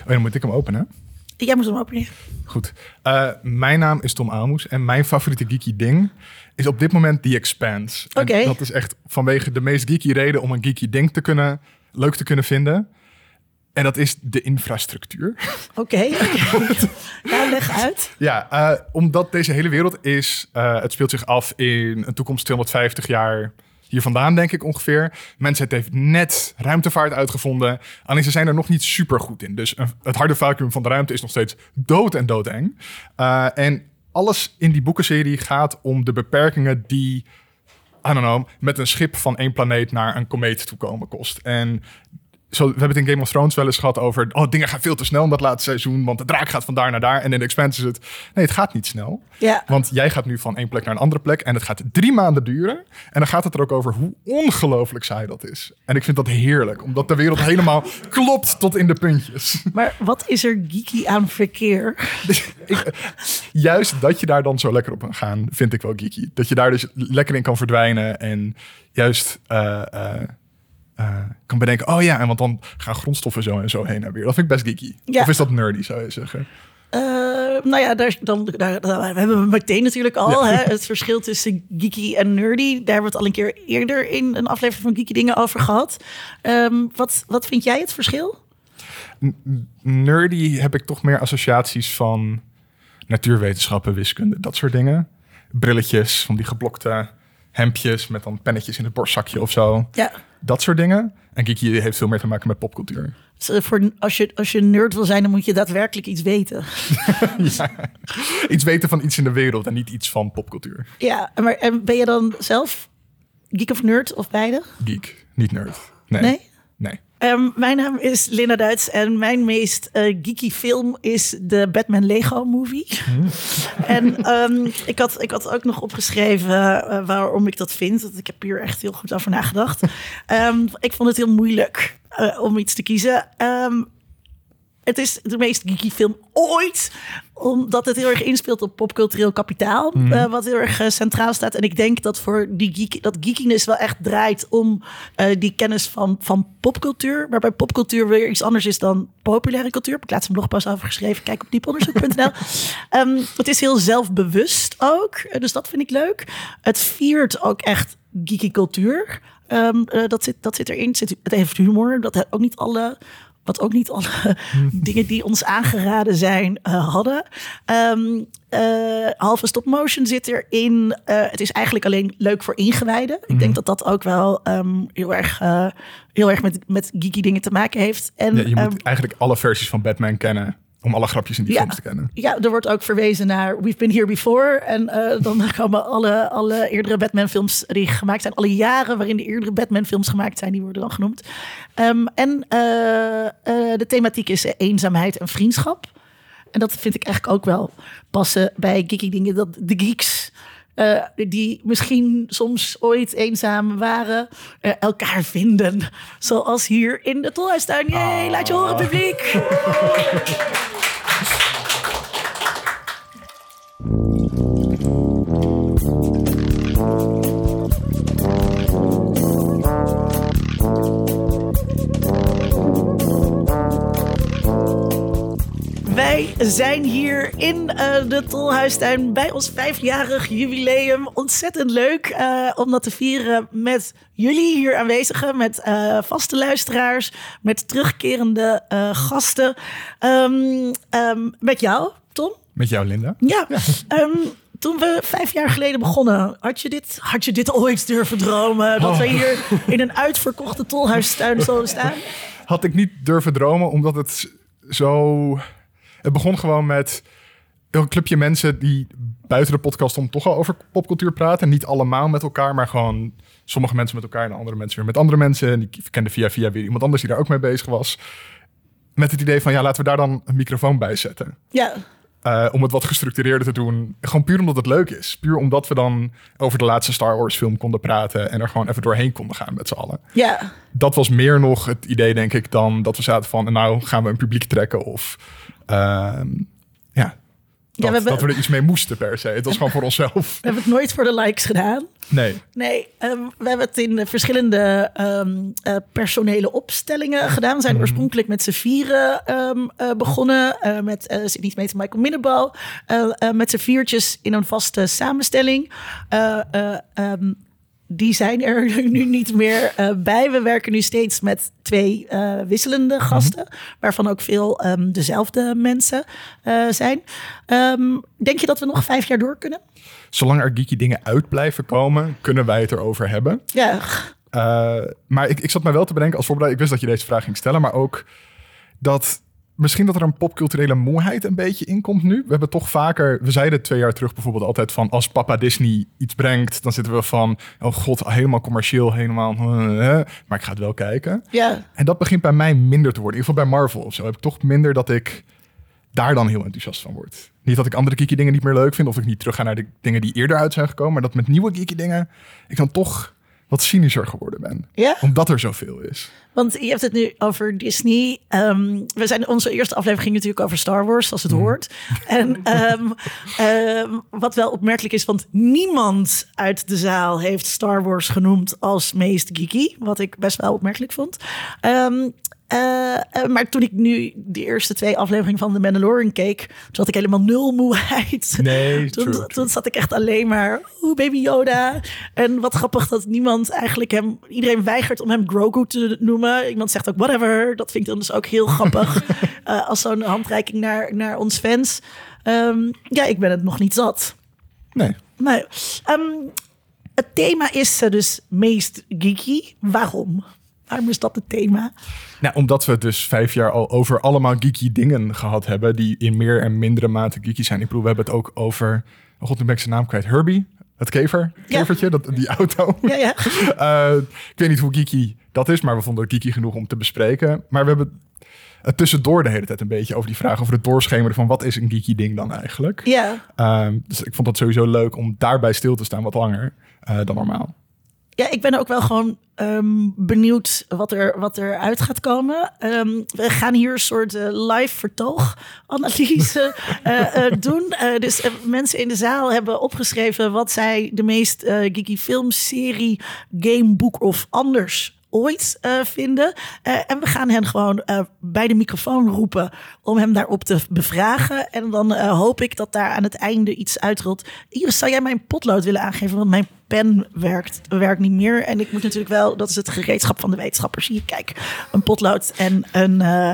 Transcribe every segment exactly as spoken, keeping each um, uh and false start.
Oh, dan moet ik hem openen. Jij moet hem openen. Goed. Uh, mijn naam is Tom Aalmoes en mijn favoriete geeky ding is op dit moment The Expanse. Oké. Okay. Dat is echt vanwege de meest geeky reden om een geeky ding te kunnen, leuk te kunnen vinden. En dat is de infrastructuur. Oké, okay, okay. Ja, leg uit. Ja, uh, omdat deze hele wereld is, uh, het speelt zich af in een toekomst tweehonderdvijftig jaar hier vandaan, denk ik ongeveer. Mensheid heeft net ruimtevaart uitgevonden. Alleen ze zijn er nog niet super goed in. Dus een, het harde vacuüm van de ruimte is nog steeds dood en doodeng. Uh, en alles in die boekenserie gaat om de beperkingen die, I don't know, met een schip van één planeet naar een komeet toekomen kost. En zo, we hebben het in Game of Thrones wel eens gehad over, oh, dingen gaan veel te snel in dat laatste seizoen, want de draak gaat van daar naar daar. En in de Expanse is het, nee, het gaat niet snel. Ja. Want jij gaat nu van één plek naar een andere plek en het gaat drie maanden duren. En dan gaat het er ook over hoe ongelooflijk saai dat is. En ik vind dat heerlijk, omdat de wereld helemaal klopt tot in de puntjes. Maar wat is er geeky aan verkeer? Dus ik, juist dat je daar dan zo lekker op kan gaan, vind ik wel geeky. Dat je daar dus lekker in kan verdwijnen en juist Uh, uh, Uh, kan bedenken, oh ja, en want dan gaan grondstoffen zo en zo heen en weer. Dat vind ik best geeky. Ja. Of is dat nerdy, zou je zeggen? Uh, nou ja, daar, dan, daar, daar we hebben we meteen natuurlijk al. Ja. Hè, het verschil tussen geeky en nerdy. Daar hebben we het al een keer eerder in een aflevering van Geeky Dingen over gehad. Um, wat, wat vind jij het verschil? N- nerdy heb ik toch meer associaties van natuurwetenschappen, wiskunde, dat soort dingen. Brilletjes, van die geblokte hemdjes met dan pennetjes in het borstzakje of zo. Ja. Dat soort dingen. En geeky heeft veel meer te maken met popcultuur. Dus voor, als, je, als je nerd wil zijn, dan moet je daadwerkelijk iets weten. Ja, iets weten van iets in de wereld en niet iets van popcultuur. Ja, maar en ben je dan zelf geek of nerd of beide? Geek, niet nerd. Nee? Nee. nee. Um, mijn naam is Linda Duits en mijn meest uh, geeky film is de Batman Lego Movie. Mm. En um, ik, had, ik had ook nog opgeschreven uh, waarom ik dat vind. Want ik heb hier echt heel goed over nagedacht. Um, ik vond het heel moeilijk uh, om iets te kiezen. Um, Het is de meest geeky film ooit, omdat het heel erg inspeelt op popcultureel kapitaal, mm. uh, wat heel erg uh, centraal staat. En ik denk dat voor die geek, dat geekiness wel echt draait om uh, die kennis van, van popcultuur. Maar bij popcultuur weer iets anders is dan populaire cultuur. Ik heb laatst een blogpost over geschreven. Kijk op dieponderzoek punt n l. um, het is heel zelfbewust ook, uh, dus dat vind ik leuk. Het viert ook echt geeky cultuur. Um, uh, dat, zit, dat zit erin. Het, zit, het heeft humor. Dat heeft ook niet alle... Wat ook niet alle dingen die ons aangeraden zijn uh, hadden. Um, uh, halve stop-motion zit erin. Uh, het is eigenlijk alleen leuk voor ingewijden. Mm-hmm. Ik denk dat dat ook wel um, heel erg, uh, heel erg met, met geeky dingen te maken heeft. En, ja, je moet um, eigenlijk alle versies van Batman kennen om alle grapjes in die ja, films te kennen. Ja, er wordt ook verwezen naar We've Been Here Before. En uh, dan komen alle, alle eerdere Batman-films die gemaakt zijn. Alle jaren waarin de eerdere Batman-films gemaakt zijn, die worden dan genoemd. Um, en uh, uh, de thematiek is eenzaamheid en vriendschap. En dat vind ik eigenlijk ook wel passen bij geeky dingen. Dat de geeks, uh, die misschien soms ooit eenzaam waren, uh, elkaar vinden. Zoals hier in de Tolhuistuin. Jee, oh. Laat je horen, publiek! Wij zijn hier in uh, de Tolhuistuin bij ons vijfjarig jubileum. Ontzettend leuk uh, om dat te vieren met jullie hier aanwezigen. Met uh, vaste luisteraars, met terugkerende uh, gasten. Um, um, met jou, Tom. Met jou, Linda. Ja, ja. Um, toen we vijf jaar geleden begonnen, had je dit, had je dit ooit durven dromen? Dat oh. we hier in een uitverkochte Tolhuistuin zouden staan? Had ik niet durven dromen, omdat het zo... Het begon gewoon met een clubje mensen die buiten de podcast om toch al over popcultuur praten. Niet allemaal met elkaar, maar gewoon sommige mensen met elkaar en andere mensen weer met andere mensen. En ik kende via via weer iemand anders die daar ook mee bezig was. Met het idee van, ja, laten we daar dan een microfoon bij zetten. Ja. Uh, om het wat gestructureerder te doen. Gewoon puur omdat het leuk is. Puur omdat we dan over de laatste Star Wars film konden praten en er gewoon even doorheen konden gaan met z'n allen. Ja. Dat was meer nog het idee, denk ik, dan dat we zaten van, nou gaan we een publiek trekken of... Uh, ja, dat, we hebben, dat we er iets mee moesten per se. Het was gewoon voor onszelf. We hebben het nooit voor de likes gedaan. Nee. Nee, um, we hebben het in verschillende um, uh, personele opstellingen gedaan. We zijn mm. oorspronkelijk met z'n vieren um, uh, begonnen. Uh, met uh, Sydney Smeet en Michael Minnebal. Uh, uh, met z'n viertjes in een vaste samenstelling. Uh, uh, um, Die zijn er nu niet meer uh, bij. We werken nu steeds met twee uh, wisselende gasten. Mm-hmm. Waarvan ook veel um, dezelfde mensen uh, zijn. Um, denk je dat we nog vijf jaar door kunnen? Zolang er geeky dingen uit blijven komen, kunnen wij het erover hebben. Ja. Uh, maar ik, ik zat mij wel te bedenken als voorbereiding. Ik wist dat je deze vraag ging stellen. Maar ook dat... Misschien dat er een popculturele moeheid een beetje in komt nu. We hebben toch vaker... We zeiden twee jaar terug bijvoorbeeld altijd van... Als papa Disney iets brengt, dan zitten we van... Oh god, helemaal commercieel, helemaal... Uh, maar ik ga het wel kijken. Ja. En dat begint bij mij minder te worden. In ieder geval bij Marvel of zo. Heb ik toch minder dat ik daar dan heel enthousiast van word. Niet dat ik andere geeky dingen niet meer leuk vind... of ik niet terug ga naar de dingen die eerder uit zijn gekomen... maar dat met nieuwe geeky dingen... ik dan toch wat cynischer geworden ben. Ja? Omdat er zoveel is. Want je hebt het nu over Disney. Um, we zijn onze eerste aflevering ging natuurlijk over Star Wars, als het mm. hoort. En um, um, wat wel opmerkelijk is, want niemand uit de zaal heeft Star Wars genoemd als meest geeky. Wat ik best wel opmerkelijk vond. Um, Uh, uh, maar toen ik nu de eerste twee afleveringen van The Mandalorian keek... toen had ik helemaal nul moeheid. Nee, toen, true, toen true. zat ik echt alleen maar... Oeh, baby Yoda. En wat grappig dat niemand eigenlijk hem... Iedereen weigert om hem Grogu te noemen. Iemand zegt ook whatever. Dat vind ik dan dus ook heel grappig. uh, als zo'n handreiking naar, naar ons fans. Um, ja, ik ben het nog niet zat. Nee. Maar, um, het thema is uh, dus meest geeky. Waarom? Waarom is dat het thema? Nou, omdat we dus vijf jaar al over allemaal geeky dingen gehad hebben... die in meer en mindere mate geeky zijn. Ik bedoel, we hebben het ook over... Oh god, nu ben ik zijn naam kwijt. Herbie, het kever, kevertje, ja. dat, die auto. Ja, ja. uh, ik weet niet hoe geeky dat is, maar we vonden het geeky genoeg om te bespreken. Maar we hebben het tussendoor de hele tijd een beetje over die vraag... over het doorschemeren van wat is een geeky ding dan eigenlijk? Ja. Uh, dus ik vond het sowieso leuk om daarbij stil te staan wat langer uh, dan normaal. Ja, ik ben ook wel gewoon um, benieuwd wat er, wat er uit gaat komen. Um, we gaan hier een soort uh, live vertoog-analyse uh, uh, doen. Uh, dus uh, mensen in de zaal hebben opgeschreven... wat zij de meest uh, geeky film, serie, game, boek of anders... ooit uh, vinden. Uh, en we gaan hen gewoon uh, bij de microfoon roepen... om hem daarop te bevragen. En dan uh, hoop ik dat daar aan het einde iets uitrolt. Iris, zou jij mijn potlood willen aangeven? Want mijn pen werkt, werkt niet meer. En ik moet natuurlijk wel... dat is het gereedschap van de wetenschapper. Zie je, kijk, een potlood en een... Uh,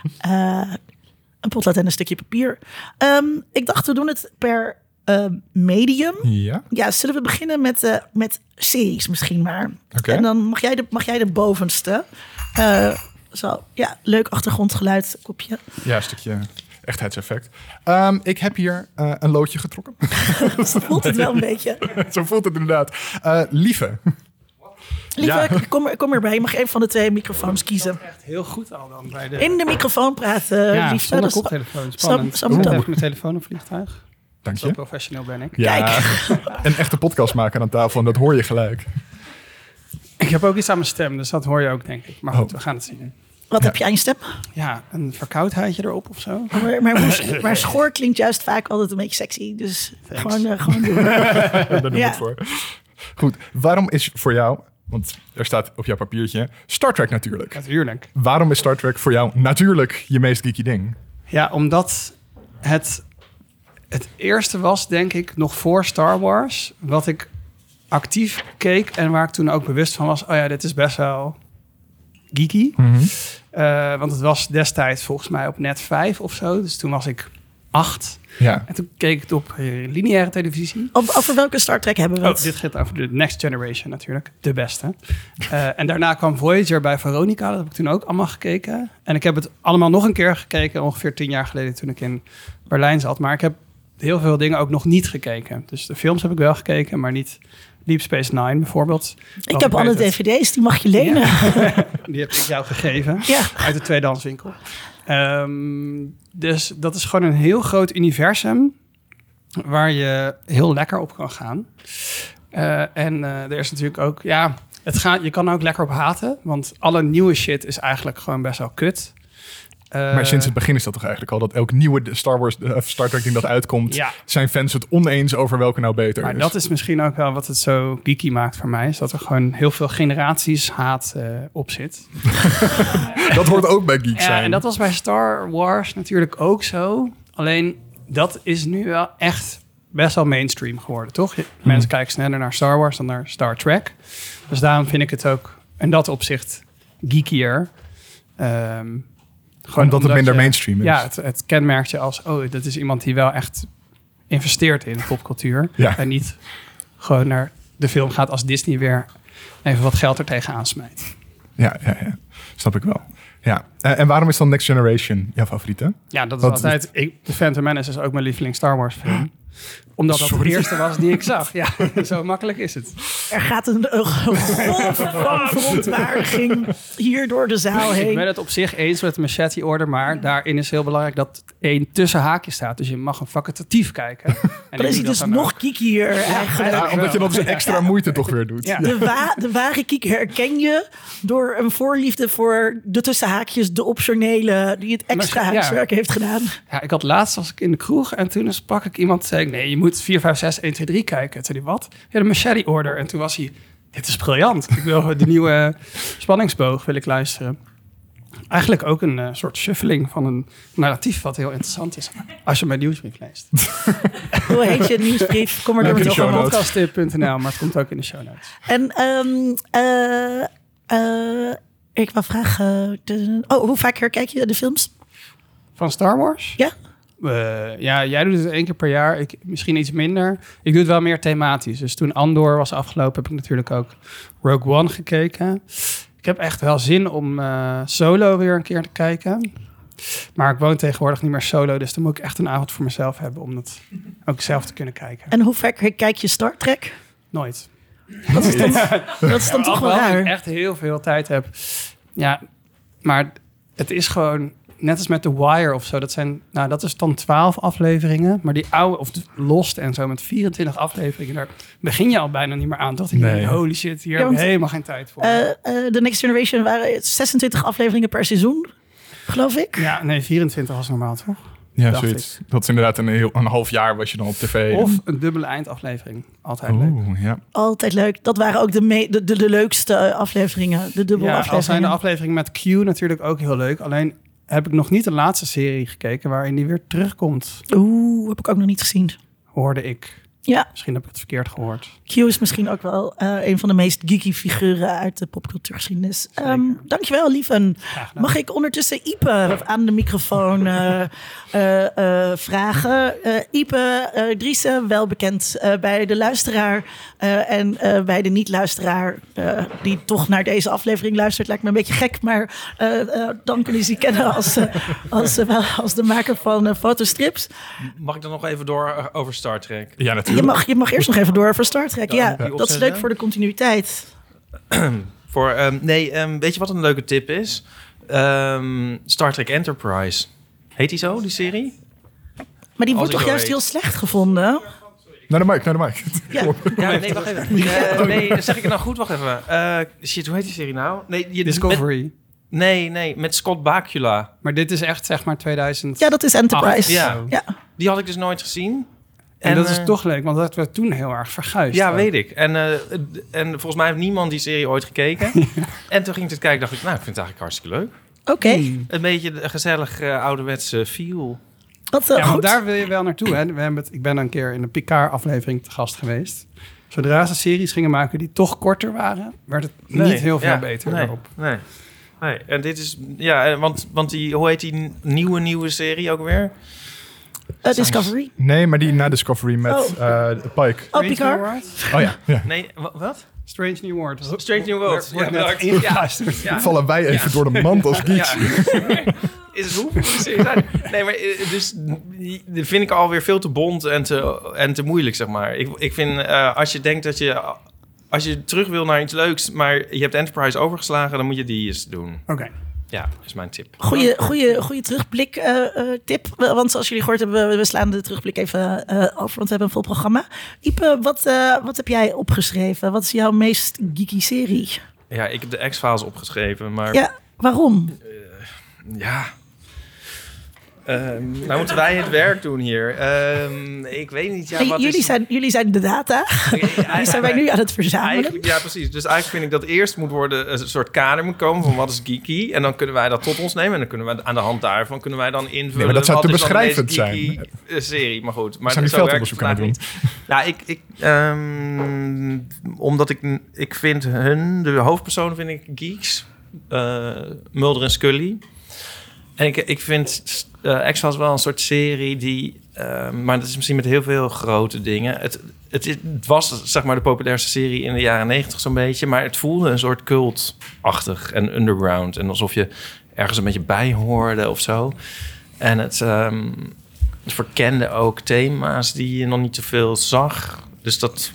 uh, een potlood en een stukje papier. Um, ik dacht, we doen het per... Uh, medium. Ja. Ja, zullen we beginnen met, uh, met series misschien maar. Okay. En dan mag jij de, mag jij de bovenste. Uh, zo, ja, leuk achtergrondgeluid, kopje. Ja, een stukje echtheidseffect. Um, ik heb hier uh, een loodje getrokken. Zo voelt het wel een beetje. Zo voelt het inderdaad. Uh, Lieve. Lieve, Ja. kom, kom erbij. Je mag een van de twee microfoons kiezen. Echt heel goed al dan bij de... In de microfoon praten, ja, Lieve. zonder Dat is- koptelefoon. Spannend. Zo- zo moet Heb dat. ik mijn telefoon op vliegtuig? Dank Zo je. professioneel ben ik. Ja, Kijk. een echte podcast maken aan tafel en dat hoor je gelijk. Ik heb ook iets aan mijn stem, dus dat hoor je ook, denk ik. Maar goed, Oh. we gaan het zien. Wat Ja. heb je aan je stem? Ja, een verkoudheidje erop of zo. Maar, maar, hoe- maar schoor klinkt juist vaak altijd een beetje sexy. Dus Thanks. gewoon, uh, gewoon doen. Daar doen we Ja. het voor. Goed, waarom is voor jou, want er staat op jouw papiertje, Star Trek natuurlijk. Natuurlijk. Waarom is Star Trek voor jou natuurlijk je meest geeky ding? Ja, omdat het het eerste was, denk ik, nog voor Star Wars... wat ik actief keek en waar ik toen ook bewust van was... oh ja, dit is best wel geeky. Mm-hmm. Uh, want het was destijds volgens mij op net vijf of zo. Dus toen was ik acht. Ja. En toen keek ik het op uh, lineaire televisie. Over, over welke Star Trek hebben we Oh, het? dit gaat over de Next Generation natuurlijk. De beste. Uh, en daarna kwam Voyager bij Veronica. Dat heb ik toen ook allemaal gekeken. En ik heb het allemaal nog een keer gekeken. Ongeveer tien jaar geleden toen ik in Berlijn zat. Maar ik heb heel veel dingen ook nog niet gekeken. Dus de films heb ik wel gekeken, maar niet Deep Space Nine bijvoorbeeld. Ik Want heb alle weet het. dvd's, die mag je lenen. Ja. Die heb ik jou gegeven. Ja. Uit de tweedehandswinkel. Um, dus dat is gewoon een heel groot universum waar je heel lekker op kan gaan. Uh, en uh, er is natuurlijk ook, ja, het gaat, je kan er ook lekker op haten, want alle nieuwe shit is eigenlijk gewoon best wel kut. Uh, maar sinds het begin is dat toch eigenlijk al... dat elk nieuwe Star Wars, uh, Star Trek ding dat uitkomt... Ja. zijn fans het oneens over welke nou beter maar is. dat is misschien ook wel wat het zo geeky maakt voor mij. Is dat er gewoon heel veel generaties haat uh, op zit. Dat hoort ook bij geek Ja, zijn. en dat was bij Star Wars natuurlijk ook zo. Alleen, dat is nu wel echt best wel mainstream geworden, toch? Hmm. Mensen kijken sneller naar Star Wars dan naar Star Trek. Dus daarom vind ik het ook in dat opzicht geekier. Um, Gewoon omdat, omdat het minder je, mainstream is. Ja, het, het kenmerkt je als... oh, dat is iemand die wel echt investeert in popcultuur. Ja. En niet gewoon naar de film gaat als Disney weer even wat geld er tegenaan smijt. Ja, ja, ja. Snap ik wel. Ja. Uh, en waarom is dan Next Generation jouw favoriete? Ja, dat is wat altijd... Ik, The Phantom Menace is ook mijn lieveling Star Wars film. Omdat dat Sorry. de eerste was die ik zag. Ja, zo makkelijk is het. Er gaat een, een golf van verontwaardiging hier door de zaal heen. Ik ben het op zich eens met de Machete Order, maar daarin is heel belangrijk dat één tussen haakjes staat. Dus je mag een facultatief kijken. En dan is hij dus dat nog kiekier eigenlijk. Ja, omdat je dan dus extra moeite toch weer doet. Ja. De, wa- de ware kiek herken je door een voorliefde voor de tussenhaakjes, de optionele, die het extra ja. huiswerk heeft gedaan. Ja, ik had laatst was ik in de kroeg en toen sprak ik iemand, zei ik, nee, je moet vier, vijf, zes, één, twee, drie kijken. Toen zei hij, wat? Ja, de Machete Order. En toen was hij, dit is briljant. Ik wil de nieuwe spanningsboog wil ik luisteren. Eigenlijk ook een uh, soort shuffling van een narratief wat heel interessant is. Als je mijn nieuwsbrief leest. Hoe heet je nieuwsbrief? Kom er door nog op podcast punt n l, maar het komt ook in de show notes. En um, uh, uh, ik wil vragen, de, oh, hoe vaak herkijk je de films? Van Star Wars? Ja. Uh, ja, jij doet het één keer per jaar. Ik, misschien iets minder. Ik doe het wel meer thematisch. Dus toen Andor was afgelopen, heb ik natuurlijk ook Rogue One gekeken. Ik heb echt wel zin om uh, Solo weer een keer te kijken. Maar ik woon tegenwoordig niet meer solo. Dus dan moet ik echt een avond voor mezelf hebben om dat ook zelf te kunnen kijken. En hoe vaak kijk je Star Trek? Nooit. Dat is dan, dat is dan ja, toch wel raar. Ik echt heel veel tijd heb. Ja, maar het is gewoon... Net als met The Wire of zo. Dat zijn, nou, dat is dan twaalf afleveringen. Maar die oude, of Lost en zo met vierentwintig afleveringen. Daar begin je al bijna niet meer aan. Dacht ik, nee. holy shit, hier ja, heb ik helemaal geen tijd voor. Uh, uh, The Next Generation waren zesentwintig afleveringen per seizoen, geloof ik. Ja, nee, vierentwintig was normaal, toch? Ja, zoiets. Ik. Dat is inderdaad een, heel, een half jaar was je dan op tv. Of een dubbele eindaflevering. Altijd Oeh, leuk. Ja. Altijd leuk. Dat waren ook de, me- de, de, de leukste afleveringen. De dubbele ja, afleveringen. Al zijn de afleveringen met Q natuurlijk ook heel leuk. Alleen... heb ik nog niet de laatste serie gekeken waarin die weer terugkomt. Oeh, heb ik ook nog niet gezien. Hoorde ik. Ja. Misschien heb ik het verkeerd gehoord. Q is misschien ook wel uh, een van de meest geeky figuren uit de popcultuurgeschiedenis. Um, dankjewel, Lieven. Mag ik ondertussen Ipe aan de microfoon uh, uh, uh, vragen? Uh, Ipe uh, Driessen, wel bekend uh, bij de luisteraar uh, en uh, bij de niet-luisteraar uh, die toch naar deze aflevering luistert. Lijkt me een beetje gek, maar uh, uh, dan kunnen ze die kennen als, uh, als, uh, als de maker van uh, fotostrips. Mag ik dan nog even door uh, over Star Trek? Ja, natuurlijk. Je mag, je mag eerst nog even door over Star Trek. Ja, ja, dat is leuk voor de continuïteit. voor, um, nee, um, weet je wat een leuke tip is? Um, Star Trek Enterprise. Heet die zo, die serie? Maar die wordt toch juist heet. heel slecht gevonden? Naar de mic, naar de mic. Ja, ja nee, wacht even. Uh, nee, zeg ik het nou goed? Wacht even. Uh, shit, hoe heet die serie nou? Nee, je, Discovery. Met, nee, nee, met Scott Bakula. Maar dit is echt zeg maar tweeduizend. Ja, dat is Enterprise. Ja. ja, die had ik dus nooit gezien. En, en dat is uh, toch leuk, want dat werd toen heel erg verguisd. Ja, ook. weet ik. En, uh, en volgens mij heeft niemand die serie ooit gekeken. ja. En toen ging ik het kijken, dacht ik, nou, ik vind het eigenlijk hartstikke leuk. Oké. Okay. Hmm. Een beetje een gezellig uh, ouderwetse feel. Wat, uh, ja, goed. daar wil je wel naartoe. Hè? We hebben het, ik ben een keer in een Picard-aflevering te gast geweest. Zodra ze series gingen maken die toch korter waren, werd het nee, niet heel veel ja, beter nee, daarop. Nee, nee. En dit is, ja, want, want die, hoe heet die nieuwe, nieuwe serie ook weer? Uh, Discovery? Nee, maar die na Discovery met oh. uh, Pike. Oh, Picard? Oh ja. ja. Nee, wat? Strange New World. Strange New World. Ja, net ingeluisterd. Ja. Vallen wij even ja. door de mand als geeks. Ja. Is het hoe? Nee, maar dus die vind ik alweer veel te bont en te, en te moeilijk, zeg maar. Ik, ik vind, uh, als je denkt dat je... Als je terug wil naar iets leuks, maar je hebt Enterprise overgeslagen, dan moet je die eens doen. Oké. Okay. Ja, dat is mijn tip. Goeie, goeie, goeie terugblik uh, uh, tip. Want zoals jullie gehoord hebben, we slaan de terugblik even uh, over, want we hebben een vol programma. Ipe, wat, uh, wat heb jij opgeschreven? Wat is jouw meest geeky serie? Ja, ik heb de X-Files opgeschreven, maar... Ja, waarom? Uh, ja... Um, nou moeten wij het werk doen hier. Um, ik weet niet. Ja, hey, wat jullie, is... zijn, jullie zijn de data. Die zijn wij nu aan het verzamelen. Ja, precies. Dus eigenlijk vind ik dat eerst moet worden een soort kader moet komen van wat is geeky. En dan kunnen wij dat tot ons nemen. En dan kunnen we aan de hand daarvan kunnen wij dan invullen. Nee, maar dat zou te wat is dan de beschrijvend meest geeky zijn. serie. Maar goed. Maar zou nu zo werkt veldonderzoek het aan vandaag niet. Nou, ik, ik, um, omdat ik, ik vind hun, de hoofdpersonen vind ik geeks. Uh, Mulder en Scully. En ik, ik vind uh, X-Files wel een soort serie die... Uh, maar dat is misschien met heel veel grote dingen. Het, het, het was zeg maar de populairste serie in de jaren negentig zo'n beetje. Maar het voelde een soort cultachtig en underground. En alsof je ergens een beetje bij hoorde of zo. En het, um, het verkende ook thema's die je nog niet zoveel zag. Dus dat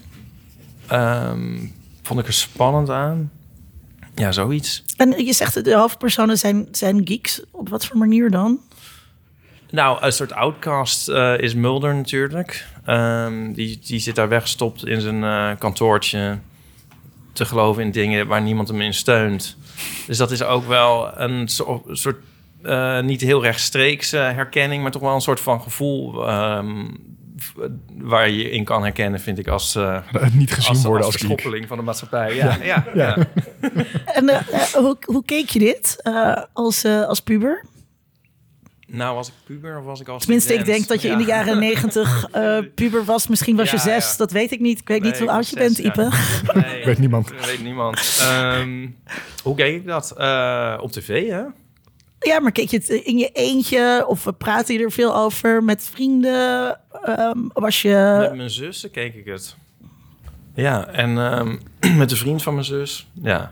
um, vond ik er spannend aan. Ja, zoiets. En je zegt de hoofdpersonen zijn, zijn geeks. Op wat voor manier dan? Nou, een soort outcast uh, is Mulder natuurlijk. Um, die, die zit daar weggestopt in zijn uh, kantoortje... te geloven in dingen waar niemand hem in steunt. Dus dat is ook wel een so- soort... Uh, niet heel rechtstreeks uh, herkenning... maar toch wel een soort van gevoel... Um, waar je in kan herkennen, vind ik, als... Uh, niet gezien als, worden als, als verschoppeling van de maatschappij. Ja, ja, ja. Ja. ja. En uh, uh, hoe, hoe keek je dit uh, als, uh, als puber? Nou, was ik puber of was ik als Tenminste, student? ik denk dat je Ja. in de jaren negentig uh, puber was. Misschien was Ja, je zes, ja. dat weet ik niet. Ik weet Nee, niet hoe ik oud je was bent, zes, Ipe. ja. Nee, Weet niemand. Dat weet niemand. Um, hoe keek ik dat? Uh, op tv, hè? Ja, maar keek je het in je eentje? Of praatte je er veel over met vrienden? Um, was je... Met mijn zussen keek ik het. Ja, en um, met de vriend van mijn zus. Ja.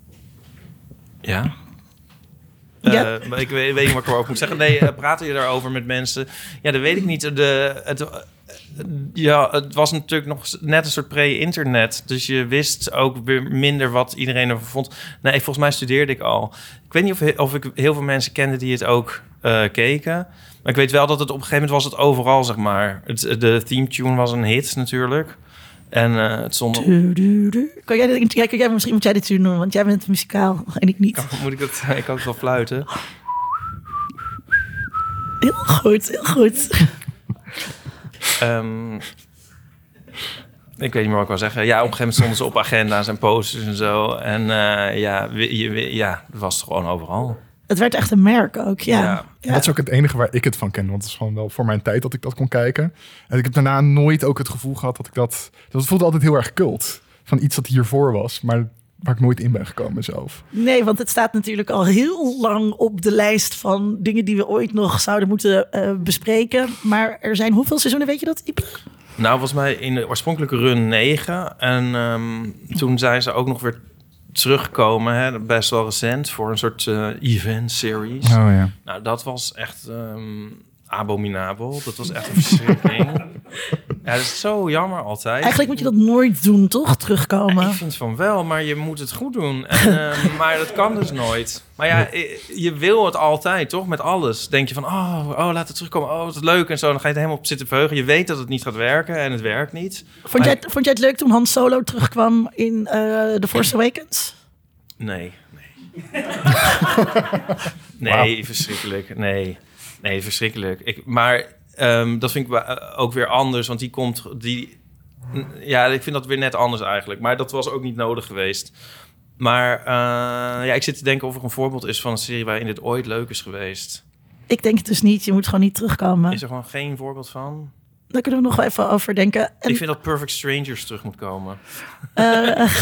Ja. Ja. Uh, ik weet, weet niet wat ik erover moet zeggen. Nee, uh, praten je daarover met mensen? Ja, dat weet ik niet. De, het, uh, ja, het was natuurlijk nog net een soort pre-internet. Dus je wist ook weer minder wat iedereen ervan vond. Nee, volgens mij studeerde ik al. Ik weet niet of, of ik heel veel mensen kende die het ook uh, keken. Maar ik weet wel dat het op een gegeven moment was het overal, zeg maar. Het, de theme tune was een hit natuurlijk. En uh, het stond... Du, du, du. Kan jij, dit, kan jij, misschien moet jij dit doen, want jij bent muzikaal en ik niet. Moet ik dat? Ik kan het wel fluiten. Heel goed, heel goed. Um, ik weet niet meer wat ik wil zeggen. Ja, op een gegeven moment stonden ze op agenda's en posters en zo. En uh, ja, je, ja, het was gewoon overal. Het werd echt een merk ook, ja. Ja. Ja. Dat is ook het enige waar ik het van ken. Want het is gewoon wel voor mijn tijd dat ik dat kon kijken. En ik heb daarna nooit ook het gevoel gehad dat ik dat... Dat voelde altijd heel erg cult. Van iets dat hiervoor was, maar waar ik nooit in ben gekomen zelf. Nee, want het staat natuurlijk al heel lang op de lijst van dingen die we ooit nog zouden moeten uh, bespreken. Maar er zijn hoeveel seizoenen, weet je dat, Ipe? Nou, volgens mij in de oorspronkelijke run negen. En um, toen zijn ze ook nog weer teruggekomen, hè, best wel recent, voor een soort uh, event series. Oh ja. Nou, dat was echt um, abominabel. Dat was echt een verschrikking. Ja, dat is zo jammer altijd. Eigenlijk moet je dat nooit doen, toch? Terugkomen. Ja, ik vind van wel, maar je moet het goed doen. En, uh, maar dat kan dus nooit. Maar ja, je wil het altijd, toch? Met alles. Denk je van, oh, oh laat het terugkomen. Oh, wat is leuk en zo. Dan ga je er helemaal op zitten verheugen. Je weet dat het niet gaat werken en het werkt niet. Vond, maar... jij, vond jij het leuk toen Han Solo terugkwam in uh, The Force Awakens? Nee, nee. nee, wow. verschrikkelijk. Nee, nee, verschrikkelijk. Ik, maar um, dat vind ik ook weer anders, want die komt... die Ja, ik vind dat weer net anders eigenlijk. Maar dat was ook niet nodig geweest. Maar uh, ja, ik zit te denken of er een voorbeeld is van een serie waarin dit ooit leuk is geweest. Ik denk het dus niet. Je moet gewoon niet terugkomen. Is er gewoon geen voorbeeld van? Daar kunnen we nog wel even over denken. En, ik vind dat Perfect Strangers terug moet komen. Uh,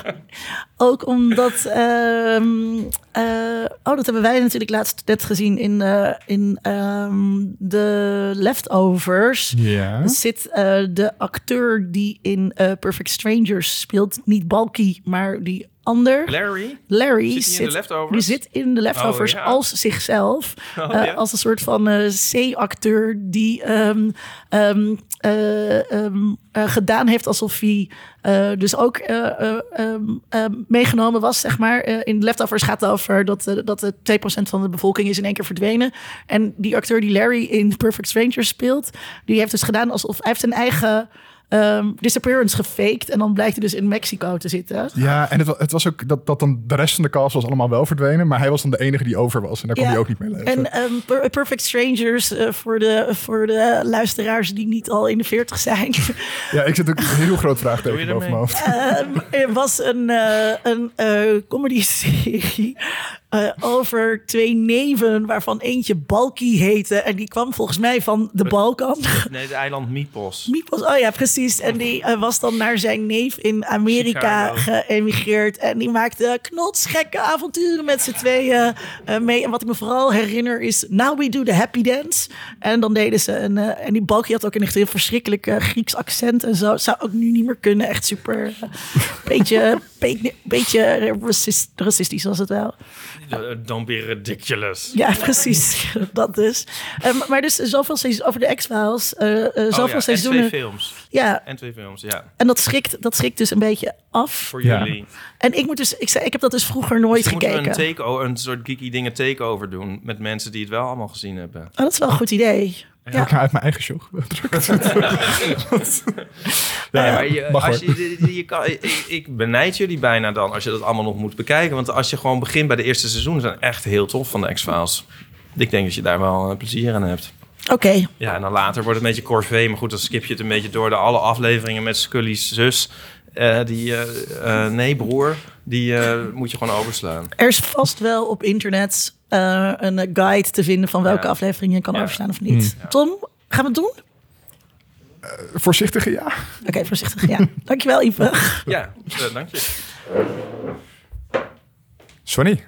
ook omdat... Uh, uh, oh, dat hebben wij natuurlijk laatst net gezien in, uh, in um, de Leftovers. Ja. Zit uh, de acteur die in uh, Perfect Strangers speelt, niet Balky, maar die ander. Larry? Larry zit, zit in de Leftovers? Die zit in de Leftovers oh, ja. als zichzelf. Oh, uh, ja. Als een soort van uh, C-acteur die um, um, uh, um, uh, gedaan heeft alsof hij uh, dus ook uh, uh, um, uh, meegenomen was, zeg maar. Uh, in de Leftovers gaat het over dat, uh, dat uh, twee procent van de bevolking is in één keer verdwenen. En die acteur die Larry in Perfect Strangers speelt, die heeft dus gedaan alsof hij heeft een eigen... um, disappearance gefaked. En dan blijkt hij dus in Mexico te zitten. Ja, en het, wa- het was ook dat, dat dan de rest van de cast was allemaal wel verdwenen. Maar hij was dan de enige die over was. En daar kon Ja. hij ook niet mee leven. En um, Per- Perfect Strangers, uh, voor, de, voor de luisteraars die niet al in de veertig zijn... Ja, ik zit ook een heel groot Doe vraagteken je boven mijn hoofd. Um, er was een, uh, een uh, comedy-serie uh, over twee neven... waarvan eentje Balky heette. En die kwam volgens mij van de Balkan. Nee, het eiland Mypos. Mypos, oh ja, precies. En die uh, was dan naar zijn neef in Amerika Chicago. geëmigreerd. En die maakte knotsgekke avonturen met z'n tweeën uh, mee. En wat ik me vooral herinner is... Now we do the happy dance. En dan deden ze een... Uh, en die Balky had ook een echt heel verschrikkelijk uh, Grieks accent en zo. Zou ook nu niet meer kunnen. Echt super... Uh, beetje, beetje, beetje racist, racistisch was het wel. Uh, don't be ridiculous. Ja, precies. Dat dus. Um, maar dus zoveel seizoenen over de X-Files. Uh, uh, zoveel Oh ja, en seizoenen. twee films. Ja, En twee films, ja. en dat schrikt, dat schrikt dus een beetje af. Voor Ja. jullie. En ik moet dus, ik zei, ik heb dat dus vroeger nooit Dus moeten we gekeken. een, take een soort geeky dingen takeover doen met mensen die het wel allemaal gezien hebben. Oh, dat is wel een goed idee. Ja. Ja. Ik uit mijn eigen show gedrukt. Nee, maar je, mag als hoor. je, je, je kan, ik, ik benijd jullie bijna dan als je dat allemaal nog moet bekijken. Want als je gewoon begint bij de eerste seizoenen, zijn echt heel tof van de X-Files. Ik denk dat je daar wel uh, plezier aan hebt. Oké. Ja, en dan later wordt het een beetje corvée. Maar goed, dan skip je het een beetje door de alle afleveringen met Scully's zus. Uh, die, uh, uh, nee, broer. Die uh, moet je gewoon overslaan. Er is vast wel op internet uh, een uh, guide te vinden van welke Ja. aflevering je kan Ja. overslaan of niet. Hmm. Tom, gaan we het doen? Voorzichtige ja. Oké, okay, voorzichtig. Ja. Dankjewel, Ipe. Ja, uh, dank je. Sonny.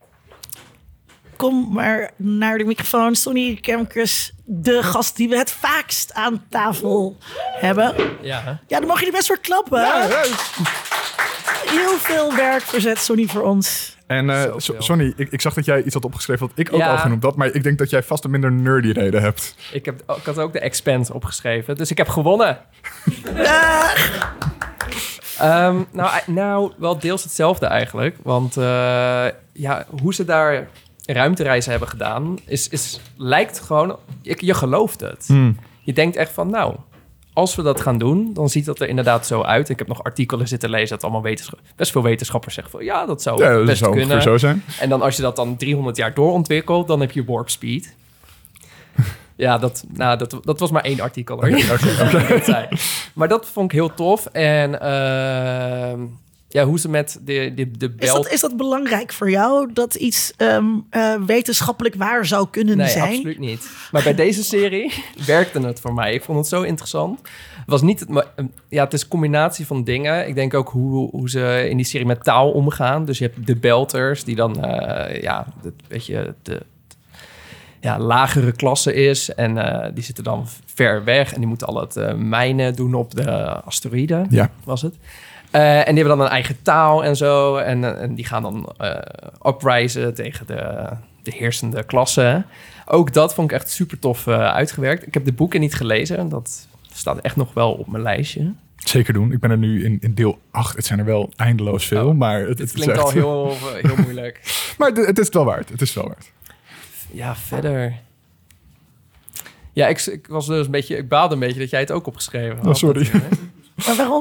Kom maar naar de microfoon. Sonny Kemkes, de gast die we het vaakst aan tafel hebben. Ja. Ja, dan mag je er best voor klappen. Heel veel werk verzet Sonny voor ons. En uh, Zoveel. So- Sonny, ik, ik zag dat jij iets had opgeschreven wat ik ook Ja. al genoemd had. Maar ik denk dat jij vast een minder nerdy reden hebt. Ik, heb, ik had ook de Expanse opgeschreven, dus ik heb gewonnen. Ah, Ehm, nou, eh, nou, wel deels hetzelfde eigenlijk. Want eh, ja, hoe ze daar ruimtereizen hebben gedaan, is, is, lijkt gewoon... Je, je gelooft het. Je denkt echt van, nou, als we dat gaan doen, dan ziet dat er inderdaad zo uit. Ik heb nog artikelen zitten lezen dat allemaal wetenschap, best veel wetenschappers zeggen van, ja, dat zou Ja, dat best zou kunnen. ongeveer zo zijn. En dan als je dat dan driehonderd jaar doorontwikkelt, dan heb je warp speed. Ja, dat, nou, dat, dat was maar één artikel. Hoor. Dat zei. Maar dat vond ik heel tof. En ehm, ja, hoe ze met de, de, de is, bel... dat, is dat belangrijk voor jou? Dat iets um, uh, wetenschappelijk waar zou kunnen Nee, zijn? absoluut niet. Maar bij deze serie werkte het voor mij. Ik vond het zo interessant. Het was niet het, maar, ja, het is een combinatie van dingen. Ik denk ook hoe, hoe ze in die serie met taal omgaan. Dus je hebt de belters die dan, uh, ja, de, weet je, de ja, lagere klasse is. En uh, die zitten dan ver weg. En die moeten al het uh, mijnen doen op de asteroïden, Ja. was het. Uh, en die hebben dan een eigen taal en zo. En, uh, en die gaan dan uh, uprising tegen de, de heersende klasse. Ook dat vond ik echt super tof uh, uitgewerkt. Ik heb de boeken niet gelezen. Dat staat echt nog wel op mijn lijstje. Zeker doen. Ik ben er nu in, in deel acht. Het zijn er wel eindeloos veel. Oh, maar het, Het het klinkt is echt... al heel, heel moeilijk. Maar het, het is het wel waard. Het is het wel waard. Ja, verder... Ja, ik, ik was dus een beetje... Ik baalde een beetje dat jij het ook opgeschreven had. Oh, sorry. Maar waarom?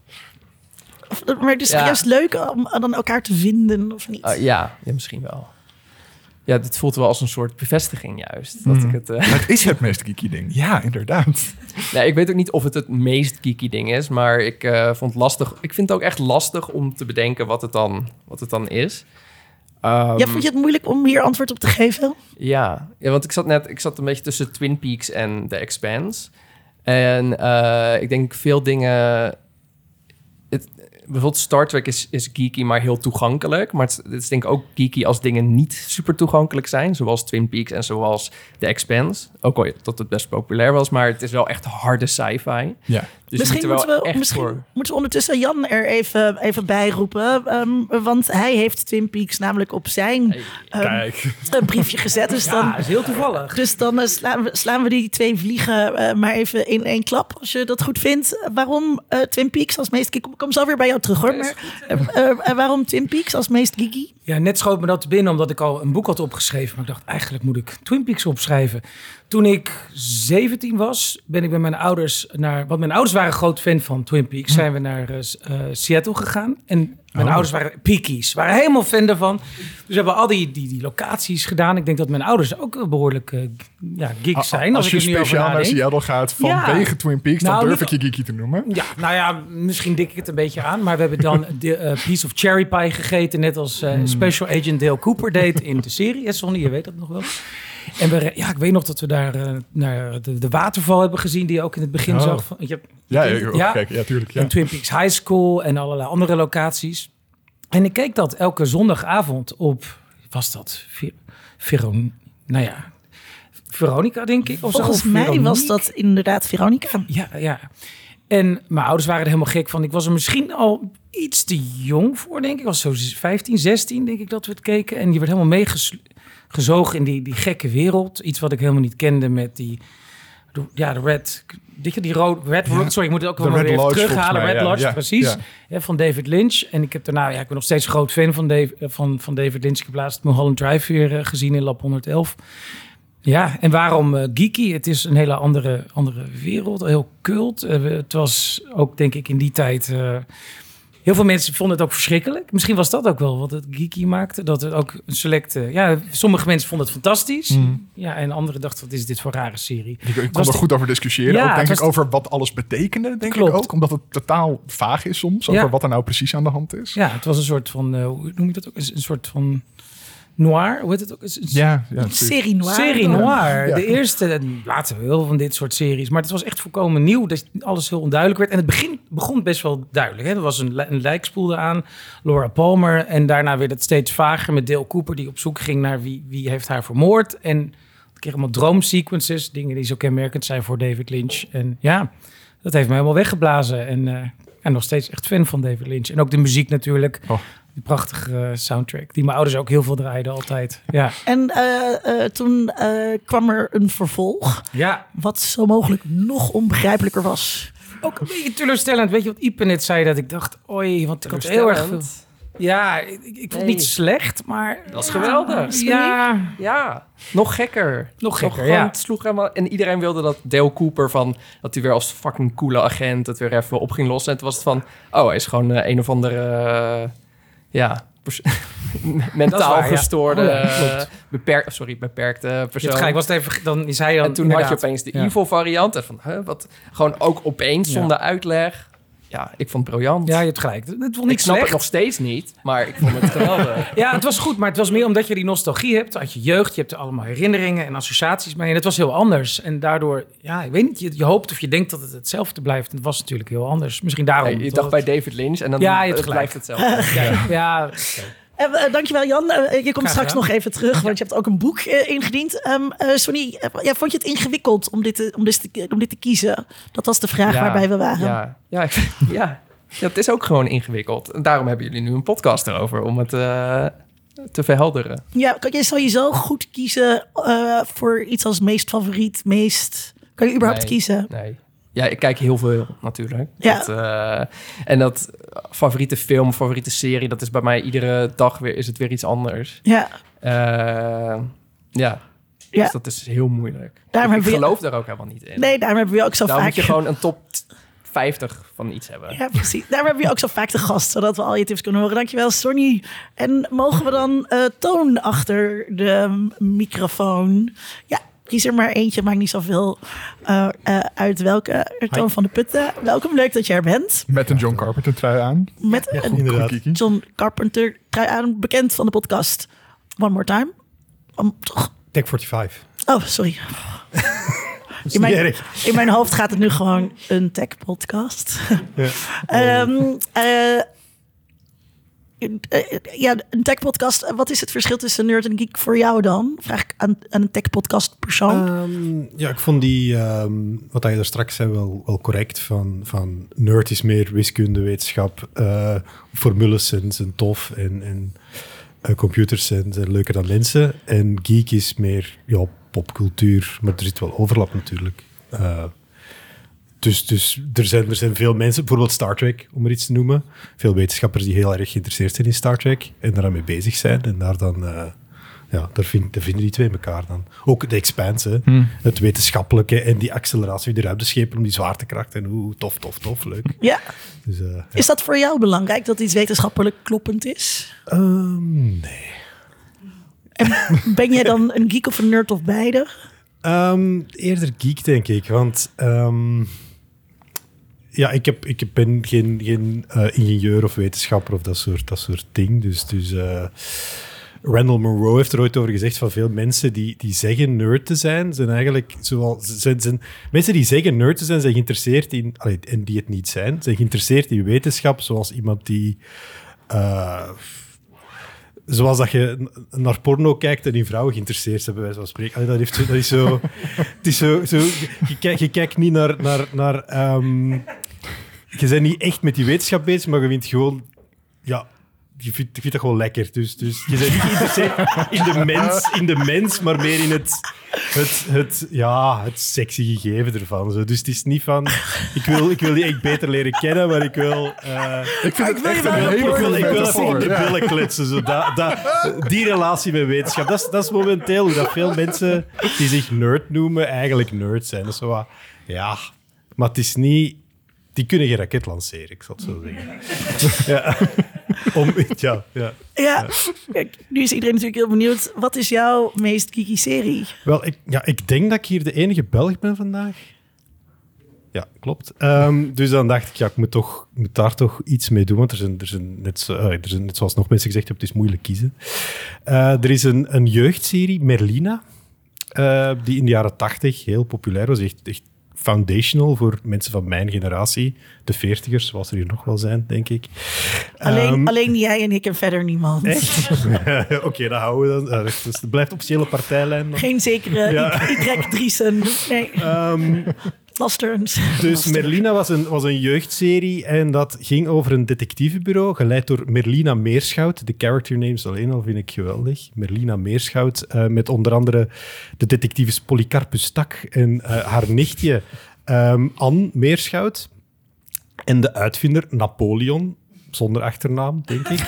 Of, maar het is Ja. juist leuk om dan elkaar te vinden, of niet? Uh, ja, ja, misschien wel. Ja, dit voelt wel als een soort bevestiging juist. Dat Mm. ik het... Uh... Het is het meest geeky ding. Ja, inderdaad. Nee, ik weet ook niet of het het meest geeky ding is, maar ik uh, vond het lastig. Ik vind het ook echt lastig om te bedenken wat het dan, wat het dan is. Um, Ja, vond je het moeilijk om hier antwoord op te geven? Ja. ja, want ik zat net, ik zat een beetje tussen Twin Peaks en The Expanse. En uh, ik denk veel dingen. Het, bijvoorbeeld Star Trek is, is geeky, maar heel toegankelijk. Maar het, het is denk ik ook geeky als dingen niet super toegankelijk zijn. Zoals Twin Peaks en zoals The Expanse. Ook al dat het best populair was, maar het is wel echt harde sci-fi. Ja. Dus misschien je moet er wel moeten, we, echt misschien voor... moeten we ondertussen Jan er even, even bij roepen. Um, want hij heeft Twin Peaks namelijk op zijn Hey, um, Kijk. een briefje gezet. Dus dan, Ja, is heel toevallig. dus dan uh, slaan, we, slaan we die twee vliegen uh, maar even in één klap. Als je dat goed vindt. Uh, waarom uh, Twin Peaks als meest... Kom, kom zo weer bij Jan jou terug hoor. Maar, uh, uh, waarom Twin Peaks als meest geeky? Ja, net schoot me dat te binnen omdat ik al een boek had opgeschreven. Maar ik dacht, eigenlijk moet ik Twin Peaks opschrijven. Toen ik zeventien was, ben ik bij mijn ouders naar... Want mijn ouders waren groot fan van Twin Peaks. Hm. Zijn we naar uh, Seattle gegaan. En mijn oh. ouders waren Peakies. Waren helemaal fan daarvan. Dus we hebben al die, die, die locaties gedaan. Ik denk dat mijn ouders ook behoorlijk uh, ja, geeks zijn. Als, als je speciaal naar Seattle gaat vanwege ja. Twin Peaks... dan nou, durf ik je geeky te noemen. Ja, nou ja, misschien dik ik het een beetje aan. Maar we hebben dan de uh, piece of cherry pie gegeten. Net als uh, mm. Special Agent Dale Cooper deed in de serie. Ja, Sonny, je weet dat nog wel. En we, ja, ik weet nog dat we daar uh, naar de, de waterval hebben gezien... die je ook in het begin oh. zag. Van, je hebt, ja, ja, ja, kijk, ja, tuurlijk. Ja. En Twin Peaks High School en allerlei andere locaties. En ik keek dat elke zondagavond op... was dat? Veron, nou ja, Veronica, denk ik. Of Volgens zo, mij Veronique. Was dat inderdaad Veronica. Ja, ja. En mijn ouders waren er helemaal gek van. Ik was er misschien al iets te jong voor, denk ik. Ik was zo vijftien, zestien, denk ik, dat we het keken. En je werd helemaal meegezogen in die, die gekke wereld. Iets wat ik helemaal niet kende met die... Ja, de Red... Die, die rode... Red, ja. Sorry, ik moet het ook wel weer even terughalen. Red ja, Lodge, ja, precies. Ja. Ja, van David Lynch. En ik heb daarna... Ja, ik ben nog steeds een groot fan van, Dave, van, van David Lynch. Ik heb laatst Mulholland Drive weer uh, gezien in Lab honderd-elf. Ja, en waarom uh, geeky? Het is een hele andere, andere wereld. Heel cult. Uh, het was ook, denk ik, in die tijd... Uh, heel veel mensen vonden het ook verschrikkelijk. Misschien was dat ook wel wat het geeky maakte. Dat het ook een selecte... Ja, sommige mensen vonden het fantastisch. Mm. Ja, en anderen dachten, wat is dit voor een rare serie? Ik, ik kon er goed over discussiëren. Ja, ook denk ik de... over wat alles betekende, denk Klopt. ik ook. Omdat het totaal vaag is soms. Over ja. wat er nou precies aan de hand is. Ja, het was een soort van... Uh, hoe noem je dat ook? Een soort van... Noir, hoe heet het ook? Ja, ja serie noir. Serie noir. Ja. De eerste, laten we wel van dit soort series. Maar het was echt volkomen nieuw. Dat alles heel onduidelijk werd. En het begin begon best wel duidelijk. Hè? Er was een, een lijkspoel aan, Laura Palmer. En daarna werd het steeds vager met Dale Cooper... die op zoek ging naar wie, wie heeft haar vermoord. En ik kreeg allemaal droomsequences. Dingen die zo kenmerkend zijn voor David Lynch. En ja, dat heeft me helemaal weggeblazen. En, uh, en nog steeds echt fan van David Lynch. En ook de muziek natuurlijk... Oh. Die prachtige soundtrack, die mijn ouders ook heel veel draaiden altijd. Ja. En uh, uh, toen uh, kwam er een vervolg, ja. wat zo mogelijk nog onbegrijpelijker was. Ook een beetje teleurstellend. Weet je wat Ipe net zei? Dat ik dacht, oei, want ik had heel erg veel... Ja, ik, ik vond het nee. niet slecht, maar... Dat is geweldig. Ja. Ja, nog gekker. Nog gekker, nog ja. Het sloeg helemaal... En iedereen wilde dat Dale Cooper van... Dat hij weer als fucking coole agent het weer even op ging lossen. En toen was het van... Oh, hij is gewoon uh, een of andere... Uh, Ja, pers- mentaal waar, gestoorde, ja. Oh, ja, beperk- sorry, beperkte persoon. Ja, ik was het even, dan zei dan, en toen inderdaad. Had je opeens de ja. evil variant. En van, huh, wat, gewoon ook opeens, ja. zonder uitleg. Ja, ik vond het briljant. Ja, je hebt gelijk. Het vond niet ik snap slecht. het nog steeds niet, maar ik vond het geweldig. Ja, het was goed, maar het was meer omdat je die nostalgie hebt uit je jeugd. Je hebt er allemaal herinneringen en associaties mee. En het was heel anders. En daardoor, ja, ik weet niet, je, je hoopt of je denkt dat het hetzelfde blijft. En het was natuurlijk heel anders. Misschien daarom. Nee, je dacht bij David Lynch en dan ja, je het blijft hetzelfde. ja, ja. Okay. Uh, dankjewel Jan. Uh, je komt Graag straks gedaan. nog even terug, want je hebt ook een boek uh, ingediend. Um, uh, Sonny, uh, ja, vond je het ingewikkeld om dit, te, om, dit te, om dit te kiezen? Dat was de vraag ja, waarbij we waren. Ja, ja, ja. Ja, het is ook gewoon ingewikkeld. En daarom hebben jullie nu een podcast erover om het uh, te verhelderen. Ja, kan je sowieso goed kiezen uh, voor iets als meest favoriet, meest... Kan je überhaupt nee, kiezen? Nee. Ja, ik kijk heel veel natuurlijk. Ja. Dat, uh, en dat favoriete film, favoriete serie, dat is bij mij iedere dag weer, is het weer iets anders. Ja. Uh, ja. Ja. Dus dat is heel moeilijk. Daarom ik we... geloof daar ook helemaal niet in. Nee, daarom hebben we ook zo daarom vaak... moet je gewoon een top vijftig van iets hebben. Ja, precies. Daarom hebben we ook zo vaak de gast, zodat we al je tips kunnen horen. Dankjewel, Sonny. En mogen we dan uh, Toon achter de microfoon? Ja, kies er maar eentje, maakt niet zoveel uh, uh, uit welke. Toon van de Putten. Welkom, leuk dat je er bent. Met een John Carpenter trui aan. Met ja, een inderdaad. John Carpenter trui aan, bekend van de podcast One More Time. Um, Tech vijfenveertig. Oh, sorry. In mijn, in mijn hoofd gaat het nu gewoon een tech-podcast. Ja, um, uh, uh, ja een tech-podcast. Wat is het verschil tussen nerd en geek voor jou dan? Vraag ik aan, aan een tech-podcast persoon. Um, ja, ik vond die, um, wat je daar straks zei, wel, wel correct. Van, van nerd is meer wiskunde, wetenschap. Uh, formules zijn, zijn tof en, en uh, computers zijn, zijn leuker dan mensen. En geek is meer... ja, popcultuur, maar er zit wel overlap natuurlijk. Uh, dus dus er, zijn, er zijn veel mensen, bijvoorbeeld Star Trek, om er iets te noemen. Veel wetenschappers die heel erg geïnteresseerd zijn in Star Trek en daarmee bezig zijn. En daar dan, uh, ja, daar, vind, daar vinden die twee elkaar dan. Ook de Expanse, hè. Hmm. Het wetenschappelijke en die acceleratie, de ruimteschepen om die zwaartekracht. En hoe tof, tof, tof, leuk. Ja. Dus, uh, ja. Is dat voor jou belangrijk, dat iets wetenschappelijk kloppend is? Um, nee. En ben jij dan een geek of een nerd of beide? Um, eerder geek, denk ik. Want um, ja, ik, heb, ik ben geen, geen uh, ingenieur of wetenschapper of dat soort, dat soort ding. Dus, dus uh, Randall Munroe heeft er ooit over gezegd van veel mensen die, die zeggen nerd te zijn, zijn eigenlijk zoals... Zijn, zijn, mensen die zeggen nerd te zijn, zijn geïnteresseerd in... Allee, en die het niet zijn, zijn geïnteresseerd in wetenschap, zoals iemand die... Uh, Zoals dat je naar porno kijkt en in vrouwen geïnteresseerd bent, bij wijze van spreken. Allee, dat, heeft zo, dat is zo... Het is zo... zo je, kijkt, je kijkt niet naar... naar, naar um, je bent niet echt met die wetenschap bezig, maar je vindt gewoon... Ja, je vindt, je vindt dat gewoon lekker. Dus, dus je bent niet geïnteresseerd in de mens, in de mens maar meer in het... Het, het, ja, het sexy gegeven ervan. Zo. Dus het is niet van... Ik wil, ik wil die echt beter leren kennen, maar ik wil... Uh, ik vind het ik echt wil een je wel- hele ik wil, goede ik wil even metafoor. op de Ja. billen kletsen. Zo. Dat, dat, die relatie met wetenschap, dat is, dat is momenteel hoe dat veel mensen die zich nerd noemen, eigenlijk nerd zijn. Dat is zo wat, ja, maar het is niet... Die kunnen geen raket lanceren, ik zal het zo zeggen. Ja. Om, ja, ja. Ja, kijk, nu is iedereen natuurlijk heel benieuwd. Wat is jouw meest geeky serie? Wel, ik, ja, ik denk dat ik hier de enige Belg ben vandaag. Ja, klopt. Um, dus dan dacht ik, ja, ik moet, toch, ik moet daar toch iets mee doen. Want er zijn, er zijn, net, zo, uh, er zijn net zoals nog mensen gezegd hebben, het is moeilijk kiezen. Uh, er is een, een jeugdserie, Merlina, uh, die in de jaren tachtig heel populair was. Echt, echt foundational voor mensen van mijn generatie. De veertigers, zoals er hier nog wel zijn, denk ik. Alleen, Um, alleen jij en ik en verder niemand. Echt? Oké, okay, dat houden we dan. Uh, dus het blijft officiële partijlijn. Dan. Geen zekere Ja. Y. Driesen. Nee, Um, Lasterns. Dus Laster. Merlina was een, was een jeugdserie en dat ging over een detectivebureau, geleid door Merlina Meerschout. De character names alleen al vind ik geweldig. Merlina Meerschout, uh, met onder andere de detectives Polycarpus Tak en uh, haar nichtje um, Anne Meerschout. En de uitvinder Napoleon, zonder achternaam, denk ik.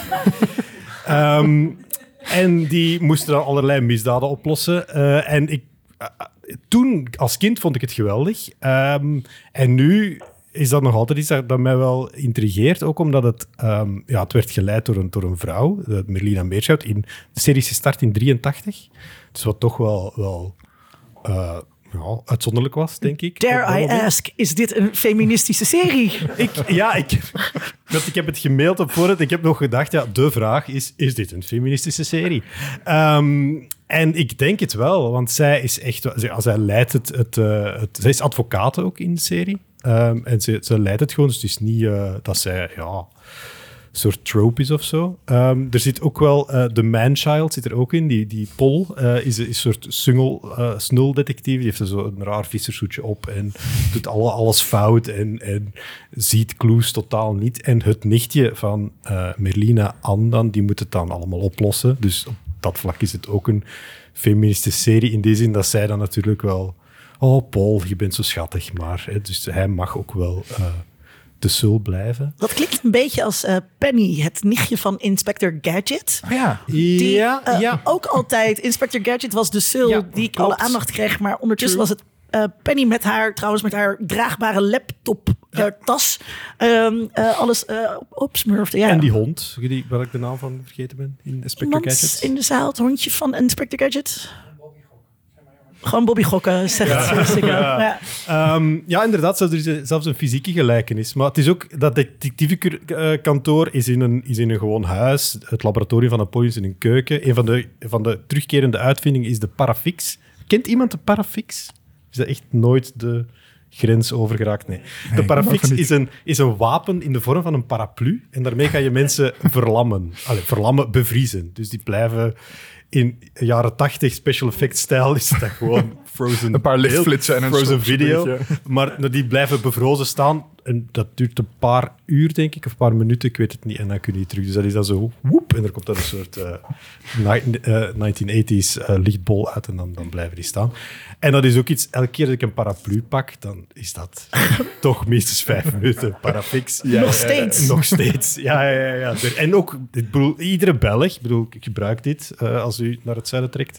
um, en die moesten dan allerlei misdaden oplossen. Uh, en ik... Uh, Toen, als kind, vond ik het geweldig. Um, en nu is dat nog altijd iets dat, dat mij wel intrigeert. Ook omdat het, um, ja, het werd geleid door een, door een vrouw, Merlina Meerschout. In, de serie is gestart in drieëntachtig. Dus wat toch wel, wel uh, ja, uitzonderlijk was, denk ik. Dare I ask, is dit een feministische serie? Ik, ja, ik, want ik heb het gemaild op voorhand. Ik heb nog gedacht, ja, de vraag is, is dit een feministische serie? Um, en ik denk het wel, want zij is echt... Zij leidt het... het, uh, het zij is advocaat ook in de serie. Um, en ze, ze leidt het gewoon, dus het is niet uh, dat zij... Ja, een soort trope is of zo. Um, er zit ook wel... Uh, de man-child zit er ook in. Die, die Paul uh, is, is een soort sungel, uh, snuldetectief. Die heeft er zo een raar vissershoedje op en doet alle, alles fout en, en ziet clues totaal niet. En het nichtje van uh, Merlina, Anne, dan, die moet het dan allemaal oplossen. Dus op dat vlak is het ook een feministische serie. In die zin dat zij dan natuurlijk wel... Oh, Paul, je bent zo schattig. Maar hè, dus hij mag ook wel... Uh, de sul blijven. Dat klinkt een beetje als uh, Penny, het nichtje van Inspector Gadget. Ja. Die ja, uh, ja. ook altijd... Inspector Gadget was de sul Ja, die klopt. alle aandacht kreeg. Maar ondertussen True. was het uh, Penny met haar, trouwens met haar draagbare laptop, uh, tas. Um, uh, alles uh, op, opsmurfde. Ja. En die hond, die, waar ik de naam van vergeten ben, in Inspector Iemand Gadget. in de zaal, het hondje van Inspector Gadget. Gewoon Bobby Gokken, zegt het. Ja. Ja. Um, ja, inderdaad, zelfs, er is zelfs een fysieke gelijkenis. Maar het is ook dat detectivekantoor is in een, is in een gewoon huis. Het laboratorium van Napoleon is in een keuken. Een van de, van de terugkerende uitvindingen is de parafix. Kent iemand de parafix? Is dat echt nooit de grens overgeraakt? Nee. De Nee, parafix waarvan niet? is een, is een wapen in de vorm van een paraplu. En daarmee ga je mensen verlammen. Allee, verlammen, bevriezen. Dus die blijven in jaren tachtig special effects stijl is dat gewoon Frozen. Een paar lichtflitsen en een Frozen soort video. beetje. Maar nou, die blijven bevrozen staan. En dat duurt een paar uur, denk ik, of een paar minuten, ik weet het niet. En dan kun je niet terug. Dus dat is dan zo, woep, en er komt dan een soort uh, ni- uh, negentien tachtigs uh, lichtbol uit en dan, dan blijven die staan. En dat is ook iets, elke keer dat ik een paraplu pak, dan is dat toch minstens vijf minuten parafix. Ja, nog steeds. Uh, nog steeds, ja, ja, ja. ja. En ook, ik bedoel, iedere Belg, ik bedoel, ik gebruik dit uh, als u naar het zuiden trekt.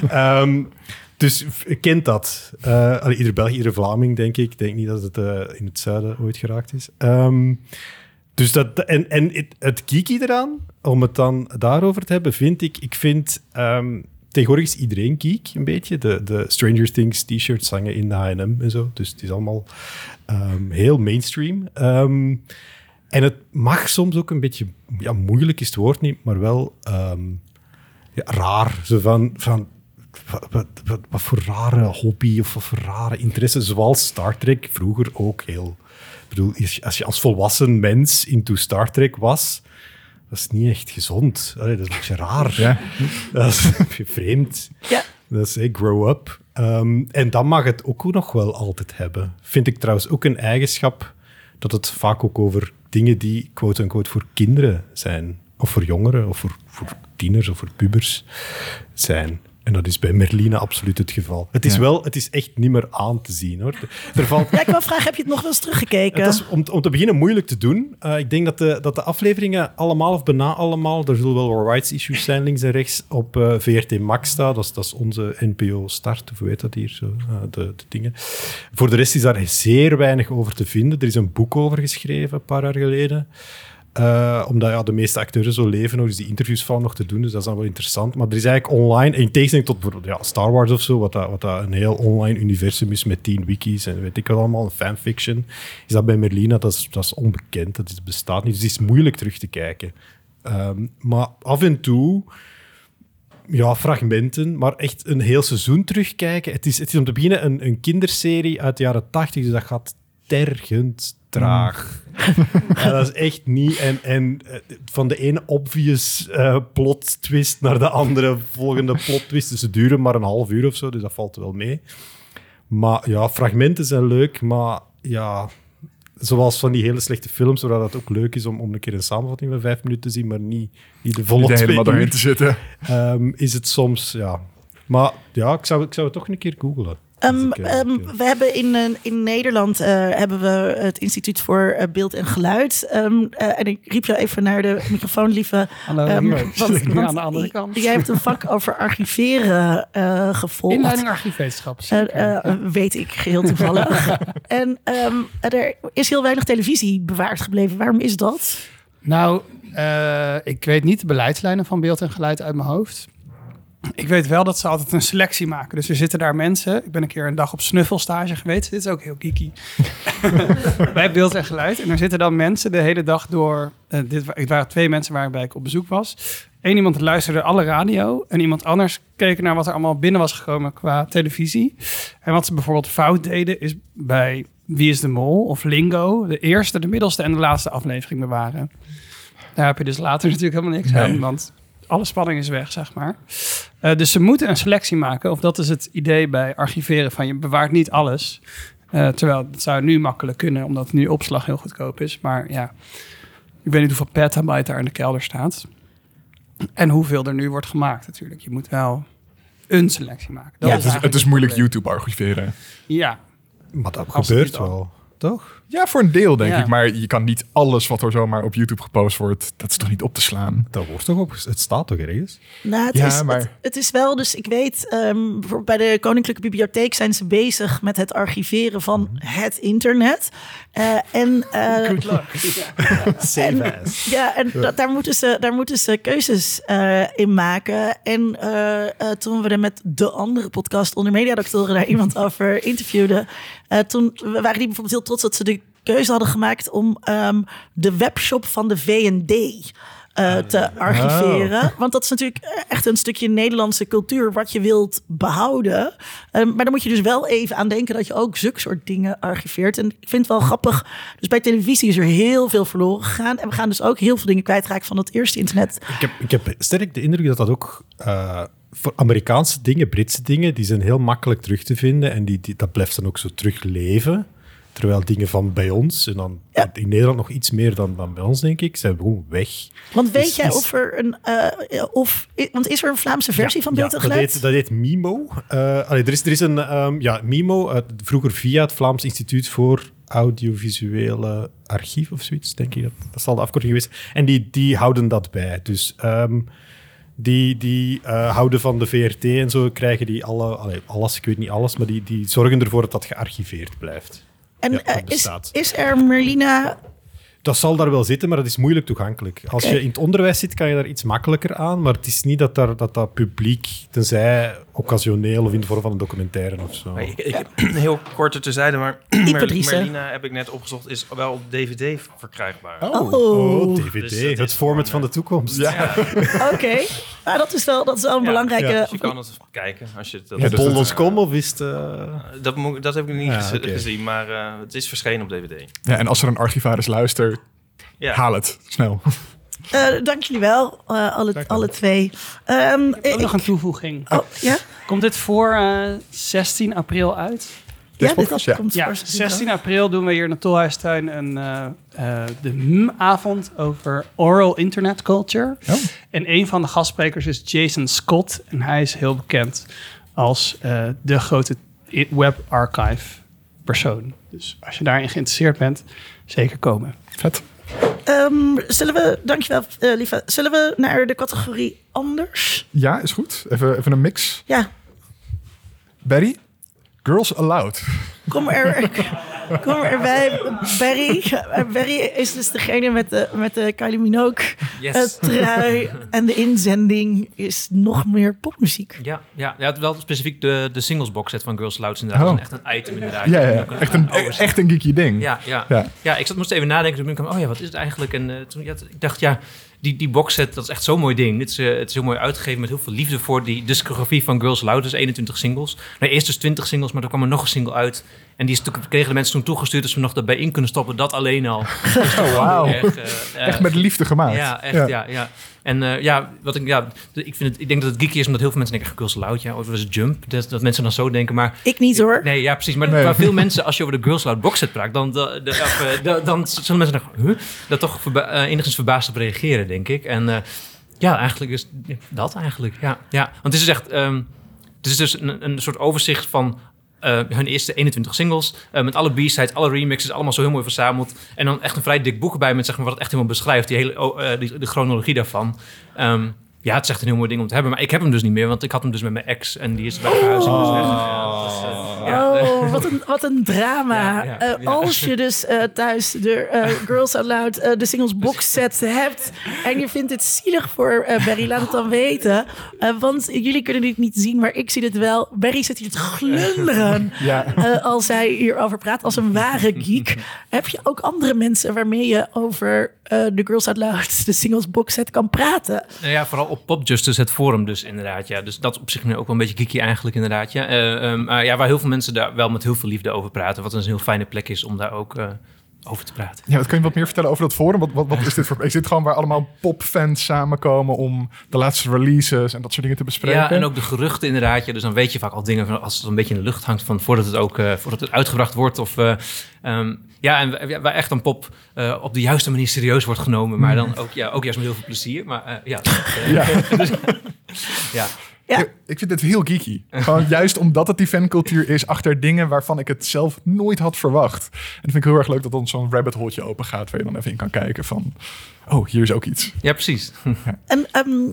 Um, Dus ik kent dat. Uh, allee, ieder Belg, iedere Vlaming, denk ik. Ik denk niet dat het uh, in het zuiden ooit geraakt is. Um, dus dat, en en het, het geeky eraan, om het dan daarover te hebben, vind ik... Ik vind... Um, tegenwoordig is iedereen geek, een beetje. De, de Stranger Things t-shirts hangen in de H en M en zo. Dus het is allemaal um, heel mainstream. Um, en het mag soms ook een beetje... Ja, moeilijk is het woord niet, maar wel um, ja, raar. Zo van... van Wat, wat, wat, wat voor rare hobby of wat voor rare interesse, zoals Star Trek vroeger ook heel... Ik bedoel, als je als volwassen mens into Star Trek was, dat is niet echt gezond. Allee, dat is een beetje raar. Ja. Dat is een beetje vreemd. Ja. Dat is hey, grow up. Um, en dan mag het ook nog wel altijd hebben. Vind ik trouwens ook een eigenschap dat het vaak ook over dingen die quote-unquote voor kinderen zijn. Of voor jongeren, of voor, voor tieners, of voor pubers zijn. En dat is bij Merlina absoluut het geval. Het is, ja. wel, het is echt niet meer aan te zien, hoor. Er valt... Ja, ik wil vragen, heb je het nog wel eens teruggekeken? Het is om, om te beginnen moeilijk te doen. Uh, ik denk dat de, dat de afleveringen allemaal, of bijna allemaal, er zullen wel rights issues zijn links en rechts, op uh, V R T Max staan. Dat is, dat is onze N P O Start, of hoe heet dat hier? Zo, uh, de, de dingen. Voor de rest is daar zeer weinig over te vinden. Er is een boek over geschreven, een paar jaar geleden. Uh, omdat ja, de meeste acteurs zo leven nog, dus die interviews vallen nog te doen, dus dat is dan wel interessant. Maar er is eigenlijk online, in tegenstelling tot bijvoorbeeld ja, Star Wars of zo, wat, dat, wat dat een heel online universum is met tien wikis en weet ik wat allemaal, een fanfiction, is dat bij Merlina, dat is, dat is onbekend, dat is, bestaat niet, dus het is moeilijk terug te kijken. Um, maar af en toe, ja, fragmenten, maar echt een heel seizoen terugkijken. Het is, het is om te beginnen een, een kinderserie uit de jaren tachtig, dus dat gaat tergend traag. Ja, dat is echt niet. En, en van de ene obvious uh, plot twist naar de andere volgende plot twist. Dus ze duren maar een half uur of zo, dus dat valt wel mee. Maar ja, fragmenten zijn leuk, maar ja, zoals van die hele slechte films, waar dat ook leuk is om, om een keer een samenvatting van vijf minuten te zien, maar niet, niet de volle niet twee helemaal uur, doorheen te zitten. Um, is het soms, ja. Maar ja, ik zou, ik zou het toch een keer googlen. Um, ik, uh, um, we hebben in, uh, in Nederland uh, hebben we het Instituut voor uh, Beeld en Geluid. Um, uh, en ik riep jou even naar de microfoon, lieve. Hallo, um, hier. Want, want aan de andere kant. Jij hebt een vak over archiveren uh, gevolgd. Inleiding archiefwetenschap. Uh, uh, weet ik, geheel toevallig. En um, er is heel weinig televisie bewaard gebleven. Waarom is dat? Nou, uh, ik weet niet de beleidslijnen van Beeld en Geluid uit mijn hoofd. Ik weet wel dat ze altijd een selectie maken. Dus er zitten daar mensen... Ik ben een keer een dag op snuffelstage geweest. Dit is ook heel geeky. Bij Beeld en Geluid. En er zitten dan mensen de hele dag door... Uh, dit, het waren twee mensen waarbij ik op bezoek was. Eén iemand luisterde alle radio. En iemand anders keek naar wat er allemaal binnen was gekomen qua televisie. En wat ze bijvoorbeeld fout deden... is bij Wie is de Mol of Lingo... de eerste, de middelste en de laatste aflevering bewaren. Daar heb je dus later natuurlijk helemaal niks aan. Want... alle spanning is weg, zeg maar. Uh, dus ze moeten een selectie maken. Of dat is het idee bij archiveren van je bewaart niet alles. Uh, terwijl het zou nu makkelijk kunnen, omdat nu opslag heel goedkoop is. Maar ja, ik weet niet hoeveel petabyte daar in de kelder staat. En hoeveel er nu wordt gemaakt natuurlijk. Je moet wel een selectie maken. Dat ja, is het is, het is moeilijk YouTube archiveren. Ja. Maar dat gebeurt wel, toch? Ja, voor een deel denk ja. ik. Maar je kan niet alles wat er zomaar op YouTube gepost wordt, dat is toch niet op te slaan? Dat wordt toch op, het staat toch ergens? Nou, het, ja, is, maar... het, het is wel, dus ik weet, um, bij de Koninklijke Bibliotheek zijn ze bezig met het archiveren van mm-hmm. het internet. Uh, en, uh, Good luck. Save as. Ja, en da- daar, moeten ze, daar moeten ze keuzes uh, in maken. En uh, uh, toen we er met de andere podcast onder mediadoctoren daar iemand over interviewden, uh, toen waren die bijvoorbeeld heel trots dat ze de keuze hadden gemaakt om um, de webshop van de V en D uh, te archiveren. Oh. Want dat is natuurlijk echt een stukje Nederlandse cultuur wat je wilt behouden. Um, maar dan moet je dus wel even aan denken dat je ook zulke soort dingen archiveert. En ik vind het wel grappig. Dus bij televisie is er heel veel verloren gegaan. En we gaan dus ook heel veel dingen kwijtraken van het eerste internet. Ik heb, ik heb sterk de indruk dat dat ook... Uh, voor Amerikaanse dingen, Britse dingen, die zijn heel makkelijk terug te vinden. En die, die, dat blijft dan ook zo terugleven. Terwijl dingen van bij ons, en dan ja. in Nederland nog iets meer dan, dan bij ons, denk ik, zijn gewoon weg. Want weet is, jij is, of er een... Uh, of, want is er een Vlaamse versie ja, van Beeld en ja, Geluid? Dat heet, dat heet Mimo. Uh, allee, er, is, er is een... Um, ja, Mimo, uh, vroeger via het Vlaams Instituut voor Audiovisuele Archief of zoiets, denk ik. Dat, dat zal de afkorting geweest zijn. En die, die houden dat bij. Dus... Um, Die, die uh, houden van de V R T en zo, krijgen die alle, allee, alles, ik weet niet alles, maar die, die zorgen ervoor dat dat gearchiveerd blijft. En ja, uh, is, is er Merlina... Dat zal daar wel zitten, maar dat is moeilijk toegankelijk. Als okay. je in het onderwijs zit, kan je daar iets makkelijker aan, maar het is niet dat daar, dat, dat publiek, tenzij occasioneel of in de vorm van een documentaire of zo. Ik, ik, ja. Heel korte terzijde, maar Merlina heb ik net opgezocht, is wel op D V D verkrijgbaar. Oh, oh. oh D V D, dus het format van de toekomst. Ja. ja. Oké, okay. Maar dat is wel, dat is wel een ja. belangrijke... Ja. Dus je kan het kijken. Als je dat ja, bol punt com of is het... Uh... Dat, moet, dat heb ik niet ja, gez- okay. gezien, maar uh, het is verschenen op D V D. Ja, en als er een archivaris luistert, ja. haal het snel. Uh, dank jullie wel, uh, alle, alle twee. Um, ik heb ook ik, nog een toevoeging. Oh, ja? Komt dit voor uh, zestien april uit? Ja, dit podcast, ja. Komt ja, zestien april doen we hier in de Tolhuistuin een, uh, uh, de M M-avond over oral internet culture. Oh. En een van de gastsprekers is Jason Scott. En hij is heel bekend als uh, de grote web archive persoon. Dus als je daarin geïnteresseerd bent, zeker komen. Vet. Um, zullen we, dankjewel uh, lieve, zullen we naar de categorie anders? Ja, is goed. Even, even een mix. Ja. Barry, Girls Aloud. Kom er, kom erbij, Barry. Barry is dus degene met de, met de Kylie Minogue yes. trui. En de inzending is nog meer popmuziek. Ja, ja, ja, wel specifiek de, de singles box set van Girls Aloud. Inderdaad, oh. Dat is echt een item inderdaad. Ja, ja. Echt, een, echt een geeky ding. Ja, ja. ja. ja ik zat, moest even nadenken. Toen ik oh ja, wat is het eigenlijk? En uh, toen ja, ik dacht, ja... Die, die boxset, dat is echt zo'n mooi ding. Het is, uh, het is heel mooi uitgegeven met heel veel liefde voor die discografie van Girls Aloud. Dus eenentwintig singles. Nou, eerst dus twintig singles, maar er kwam er nog een single uit. En die is, kregen de mensen toen toegestuurd, dus we nog erbij in kunnen stoppen. Dat alleen al. Oh, wauw. Echt, uh, echt met liefde gemaakt. Ja, echt, ja. ja, ja. En uh, ja, wat ik, ja, ik, vind het, ik denk dat het geeky is, omdat heel veel mensen denken, Girls Aloud, ja, of was het Jump, dat, dat mensen dan zo denken, maar... Ik niet hoor. Nee, ja, precies. Maar, nee. maar veel mensen, als je over de Girls Aloud boxset praat, dan, de, de, of, uh, de, dan zullen mensen nog, huh? dat toch verba- uh, enigszins verbaasd op reageren, denk ik. En uh, ja, eigenlijk is dat eigenlijk, ja. ja. Want het is dus echt, um, het is dus een, een soort overzicht van... Uh, hun eerste eenentwintig singles, uh, met alle B-sides, alle remixes, allemaal zo heel mooi verzameld. En dan echt een vrij dik boek bij met zeg maar, wat het echt helemaal beschrijft, die hele, uh, die, de chronologie daarvan. Um, ja, het is echt een heel mooi ding om te hebben. Maar ik heb hem dus niet meer, want ik had hem dus met mijn ex. En die is bij de verhuizing dus weg. Ja, dus, uh, ja. Oh, wat een, wat een drama. Ja, ja, uh, ja. Als je dus uh, thuis de uh, Girls Aloud, uh, de singles box set hebt... en je vindt het zielig voor uh, Barry, laat het dan weten. Uh, want jullie kunnen dit niet zien, maar ik zie dit wel. Barry zit hier te glunderen ja. uh, als hij hierover praat, als een ware geek. Heb je ook andere mensen waarmee je over uh, de Girls Aloud, de singles box set kan praten? Nou ja, vooral op Pop Justice, het forum dus inderdaad. Ja. Dus dat op zich nu ook wel een beetje geeky eigenlijk inderdaad. Ja. Uh, um, uh, ja, waar heel veel mensen daar wel met heel veel liefde over praten. Wat een heel fijne plek is om daar ook uh, over te praten. Ja, wat kun je wat meer vertellen over dat forum? Wat, wat, wat is dit voor... Is dit gewoon waar allemaal popfans samenkomen om de laatste releases en dat soort dingen te bespreken? Ja, en ook de geruchten inderdaad. Ja, dus dan weet je vaak al dingen van als het een beetje in de lucht hangt van voordat het ook uh, voordat het uitgebracht wordt. Of uh, um, ja, en waar echt een pop uh, op de juiste manier serieus wordt genomen. Maar dan ook, ja, ook juist met heel veel plezier. Maar uh, ja. Uh, ja. Dus, ja. Ja. Ik, ik vind het heel geeky. Gewoon juist omdat het die fancultuur is achter dingen waarvan ik het zelf nooit had verwacht. En dat vind ik heel erg leuk dat dan zo'n rabbit holetje open gaat waar je dan even in kan kijken van... Oh, hier is ook iets. Ja, precies. Ja. En, um,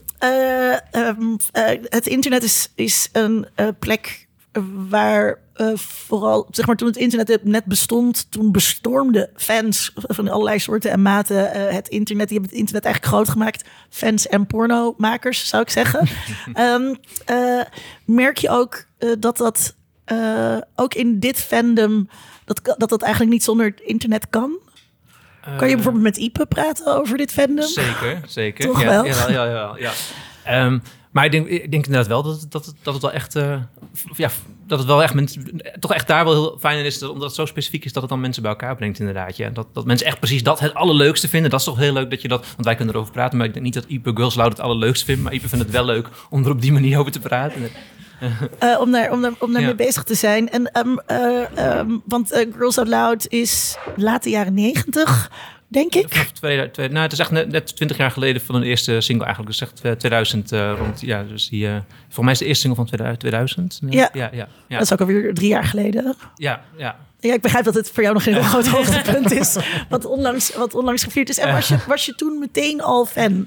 uh, um, uh, het internet is, is een uh, plek waar uh, vooral, zeg maar, toen het internet net bestond, toen bestormden fans van allerlei soorten en maten uh, het internet. Die hebben het internet eigenlijk groot gemaakt. Fans en pornomakers, zou ik zeggen. um, uh, merk je ook uh, dat dat uh, ook in dit fandom, dat, dat dat eigenlijk niet zonder het internet kan? Kan je bijvoorbeeld met Ipe praten over dit fandom? Zeker, zeker. Toch ja, wel? Ja, ja, ja. ja. ja. Um, maar ik denk, ik denk inderdaad wel dat, het, dat, het, dat het wel echt... Uh, ja, dat het wel echt mensen, toch echt daar wel heel fijn in is, dat, omdat het zo specifiek is dat het dan mensen bij elkaar brengt inderdaad. Ja. Dat, dat mensen echt precies dat het allerleukste vinden. Dat is toch heel leuk dat je dat... Want wij kunnen erover praten, maar ik denk niet dat Ipe Girls Loud het allerleukste vindt. Maar Ipe vindt het wel leuk om er op die manier over te praten. Uh, om daar, om daar, om daar Ja. mee bezig te zijn. En, um, uh, um, want uh, Girls Out Loud is late jaren negentig, denk ik. Vanaf tweeduizend, twee, nou, het is echt net, net twintig jaar geleden van de eerste single eigenlijk. Dus echt tweeduizend uh, rond. Ja, dus die, uh, volgens mij is de eerste single van tweeduizend. Nee? Ja. Ja, ja, ja. Dat is ook alweer drie jaar geleden. Ja, ja. Ja, ik begrijp dat het voor jou nog een heel groot hoogtepunt is. Wat onlangs, wat onlangs gevierd is. En was je, was je toen meteen al fan?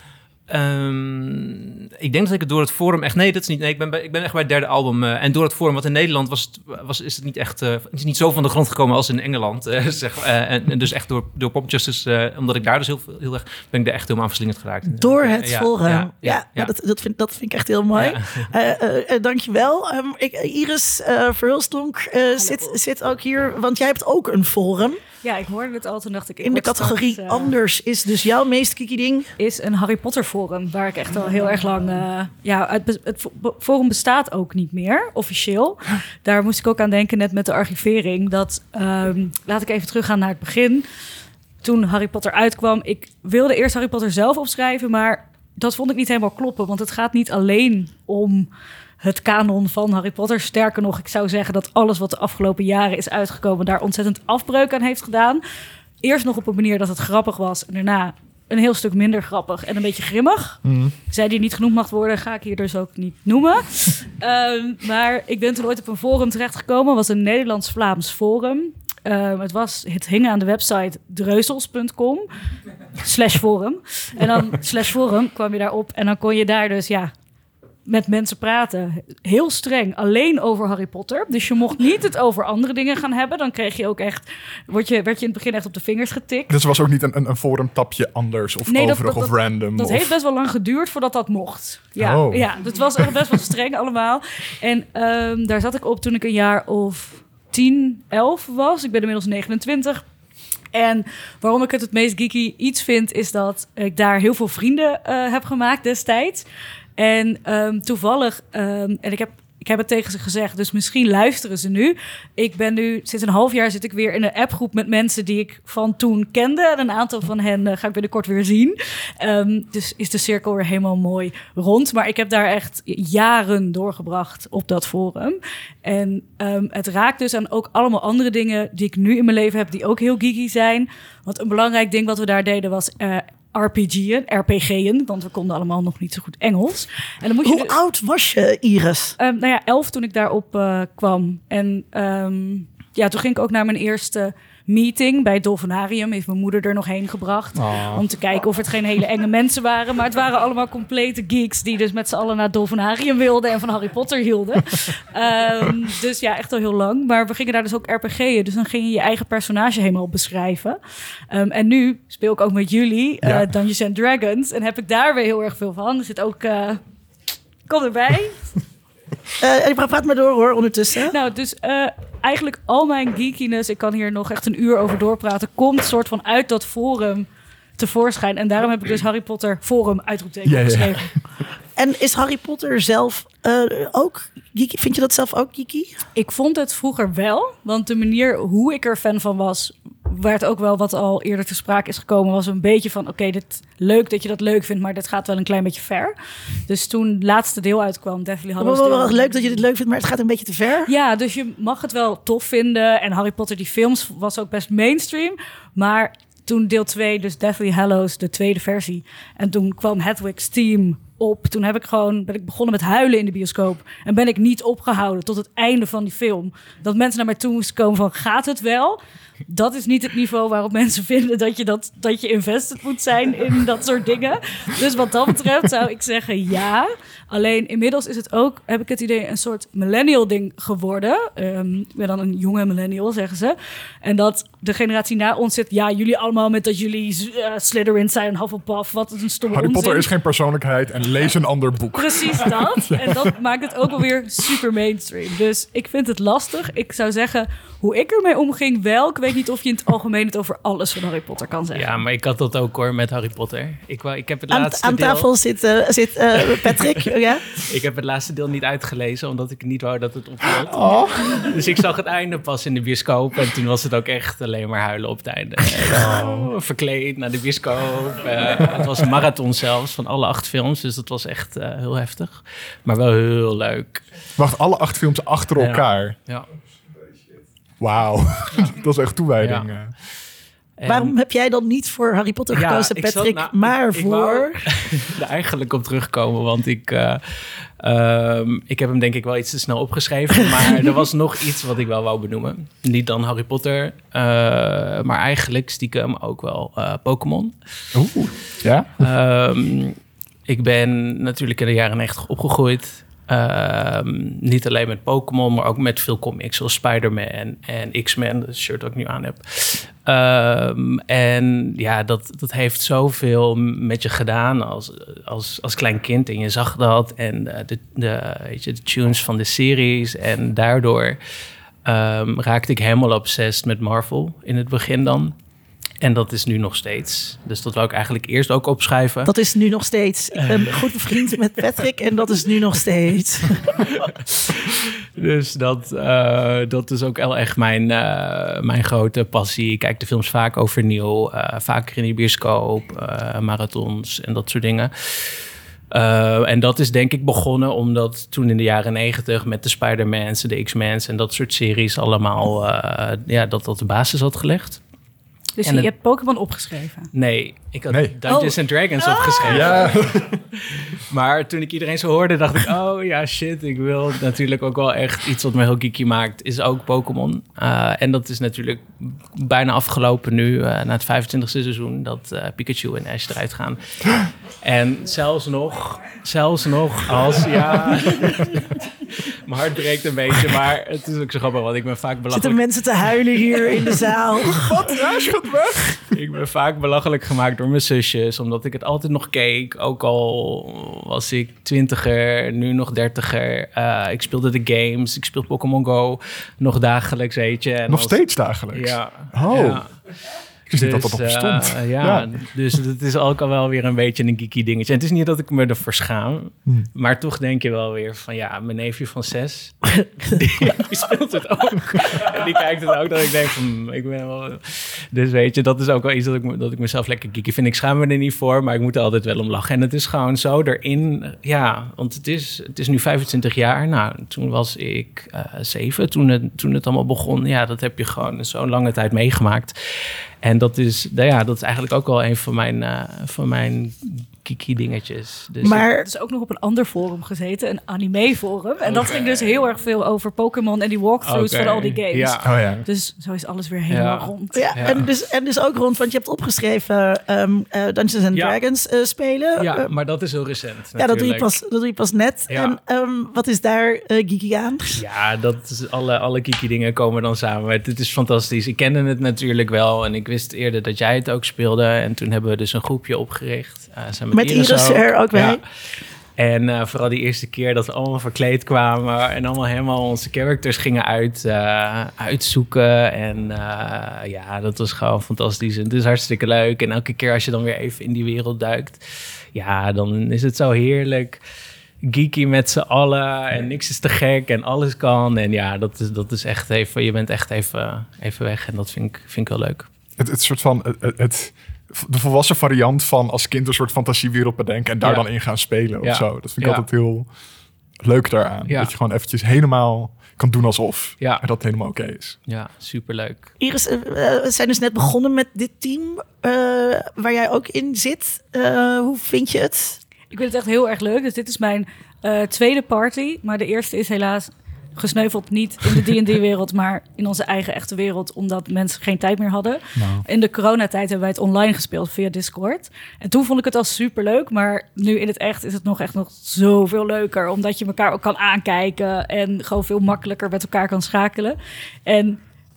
Um, ik denk dat ik het door het forum echt... Nee, dat is niet. Nee, ik ben, bij, ik ben echt bij het derde album. Uh, en door het forum, wat in Nederland was, het, was is het niet echt... Uh, het is niet zo van de grond gekomen als in Engeland. Uh, zeg, uh, en, en dus echt door, door Pop Justice... Uh, omdat ik daar dus heel, heel erg... ben ik er echt helemaal aan verslingerd geraakt. Door het ja, forum. Ja, ja, ja, ja. Dat, dat, vind, dat vind ik echt heel mooi. Ja. Uh, uh, uh, dankjewel. Um, ik, Iris uh, Verhulstonk uh, zit, zit ook hier. Want jij hebt ook een forum. Ja, ik hoorde het al, toen dacht ik... ik in de word categorie straks, uh, anders is dus jouw meest kiki ding. Is een Harry Potter forum, waar ik echt al heel erg lang... Uh, ja, het, be- het forum bestaat ook niet meer, officieel. Daar moest ik ook aan denken, net met de archivering. Dat, um, laat ik even teruggaan naar het begin. Toen Harry Potter uitkwam, ik wilde eerst Harry Potter zelf opschrijven, maar dat vond ik niet helemaal kloppen. Want het gaat niet alleen om het kanon van Harry Potter. Sterker nog, ik zou zeggen dat alles wat de afgelopen jaren is uitgekomen daar ontzettend afbreuk aan heeft gedaan. Eerst nog op een manier dat het grappig was en daarna een heel stuk minder grappig en een beetje grimmig. Mm. Zij die niet genoemd mag worden, ga ik hier dus ook niet noemen. um, maar ik ben toen ooit op een forum terechtgekomen. Het was een Nederlands-Vlaams forum. Um, het, was, het hing aan de website dreuzels punt com slash forum. En dan slash forum kwam je daarop en dan kon je daar dus ja met mensen praten. Heel streng, alleen over Harry Potter. Dus je mocht niet het over andere dingen gaan hebben. Dan kreeg je ook echt, word je, werd je in het begin echt op de vingers getikt. Dus er was ook niet een, een, een forumtapje anders of nee, overig dat, dat, of random? Dat of... heeft best wel lang geduurd voordat dat mocht. Ja, oh. ja, dat was echt best wel streng allemaal. En um, daar zat ik op toen ik een jaar of tien, elf was. Ik ben inmiddels negenentwintig. En waarom ik het het meest geeky iets vind, is dat ik daar heel veel vrienden uh, heb gemaakt destijds. En um, toevallig, um, en ik heb, ik heb het tegen ze gezegd, dus misschien luisteren ze nu. Ik ben nu, sinds een half jaar zit ik weer in een appgroep met mensen die ik van toen kende. En een aantal van hen uh, ga ik binnenkort weer zien. Um, dus is de cirkel weer helemaal mooi rond. Maar ik heb daar echt jaren doorgebracht op dat forum. En um, het raakt dus aan ook allemaal andere dingen die ik nu in mijn leven heb, die ook heel geeky zijn. Want een belangrijk ding wat we daar deden was Uh, R P G'en, R P G'en, want we konden allemaal nog niet zo goed Engels. En dan moet je Hoe de... oud was je, Iris? Um, nou ja, elf toen ik daarop uh, kwam. En um, ja, toen ging ik ook naar mijn eerste meeting bij het Dolfinarium. Heeft mijn moeder er nog heen gebracht. Oh. Om te kijken of het geen hele enge mensen waren. Maar het waren allemaal complete geeks die dus met z'n allen naar het Dolfinarium wilden en van Harry Potter hielden. um, dus ja, echt al heel lang. Maar we gingen daar dus ook R P G'en. Dus dan ging je je eigen personage helemaal beschrijven. Um, en nu speel ik ook met jullie ja. uh, Dungeons and Dragons. En heb ik daar weer heel erg veel van. Er zit ook... Uh, kom erbij. Uh, praat maar door hoor, ondertussen. Nou, dus uh, eigenlijk al mijn geekiness, ik kan hier nog echt een uur over doorpraten, komt soort van uit dat forum tevoorschijn. En daarom heb ik dus Harry Potter forum uitroepteken ja, geschreven. Ja. En is Harry Potter zelf uh, ook geeky? Vind je dat zelf ook geeky? Ik vond het vroeger wel, want de manier hoe ik er fan van was, werd ook wel wat al eerder te sprake is gekomen, was een beetje van, oké, okay, dit leuk dat je dat leuk vindt, maar dit gaat wel een klein beetje ver. Dus toen het laatste deel uitkwam, Deathly Hallows. Oh, oh, leuk dat je dit leuk vindt, maar het gaat een beetje te ver. Ja, dus je mag het wel tof vinden. En Harry Potter, die films, was ook best mainstream. Maar toen deel twee, dus Deathly Hallows, de tweede versie. En toen kwam Hedwig's Team op. Toen heb ik gewoon, ben ik begonnen met huilen in de bioscoop. En ben ik niet opgehouden tot het einde van die film. Dat mensen naar mij toe moesten komen van, gaat het wel? Dat is niet het niveau waarop mensen vinden dat je, dat, dat je invested moet zijn in dat soort dingen. Dus wat dat betreft zou ik zeggen ja. Alleen inmiddels is het ook, heb ik het idee, een soort millennial ding geworden. Um, ik ben dan een jonge millennial, zeggen ze. En dat de generatie na ons zit, ja, jullie allemaal met dat jullie uh, Slytherin zijn, Hufflepuff, wat is een stomme Harry onzin. Potter is geen persoonlijkheid en lees een ander boek. Precies dat. En dat maakt het ook alweer super mainstream. Dus ik vind het lastig. Ik zou zeggen, hoe ik ermee omging wel. Ik weet niet of je in het algemeen het over alles van Harry Potter kan zeggen. Ja, maar ik had dat ook hoor met Harry Potter. Ik, wou, ik heb het Aan, laatste aan deel... tafel zit, uh, zit uh, Patrick. Ja? Ik heb het laatste deel niet uitgelezen, omdat ik niet wou dat het ophield. Oh. Dus ik zag het einde pas in de bioscoop. En toen was het ook echt alleen maar huilen op het einde. Oh. Verkleed naar de bioscoop. Uh, het was een marathon zelfs van alle acht films. Dus dat was echt uh, heel heftig. Maar wel heel leuk. Wacht, alle acht films achter elkaar? Ja. ja. Wauw, dat is echt toewijding. Ja. En, Waarom heb jij dan niet voor Harry Potter gekozen, ja, Patrick, zat, nou, maar ik, voor... Ik wou er eigenlijk op terugkomen, want ik, uh, um, ik heb hem denk ik wel iets te snel opgeschreven. Maar er was nog iets wat ik wel wou benoemen. Niet dan Harry Potter, uh, maar eigenlijk stiekem ook wel uh, Pokémon. Oeh, ja? Um, ik ben natuurlijk in de jaren negentig opgegroeid. Um, niet alleen met Pokémon, maar ook met veel comics zoals Spider-Man en X-Men, dat shirt dat ik nu aan heb. Um, en ja, dat, dat heeft zoveel met je gedaan als, als, als klein kind. En je zag dat en de, de, weet je, de tunes van de series. En daardoor um, raakte ik helemaal obsessed met Marvel in het begin dan. En dat is nu nog steeds. Dus dat wou ik eigenlijk eerst ook opschrijven. Dat is nu nog steeds. Ik ben goed bevriend met Patrick en dat is nu nog steeds. Dus dat, uh, dat is ook wel echt mijn, uh, mijn grote passie. Ik kijk de films vaak overnieuw. Uh, vaker in de bioscoop, uh, marathons en dat soort dingen. Uh, en dat is denk ik begonnen omdat toen in de jaren negentig met de Spider-Mans, de X-Mens en dat soort series allemaal, uh, ja, dat dat de basis had gelegd. Dus en je het... hebt Pokémon opgeschreven? Nee, ik had nee. Dungeons oh. and Dragons ah. opgeschreven. Ja. Maar toen ik iedereen zo hoorde, dacht ik... oh ja, shit, ik wil natuurlijk ook wel echt iets wat me heel geeky maakt... is ook Pokémon. Uh, en dat is natuurlijk bijna afgelopen nu... Uh, na het vijfentwintigste seizoen... dat uh, Pikachu en Ash eruit gaan. En zelfs nog... zelfs nog als... ja, mijn hart breekt een beetje, maar het is ook zo grappig... want ik ben vaak belachelijk... Zitten mensen te huilen hier in de zaal? Wat? Ash gaat weg! Ik ben vaak belachelijk gemaakt door mijn zusjes... omdat ik het altijd nog keek. Ook al was ik twintiger, nu nog dertiger. Uh, ik speelde de games, ik speel Pokémon Go nog dagelijks, weet je. En nog als... steeds dagelijks? Ja. Oh. Ja. Ik wist dus, niet dat dat nog bestond. Uh, ja, ja, dus het is ook al wel weer een beetje een geeky dingetje. En het is niet dat ik me ervoor schaam. Hmm. Maar toch denk je wel weer van... ja, mijn neefje van zes... die, die speelt het ook. En die kijkt het ook. Dat ik denk van... ik ben wel... Dus weet je, dat is ook wel iets dat ik, dat ik mezelf lekker geeky vind. Ik schaam me er niet voor, maar ik moet er altijd wel om lachen. En het is gewoon zo erin... ja, want het is, het is nu vijfentwintig jaar. Nou, toen was ik uh, zeven. Toen het, toen het allemaal begon. Ja, dat heb je gewoon zo'n lange tijd meegemaakt. En dat is, nou ja, dat is eigenlijk ook wel een van mijn, uh, van mijn geeky dingetjes. Dus maar het is ook nog op een ander forum gezeten, een anime-forum. En okay. dat ging dus heel erg veel over Pokémon en die walkthroughs okay. van al die games. Ja. Oh, ja. Dus zo is alles weer helemaal ja. rond. Ja, ja. En, dus, en dus ook rond, want je hebt opgeschreven um, uh, Dungeons and ja. Dragons uh, spelen. Ja, uh, maar dat is heel recent. Natuurlijk. Ja, dat doe je pas, dat doe je pas net. Ja. En um, wat is daar uh, geeky aan? Ja, dat is alle, alle geeky dingen komen dan samen. Het is fantastisch. Ik kende het natuurlijk wel en ik wist eerder dat jij het ook speelde. En toen hebben we dus een groepje opgericht. Uh, met met Iris, Iris er ook bij. Ja. En uh, vooral die eerste keer dat we allemaal verkleed kwamen... en allemaal helemaal onze characters gingen uit, uh, uitzoeken. En uh, ja, dat was gewoon fantastisch. En het is hartstikke leuk. En elke keer als je dan weer even in die wereld duikt... ja, dan is het zo heerlijk... geeky met z'n allen en niks is te gek en alles kan. En ja, dat is, dat is echt even... je bent echt even, even weg en dat vind ik, vind ik wel leuk. Het, het soort van... Het, het, de volwassen variant van als kind een soort fantasiewereld bedenken... en daar ja. dan in gaan spelen ja. of zo. Dat vind ik ja. altijd heel leuk daaraan. Ja. Dat je gewoon eventjes helemaal kan doen alsof ja. en dat het helemaal oké okay is. Ja, superleuk. Iris, uh, we zijn dus net begonnen met dit team uh, waar jij ook in zit. Uh, hoe vind je het? Ik vind het echt heel erg leuk. Dus dit is mijn uh, tweede party. Maar de eerste is helaas gesneuveld niet in de D en D-wereld... maar in onze eigen echte wereld, omdat mensen geen tijd meer hadden. Nou. In de coronatijd hebben wij het online gespeeld via Discord. En toen vond ik het al superleuk, maar nu in het echt is het nog echt nog zoveel leuker... omdat je elkaar ook kan aankijken en gewoon veel makkelijker met elkaar kan schakelen. En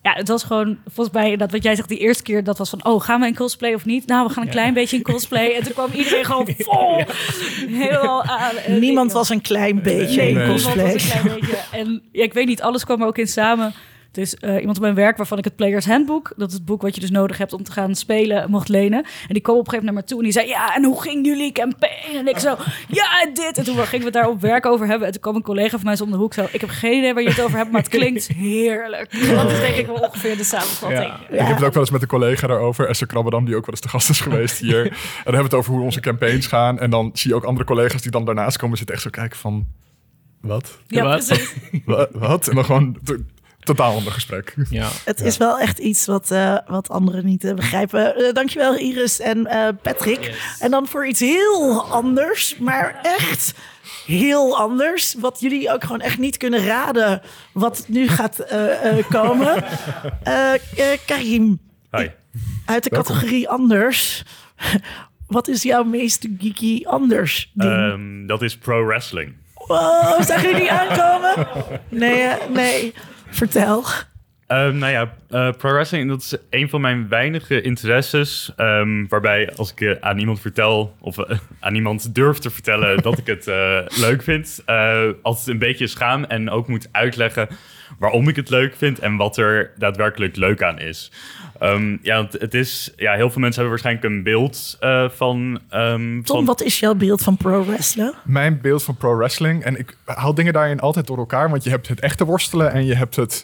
ja, het was gewoon, volgens mij, dat wat jij zegt, die eerste keer, dat was van, oh, gaan we in cosplay of niet? Nou, we gaan een klein beetje in cosplay. En toen kwam iedereen gewoon vol. Helemaal aan. En Niemand ik, was een klein beetje nee, in niemand cosplay. was een klein beetje. En ja, ik weet niet, alles kwam er ook in samen. Dus uh, iemand op mijn werk, waarvan ik het Players Handbook, dat is het boek wat je dus nodig hebt om te gaan spelen, mocht lenen. En die kwam op een gegeven moment naar me toe en die zei, ja, en hoe ging jullie campaign? En ik zo, ja, en dit. En toen gingen we het daar op werk over hebben. En toen kwam een collega van mij zo om de hoek zo, ik heb geen idee waar je het over hebt, maar het klinkt heerlijk. Dat is denk ik wel ongeveer de samenvatting. Ja. Ja. Ik heb het ook wel eens met een collega daarover, Esther Krabbedam, die ook wel eens te gast is geweest hier. En dan hebben we het over hoe onze campaigns gaan. En dan zie je ook andere collega's die dan daarnaast komen zitten echt zo kijken van, wat? Ja, Wat? precies. Wat? Wat? En dan gewoon totaal ander gesprek. Ja. Het is wel echt iets wat, uh, wat anderen niet uh, begrijpen. Uh, dankjewel Iris en uh, Patrick. Yes. En dan voor iets heel anders, maar echt heel anders. Wat jullie ook gewoon echt niet kunnen raden wat nu gaat uh, uh, komen. Uh, uh, Karim, Hi. uit de Welkom. categorie anders. Wat is jouw meest geeky anders ding? Um, dat is pro wrestling. Wow, zag je die aankomen? Nee, uh, nee. Vertel. Um, nou ja, uh, pro wrestling, dat is een van mijn weinige interesses. Um, waarbij als ik uh, aan iemand vertel, of uh, aan iemand durf te vertellen dat ik het uh, leuk vind, uh, altijd een beetje schaam en ook moet uitleggen waarom ik het leuk vind en wat er daadwerkelijk leuk aan is. Um, ja, het, het is, ja, heel veel mensen hebben waarschijnlijk een beeld uh, van... Um, Tom, van... wat is jouw beeld van pro wrestlen? Mijn beeld van pro wrestling, en ik haal dingen daarin altijd door elkaar, want je hebt het echte worstelen en je hebt het...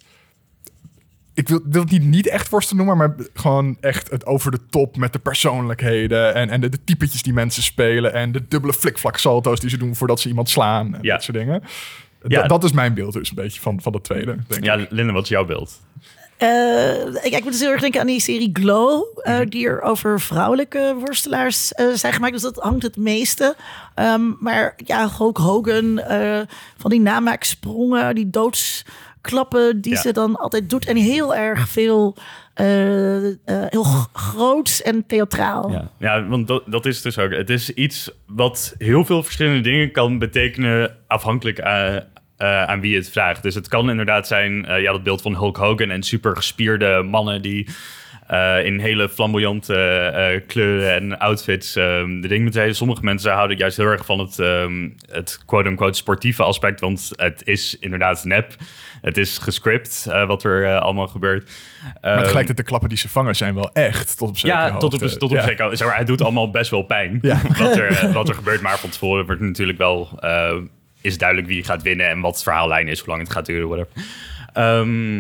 Ik wil, wil het niet, niet echt worstelen noemen, maar gewoon echt het over de top met de persoonlijkheden en, en de, de typetjes die mensen spelen en de dubbele flikvlak salto's die ze doen voordat ze iemand slaan en Ja. dat soort dingen. Ja. D- dat is mijn beeld dus een beetje van, van de tweede, denk Ja, ik. Linda, wat is jouw beeld? Uh, ik, ik moet dus heel erg denken aan die serie Glow, uh, die er over vrouwelijke worstelaars uh, zijn gemaakt. Dus dat hangt het meeste. Um, maar ja, Hulk Hogan, uh, van die namaaksprongen, die doodsklappen die Ja. ze dan altijd doet. En heel erg veel, uh, uh, heel g- groots en theatraal. Ja, ja want dat, dat is het dus ook. Het is iets wat heel veel verschillende dingen kan betekenen afhankelijk aan, uh, aan wie het vraagt. Dus het kan inderdaad zijn, uh, ja, dat beeld van Hulk Hogan en super gespierde mannen die uh, in hele flamboyante uh, kleuren en outfits um, de ding meteen. Sommige mensen houden juist heel erg van het, um, het quote-unquote sportieve aspect, want het is inderdaad nep. Het is gescript, uh, wat er uh, allemaal gebeurt. Maar Um, tegelijkertijd de klappen die ze vangen zijn wel echt tot op zekere ja, tot op, hoogte. tot op Ja. zekere hoogte. Zeg maar, het doet allemaal best wel pijn Ja. wat, er, wat er gebeurt. Maar van tevoren wordt natuurlijk wel... Uh, is duidelijk wie gaat winnen en wat het verhaallijn is, hoe lang het gaat duren, whatever. Um,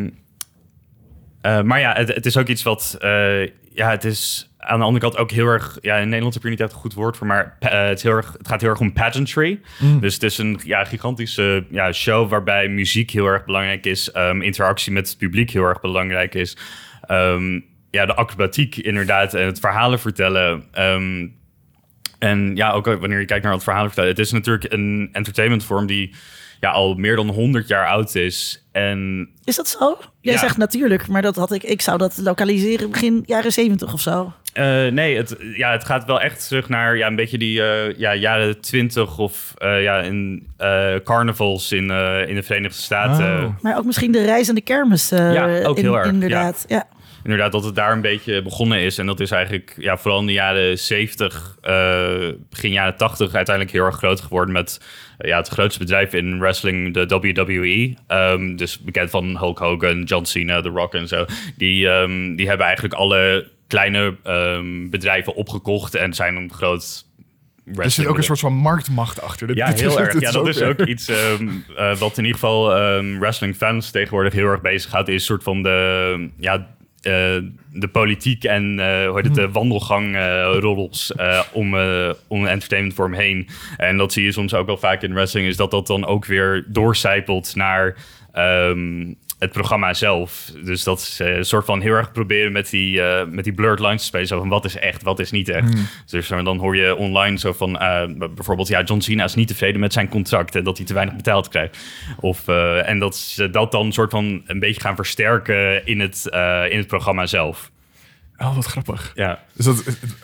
uh, maar ja, het, het is ook iets wat... Uh, ja, het is aan de andere kant ook heel erg... Ja, in Nederland heb je er niet echt een goed woord voor, maar uh, het, is heel erg, het gaat heel erg om pageantry. Mm. Dus het is een ja, gigantische ja, show waarbij muziek heel erg belangrijk is. Um, interactie met het publiek heel erg belangrijk is. Um, ja, de acrobatiek inderdaad en het verhalen vertellen... Um, En ja, ook wanneer je kijkt naar het verhaal vertellen. Het is natuurlijk een entertainmentvorm die ja, al meer dan honderd jaar oud is. En Is dat zo? Jij Ja. zegt natuurlijk, maar dat had ik. Ik zou dat lokaliseren begin jaren zeventig of zo. uh, nee, het, ja, het gaat wel echt terug naar ja, een beetje die uh, ja, jaren twintig of uh, ja, in uh, carnavals in, uh, in de Verenigde Staten. Oh. Maar ook misschien de reis en de kermis. uh, Ja, ook in- heel erg, Inderdaad, ja. Inderdaad, dat het daar een beetje begonnen is. En dat is eigenlijk ja, vooral in de jaren zeventig, uh, begin jaren tachtig... uiteindelijk heel erg groot geworden met uh, ja, het grootste bedrijf in wrestling, de W W E. Um, dus bekend van Hulk Hogan, John Cena, The Rock en zo. Die, um, die hebben eigenlijk alle kleine um, bedrijven opgekocht en zijn een groot... Er zit ook een soort van marktmacht achter. Dit- Ja, dit is- heel erg. dit Ja, dat is weer- ook iets um, uh, wat in ieder geval um, wrestlingfans tegenwoordig heel erg bezighoudt. Is een soort van de, ja, uh, de politiek en uh, hoe heet het, de wandelgang uh, roddels uh, om, uh, om een entertainmentvorm heen. En dat zie je soms ook wel vaak in wrestling, is dat dat dan ook weer doorcijpelt naar... Um, het programma zelf. Dus dat is uh, een soort van heel erg proberen met die, uh, met die blurred lines te spelen. Zo van wat is echt, wat is niet echt. Hmm. Dus uh, dan hoor je online zo van... Uh, bijvoorbeeld, ja, John Cena is niet tevreden met zijn contract... en dat hij te weinig betaald krijgt. Of, uh, en dat ze dat dan soort van een beetje gaan versterken in het, uh, in het programma zelf. Oh, wat grappig. Ja. Dus dat,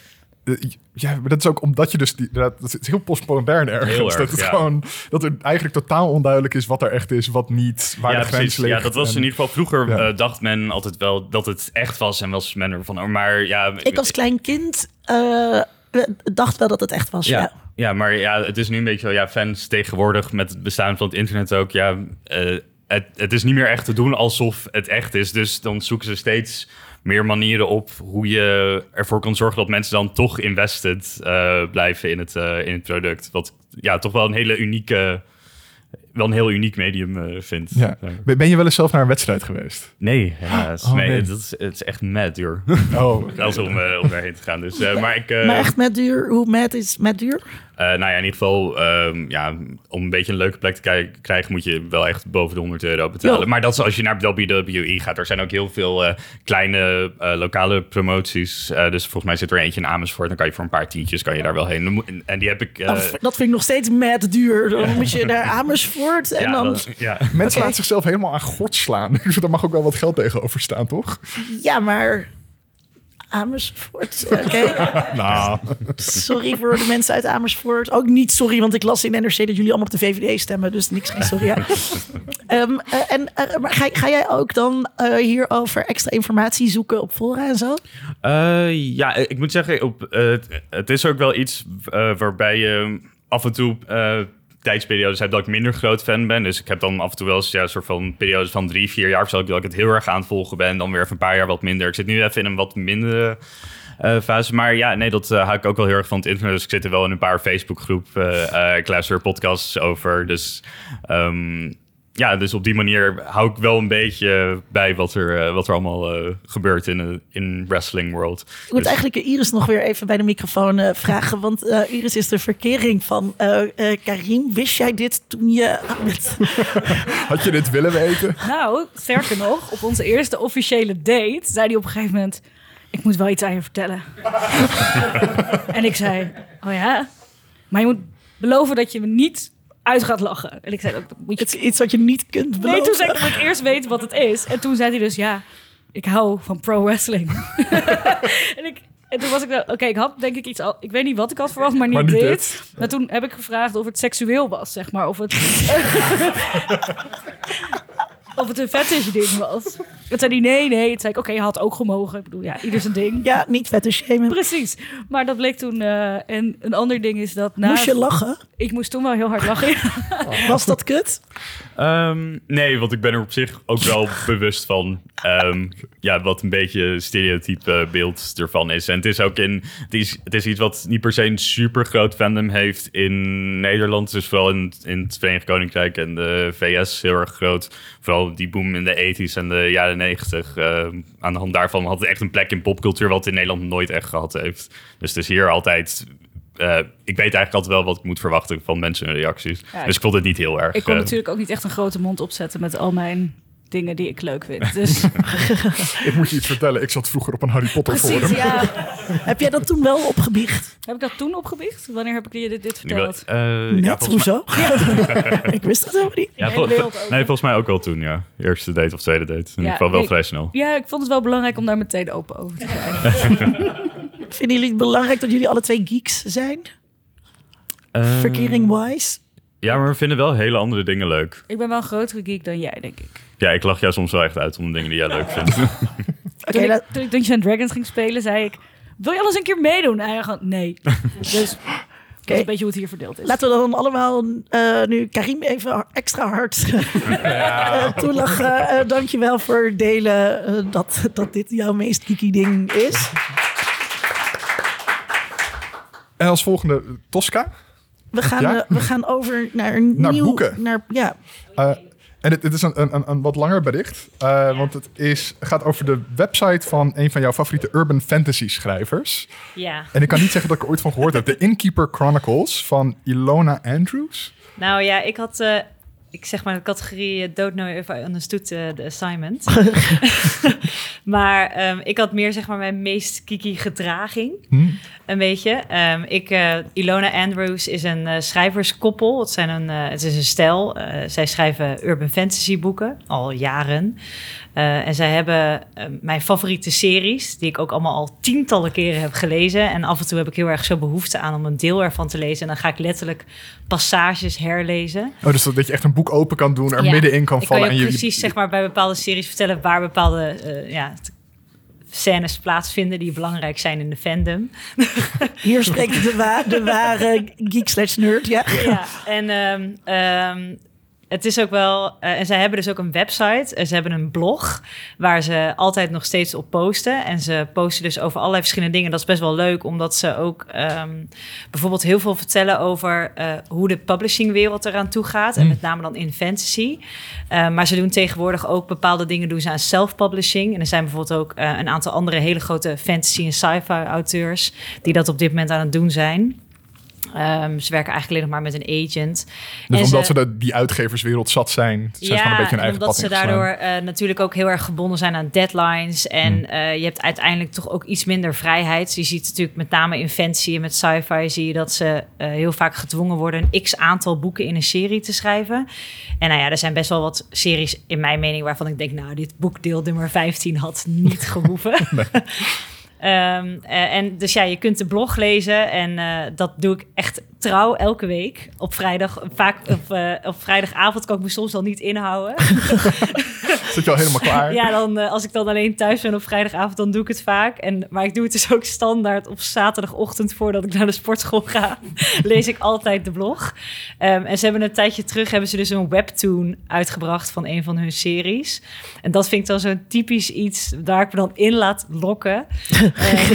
Uh, ja, maar dat is ook omdat je dus... Die, dat, dat is heel postmodern ergens. Heel erg, dat, het ja. gewoon, dat er eigenlijk totaal onduidelijk is wat er echt is, wat niet, waar ja, de grens precies. ligt. Ja, dat was en, in ieder geval... Vroeger ja. uh, dacht men altijd wel dat het echt was en was men ervan... oh, Maar ja... Ik als klein kind uh, dacht wel dat het echt was, ja. ja. Ja, maar ja, het is nu een beetje wel... Ja, fans tegenwoordig met het bestaan van het internet ook... Ja, uh, het, het is niet meer echt te doen alsof het echt is. Dus dan zoeken ze steeds... meer manieren op hoe je ervoor kan zorgen dat mensen dan toch invested uh, blijven in het, uh, in het product. Wat ja, toch wel een hele unieke, wel een heel uniek medium uh, vind. Ja. Ben je wel eens zelf naar een wedstrijd geweest? Nee, helaas. Oh, nee, nee. Het, is, het is echt mad duur. Oh, Als om, uh, om daarheen te gaan. Dus, uh, maar ik, uh, Maar echt met duur? Hoe mad is met duur? Uh, nou ja, in ieder geval, um, ja, om een beetje een leuke plek te k- krijgen, moet je wel echt boven de honderd euro betalen. Jo. Maar dat is als je naar W W E gaat. Er zijn ook heel veel uh, kleine uh, lokale promoties. Uh, dus volgens mij zit er eentje in Amersfoort. Dan kan je voor een paar tientjes kan je daar wel heen. En, en die heb ik... Uh, Oh, dat vind ik nog steeds mad duur. Dan moet je naar Amersfoort en ja, dan... dat, ja. Mensen Okay. laten zichzelf helemaal aan gort slaan. Daar mag ook wel wat geld tegenover staan, toch? Ja, maar... Amersfoort, oké. Okay. Nou, Sorry voor de mensen uit Amersfoort. Ook niet sorry, want ik las in N R C dat jullie allemaal op de V V D stemmen. Dus niks, geen sorry. Ja. um, uh, en, uh, maar ga, ga jij ook dan uh, hierover extra informatie zoeken op fora en zo? Uh, ja, ik moet zeggen, op, uh, het, het is ook wel iets uh, waarbij je af en toe... Uh, tijdsperiodes heb dat ik minder groot fan ben. Dus ik heb dan af en toe wel eens ja, een soort van periodes van drie, vier jaar... of zo, dat ik het heel erg aan het volgen ben. Dan weer even een paar jaar wat minder. Ik zit nu even in een wat mindere uh, fase. Maar ja, nee, dat uh, hou ik ook wel heel erg van het internet. Dus ik zit er wel in een paar Facebookgroepen. Uh, ik luister podcasts over. Dus... Um, Ja, dus op die manier hou ik wel een beetje bij wat er, uh, wat er allemaal uh, gebeurt in de in wrestling world. Ik moet dus... eigenlijk Iris nog weer even bij de microfoon uh, vragen. Want uh, Iris is de verkering van uh, uh, Karim. Wist jij dit toen je... Met... Had je dit willen weten? Nou, sterker nog, op onze eerste officiële date zei hij op een gegeven moment... ik moet wel iets aan je vertellen. En ik zei, oh ja? Maar je moet beloven dat je me niet... uit gaat lachen. En ik zei ook, moet je... Het is iets wat je niet kunt beloven. Nee, toen zei ik, moet ik eerst weten wat het is. En toen zei hij dus, ja, ik hou van pro-wrestling. en, ik, en toen was ik, oké, okay, ik had denk ik iets al... Ik weet niet wat ik had verwacht, maar niet, maar niet dit. dit. Maar toen heb ik gevraagd of het seksueel was, zeg maar. Of het... of het een fetish ding was. Toen zei hij, nee, nee. Toen zei ik, oké, okay, had ook gemogen. Ik bedoel, ja, ieder zijn ding. Ja, niet fetish shamen. Precies. Maar dat bleek toen... Uh, en een ander ding is dat... Na... Moest je lachen? Ik moest toen wel heel hard lachen. Was dat kut? Um, nee, want ik ben er op zich ook wel bewust van um, ja, wat een beetje stereotype beeld ervan is. En het is ook in, het is, het is iets wat niet per se een super groot fandom heeft in Nederland. Dus vooral in, in het Verenigd Koninkrijk en de V S heel erg groot. Vooral die boom in de tachtiger en de jaren negentig. Uh, aan de hand daarvan had het echt een plek in popcultuur wat het in Nederland nooit echt gehad heeft. Dus het is hier altijd... Uh, ik weet eigenlijk altijd wel wat ik moet verwachten van mensen en reacties. Ja, dus ik vond het niet heel erg. Ik kon uh, natuurlijk ook niet echt een grote mond opzetten met al mijn dingen die ik leuk vind. Dus... Ik moet je iets vertellen. Ik zat vroeger op een Harry Potter Precies, forum. ja. Heb jij dat toen wel opgebiecht? Heb ik dat toen opgebiecht? Wanneer heb ik je dit, dit verteld? Uh, Net, ja, hoezo? Mij... ik wist het helemaal niet. Ja, vol- vol- nee, volgens mij ook wel toen, ja. Eerste date of tweede date. In Ja, ieder geval wel ik- vrij snel. Ja, ik vond het wel belangrijk om daar meteen open over te zijn. Vinden jullie het belangrijk dat jullie alle twee geeks zijn? Uh, Verkering-wise? Ja, maar we vinden wel hele andere dingen leuk. Ik ben wel een grotere geek dan jij, denk ik. Ja, ik lach jou soms wel echt uit om de dingen die jij leuk vindt. Oké, Toen, dat... ik, toen ik Dungeons and Dragons ging spelen, zei ik... Wil je al eens een keer meedoen? En hij gaat, nee. Dus dat is een beetje hoe het hier verdeeld is. Laten we dan allemaal uh, nu Karim even extra hard uh, toelachen. Uh, dankjewel voor het delen uh, dat, dat dit jouw meest geeky ding is. En als volgende Tosca. We gaan, Ja? uh, we gaan over naar een Naar nieuw... boeken. Naar, ja. Uh, en het, het is een, een, een wat langer bericht. Uh, want het is, gaat over de website van een van jouw favoriete urban fantasy schrijvers. Ja. En ik kan niet zeggen dat ik er ooit van gehoord heb. De Innkeeper Chronicles van Ilona Andrews. Nou ja, ik had... Uh, ik zeg maar de categorie uh, don't know if I understood uh, the assignment. maar um, ik had meer zeg maar mijn meest kiki gedraging. Hmm. Een beetje. Um, ik, uh, Ilona Andrews is een uh, schrijverskoppel. Het, zijn een, uh, het is een stel. Uh, zij schrijven urban fantasy boeken al jaren. Uh, en zij hebben uh, mijn favoriete series, die ik ook allemaal al tientallen keren heb gelezen. En af en toe heb ik heel erg zo behoefte aan om een deel ervan te lezen. En dan ga ik letterlijk passages herlezen. Oh, dus dat je echt een boek open kan doen, er ja, middenin kan ik vallen. kan je en je precies zeg maar, bij bepaalde series vertellen waar bepaalde uh, ja, scènes plaatsvinden die belangrijk zijn in de fandom. Hier spreekt de, wa- de ware geek slash nerd, ja. Ja, en um, um, het is ook wel... Uh, en zij hebben dus ook een website. En ze hebben een blog waar ze altijd nog steeds op posten. En ze posten dus over allerlei verschillende dingen. Dat is best wel leuk, omdat ze ook um, bijvoorbeeld heel veel vertellen over uh, hoe de publishingwereld eraan toe gaat. Mm. En met name dan in fantasy. Uh, maar ze doen tegenwoordig ook bepaalde dingen doen ze aan self-publishing. En er zijn bijvoorbeeld ook uh, een aantal andere hele grote fantasy- en sci-fi auteurs die dat op dit moment aan het doen zijn. Um, ze werken eigenlijk alleen nog maar met een agent. Dus en omdat ze, ze de, die uitgeverswereld zat zijn, zijn ja, ze gewoon een beetje hun eigen omdat pad ze ingeslagen. daardoor uh, natuurlijk ook heel erg gebonden zijn aan deadlines. En Hmm. uh, je hebt uiteindelijk toch ook iets minder vrijheid. Je ziet natuurlijk met name in fantasy en met sci-fi zie je dat ze uh, heel vaak gedwongen worden een x aantal boeken in een serie te schrijven. En nou ja, er zijn best wel wat series in mijn mening waarvan ik denk, nou, dit boekdeel nummer vijftien had niet gehoeven. Nee. Um, uh, en dus ja, je kunt de blog lezen en uh, dat doe ik echt trouw elke week. Op vrijdag, vaak op, uh, op vrijdagavond kan ik me soms al niet inhouden. Zit je al helemaal klaar? Ja, dan, uh, als ik dan alleen thuis ben op vrijdagavond, dan doe ik het vaak. En, maar ik doe het dus ook standaard op zaterdagochtend voordat ik naar de sportschool ga. Lees ik altijd de blog. Um, en ze hebben een tijdje terug, hebben ze dus een webtoon uitgebracht van een van hun series. En dat vind ik dan zo'n typisch iets waar ik me dan in laat lokken. uh,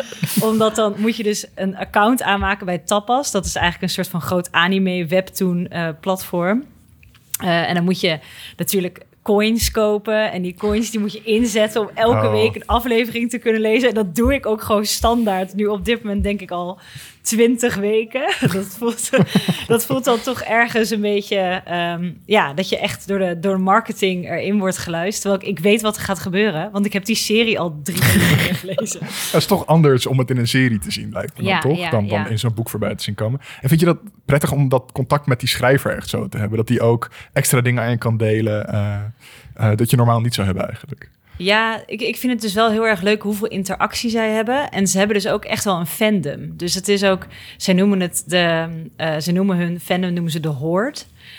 omdat dan moet je dus een account aanmaken bij Tapas. Dat is eigenlijk een soort van groot anime webtoon uh, platform. Uh, en dan moet je natuurlijk coins kopen. En die coins die moet je inzetten om elke oh. week een aflevering te kunnen lezen. En dat doe ik ook gewoon standaard. Nu op dit moment denk ik al twintig weken. Dat voelt, dat voelt dan toch ergens een beetje... Um, ja, dat je echt door de, door de marketing erin wordt geluisterd. Terwijl ik, ik weet wat er gaat gebeuren. Want ik heb die serie al drie keer gelezen. Het is toch anders om het in een serie te zien, lijkt me ja, dan, toch? Ja, dan, dan ja. in zo'n boek voorbij te zien komen. En vind je dat prettig om dat contact met die schrijver echt zo te hebben? Dat die ook extra dingen aan je kan delen... Uh, uh, dat je normaal niet zou hebben eigenlijk? Ja, ik, ik vind het dus wel heel erg leuk hoeveel interactie zij hebben. En ze hebben dus ook echt wel een fandom. Dus het is ook, zij noemen het de, uh, ze noemen hun fandom noemen ze de Horde.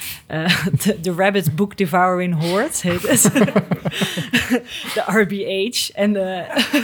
Uh, de, de Rabbit Book Devouring Horde heet het. De R B H. En, de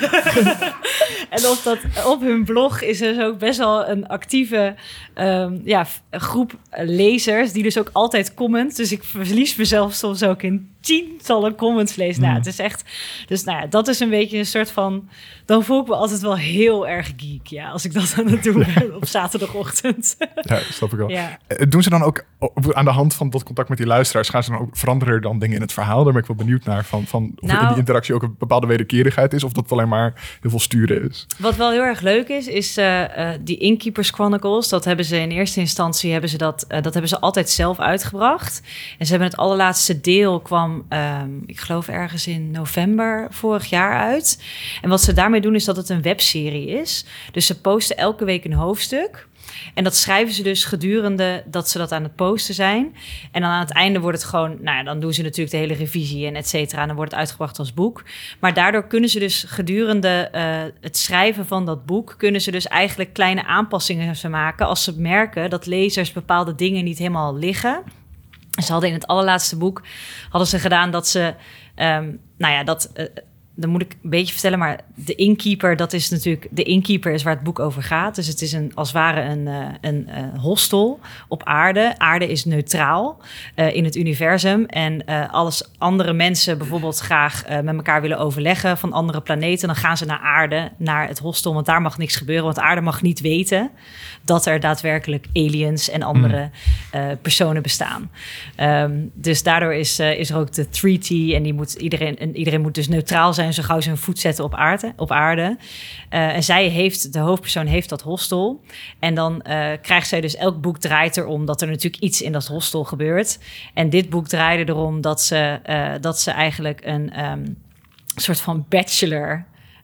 en op, dat, op hun blog is er dus ook best wel een actieve um, ja, groep lezers die dus ook altijd comment. Dus ik verlies mezelf soms ook in tientallen comments lezen. Nou, het is echt... Dus nou ja, dat is een beetje een soort van... Dan voel ik me altijd wel heel erg geek, ja, als ik dat aan het doen ben op zaterdagochtend. Ja, snap ik wel. Ja. Doen ze dan ook aan de hand van dat contact met die luisteraars, gaan ze dan ook veranderen er dan dingen in het verhaal? Daar ben ik wel benieuwd naar, van, van of nou, in die interactie ook een bepaalde wederkerigheid is, of dat alleen maar heel veel sturen is. Wat wel heel erg leuk is, is uh, uh, die Innkeepers Chronicles. Dat hebben ze in eerste instantie, hebben ze dat, uh, dat hebben ze altijd zelf uitgebracht. En ze hebben het allerlaatste deel kwam, um, ik geloof ergens in november vorig jaar uit. En wat ze daarmee doen is dat het een webserie is. Dus ze posten elke week een hoofdstuk. En dat schrijven ze dus gedurende dat ze dat aan het posten zijn. En dan aan het einde wordt het gewoon... Nou ja, dan doen ze natuurlijk de hele revisie en et cetera. En dan wordt het uitgebracht als boek. Maar daardoor kunnen ze dus gedurende uh, het schrijven van dat boek... kunnen ze dus eigenlijk kleine aanpassingen maken... als ze merken dat lezers bepaalde dingen niet helemaal liggen. Ze hadden in het allerlaatste boek... hadden ze gedaan dat ze... Um, nou ja, dat... Uh, dan moet ik een beetje vertellen, maar de Innkeeper, dat is natuurlijk... De Innkeeper is waar het boek over gaat. Dus het is een, als het ware een, een, een, een hostel op aarde. Aarde is neutraal uh, in het universum. En uh, als andere mensen bijvoorbeeld graag uh, met elkaar willen overleggen... van andere planeten, dan gaan ze naar aarde, naar het hostel. Want daar mag niks gebeuren, want aarde mag niet weten... dat er daadwerkelijk aliens en andere uh, personen bestaan. Um, dus daardoor is, uh, is er ook de treaty... en die moet iedereen, en iedereen moet dus neutraal zijn... zo gauw ze hun voet zetten op aarde. Op aarde. Uh, en zij heeft, de hoofdpersoon heeft dat hostel. En dan uh, krijgt zij dus, elk boek draait erom... dat er natuurlijk iets in dat hostel gebeurt. En dit boek draaide erom dat ze, uh, dat ze eigenlijk een um, soort van bachelor...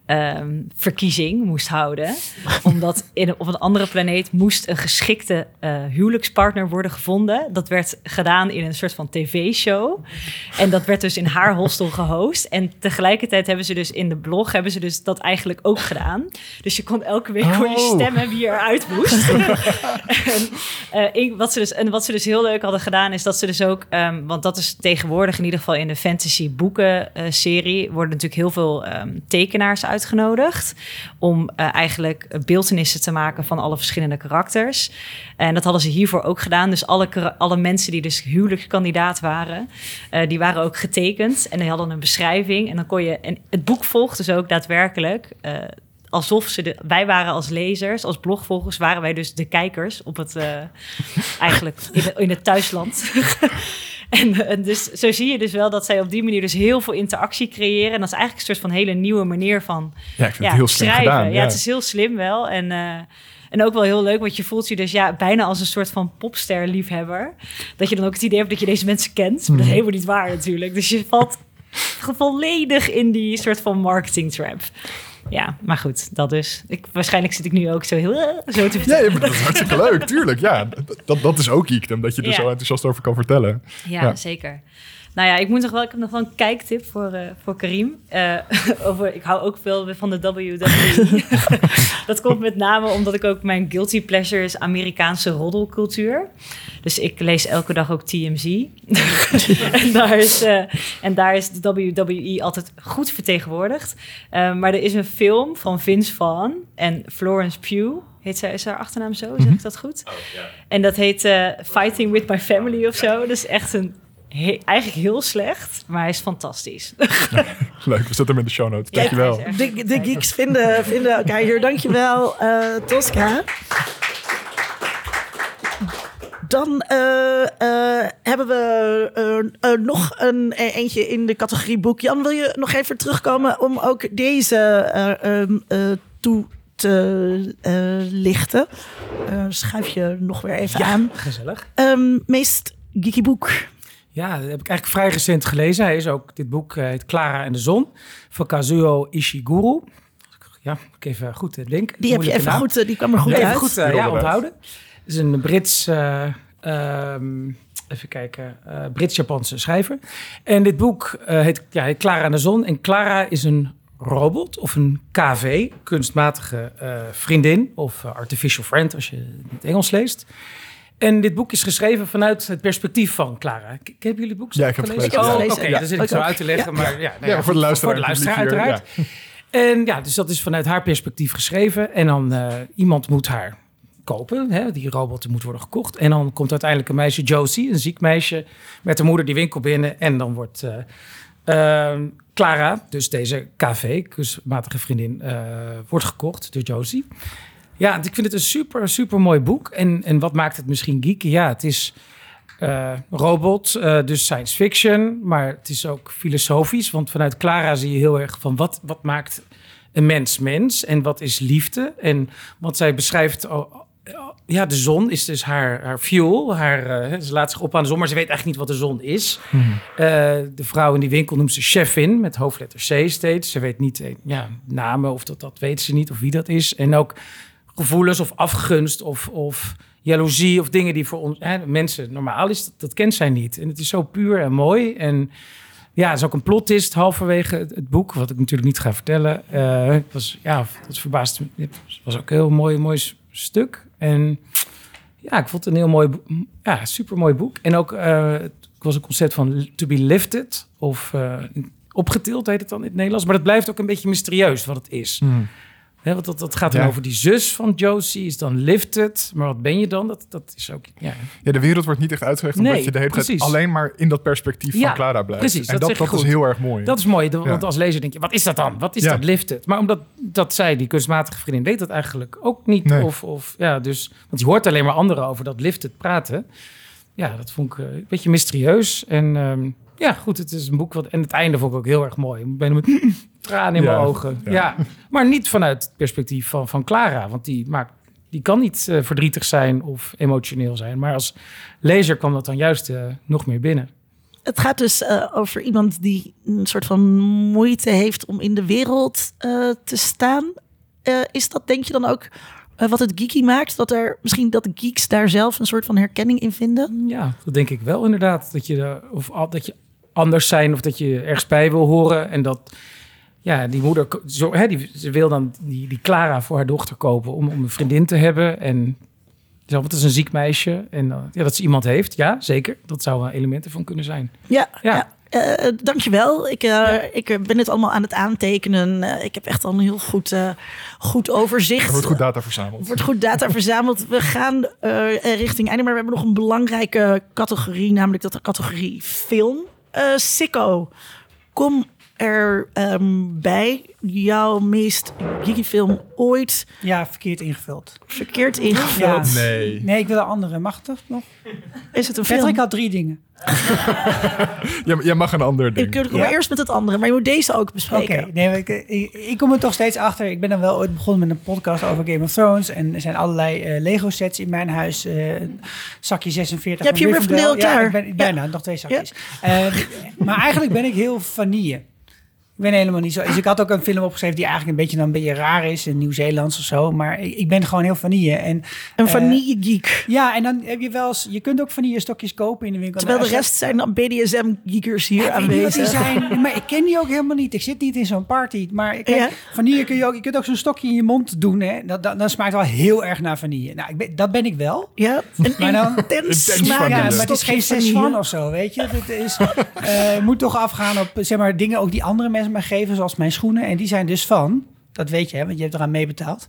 um, verkiezing moest houden. Omdat in, op een andere planeet moest een geschikte uh, huwelijkspartner worden gevonden. Dat werd gedaan in een soort van tv-show. En dat werd dus in haar hostel gehost. En tegelijkertijd hebben ze dus in de blog hebben ze dus dat eigenlijk ook gedaan. Dus je kon elke week kon je stemmen wie eruit moest. en, uh, ik, wat ze dus, en wat ze dus heel leuk hadden gedaan is dat ze dus ook... Um, want dat is tegenwoordig in ieder geval in de fantasy boeken uh, serie... worden natuurlijk heel veel um, tekenaars uitgenodigd... om uh, eigenlijk beeltenissen te maken van alle verschillende karakters. En dat hadden ze hiervoor ook gedaan. Dus alle, alle mensen die dus huwelijkskandidaat waren... Uh, die waren ook getekend en die hadden een beschrijving. En dan kon je... En het boek volgt dus ook daadwerkelijk... Uh, alsof ze de, wij waren als lezers, als blogvolgers, waren wij dus de kijkers op het uh, eigenlijk in, de, in het thuisland. en, en dus zo zie je dus wel dat zij op die manier dus heel veel interactie creëren. En dat is eigenlijk een soort van hele nieuwe manier van ja, ik vind ja, het heel slim schrijven. Gedaan, ja. ja, het is heel slim wel. En, uh, en ook wel heel leuk, want je voelt je dus ja, bijna als een soort van popster-liefhebber. Dat je dan ook het idee hebt dat je deze mensen kent. Maar dat is helemaal niet waar natuurlijk. Dus je valt volledig in die soort van marketing trap. Ja, maar goed, dat dus. Ik, waarschijnlijk zit ik nu ook zo heel uh, zo te vertellen. Ja, maar dat is hartstikke leuk, tuurlijk. Ja, dat, dat is ook geekdom, dat je er ja. zo enthousiast over kan vertellen. Ja, ja, zeker. Nou ja, ik moet nog wel, ik heb nog wel een kijktip voor, uh, voor Karim. Uh, over, ik hou ook veel van de W W E. Dat komt met name omdat ik ook mijn guilty pleasure is Amerikaanse roddelcultuur. Dus ik lees elke dag ook T M Z. en, daar is, uh, en daar is de W W E altijd goed vertegenwoordigd. Uh, maar er is een film van Vince Vaughn en Florence Pugh. Heet zij, is haar achternaam zo? Zeg ik dat goed? Oh, yeah. En dat heet uh, Fighting with My Family of zo. Dat is echt een... He, eigenlijk heel slecht, maar hij is fantastisch. Leuk, we zetten hem in de show notes. Dankjewel. Ja, de, de geeks vinden, vinden elkaar hier. Dankjewel, uh, Tosca. Dan uh, uh, hebben we uh, uh, nog een uh, eentje in de categorie boek. Jan, wil je nog even terugkomen om ook deze uh, um, uh, toe te uh, lichten? Uh, schuif je nog weer even ja, aan. Gezellig. Um, meest geeky boek. Ja, dat heb ik eigenlijk vrij recent gelezen. Hij is ook, dit boek uh, heet Clara en de Zon van Kazuo Ishiguro. Ja, ik even goed uh, denk. Die heb je even naam. goed, uh, die kwam er goed ja, uit. Even goed uh, ja, onthouden. Het is een Brits, uh, um, even kijken, uh, Brits-Japanse schrijver. En dit boek uh, heet, ja, heet Clara en de Zon. En Clara is een robot of een K V, kunstmatige uh, vriendin of uh, artificial friend als je het Engels leest. En dit boek is geschreven vanuit het perspectief van Clara. K- Hebben jullie het boek ja, ik heb het gelezen. Oh, Oké, okay, ja. Dan zit ik zo uit te leggen. Ja, maar, ja, ja, nou ja, ja, voor de luisteraar, voor de luisteraar hier, uiteraard. Ja. En ja, dus dat is vanuit haar perspectief geschreven. En dan uh, iemand moet haar kopen. Hè? Die robot moet worden gekocht. En dan komt uiteindelijk een meisje, Josie, een ziek meisje, met haar moeder die winkel binnen. En dan wordt uh, uh, Clara, dus deze K V, kunstmatige vriendin, uh, wordt gekocht door Josie. Ja, ik vind het een super, super mooi boek. En, en wat maakt het misschien geeky? Ja, het is uh, robot, uh, dus science fiction. Maar het is ook filosofisch. Want vanuit Clara zie je heel erg van wat, wat maakt een mens mens? En wat is liefde? En wat zij beschrijft... Oh, ja, de zon is dus haar, haar fuel. Haar, uh, ze laat zich op aan de zon, maar ze weet eigenlijk niet wat de zon is. Hmm. Uh, de vrouw in die winkel noemt ze chefin, met hoofdletter C steeds. Ze weet niet uh, ja, namen of dat, dat weet ze niet of wie dat is. En ook gevoelens of afgunst of, of jaloezie of dingen die voor ons hè, mensen normaal is, dat, dat kent zij niet. En het is zo puur en mooi. En ja, het is ook een plotist halverwege het, het boek, wat ik natuurlijk niet ga vertellen. Uh, het was, ja, dat verbaasde me. Het was ook een heel mooi, mooi stuk. En ja, ik vond het een heel mooi, ja, super mooi boek. En ook, uh, ik was een concept van To Be Lifted, of uh, opgetild heet het dan in het Nederlands. Maar het blijft ook een beetje mysterieus wat het is. Hmm. He, want dat, dat gaat dan ja. over die zus van Josie, is dan lifted. Maar wat ben je dan? Dat, dat is ook... Ja. ja, de wereld wordt niet echt uitgelegd, omdat nee, je de hele precies. tijd alleen maar in dat perspectief ja, van Clara blijft. Precies, en dat, dat, dat is heel erg mooi. Dat is mooi, want ja. als lezer denk je, wat is dat dan? Wat is ja. dat lifted? Maar omdat dat zij, die kunstmatige vriendin, weet dat eigenlijk ook niet. Nee. Of, of, ja, dus, want je hoort alleen maar anderen over dat lifted praten. Ja, dat vond ik uh, een beetje mysterieus. En um, ja, goed, het is een boek wat... En het einde vond ik ook heel erg mooi. Ik ben met tranen in ja, mijn ogen. Ja. ja, maar niet vanuit het perspectief van, van Clara. Want die, maakt, die kan niet uh, verdrietig zijn of emotioneel zijn. Maar als lezer kwam dat dan juist uh, nog meer binnen. het gaat dus uh, over iemand die een soort van moeite heeft om in de wereld uh, te staan. Uh, is dat, denk je dan ook, uh, wat het geeky maakt? Dat er misschien dat de geeks daar zelf een soort van herkenning in vinden? Ja, dat denk ik wel inderdaad. Dat je, uh, of dat je anders zijn of dat je ergens bij wil horen. En dat ja, die moeder, zo, hè, die, ze wil dan die, die Clara voor haar dochter kopen om, om een vriendin te hebben. En ja, het is een ziek meisje. En uh, ja, dat ze iemand heeft, ja, zeker. Dat zou een element ervan kunnen zijn. Ja, ja. ja. Uh, dankjewel. Ik, uh, ja. ik ben het allemaal aan het aantekenen. Uh, ik heb echt al een heel goed, uh, goed overzicht. Er wordt goed data verzameld. Er wordt goed data verzameld. We gaan uh, richting einde, maar we hebben nog een belangrijke categorie, namelijk dat de categorie film. Uh, Sikko, kom er um, bij. Jouw meest geeky film ooit. Ja, verkeerd ingevuld. Verkeerd ingevuld? Ja. Nee. Nee, ik wil een andere. Mag het nog? Is het een Patrick film? had drie dingen. jij, jij mag een ander ding. Ik kom ja. eerst met het andere, maar je moet deze ook bespreken. Oké, okay, nee, ik, ik, ik kom er toch steeds achter. Ik ben dan wel ooit begonnen met een podcast over Game of Thrones. En er zijn allerlei uh, Lego sets in mijn huis. Uh, zakje zesenveertig. Je hebt je Rivendell klaar. Ja, ik ben, bijna, ja. nog twee zakjes. Ja. Uh, maar eigenlijk ben ik heel vanille. Ik ben helemaal niet zo. Dus ik had ook een film opgeschreven die eigenlijk een beetje dan een beetje raar is, in Nieuw-Zeelands of zo. Maar ik, ik ben gewoon heel vanille. En, een vanille geek. Uh, ja, en dan heb je wel eens, je kunt ook vanille stokjes kopen in de winkel. Terwijl de rest zijn dan B D S M-geekers hier ja, aanwezig. Die zijn, maar ik ken die ook helemaal niet. Ik zit niet in zo'n party. Maar kijk, ja. vanille kun je ook, je kunt ook zo'n stokje in je mond doen. Hè. Dat, dat, dat smaakt wel heel erg naar vanille. Nou, ik ben, dat ben ik wel. Ja, een maar dan, intens smaak. Ja, maar het is geen zes van of zo, weet je. Het is, uh, moet toch afgaan op, zeg maar, dingen ook die andere mensen mij geven, zoals mijn schoenen. En die zijn dus van, dat weet je, hè, want je hebt eraan meebetaald.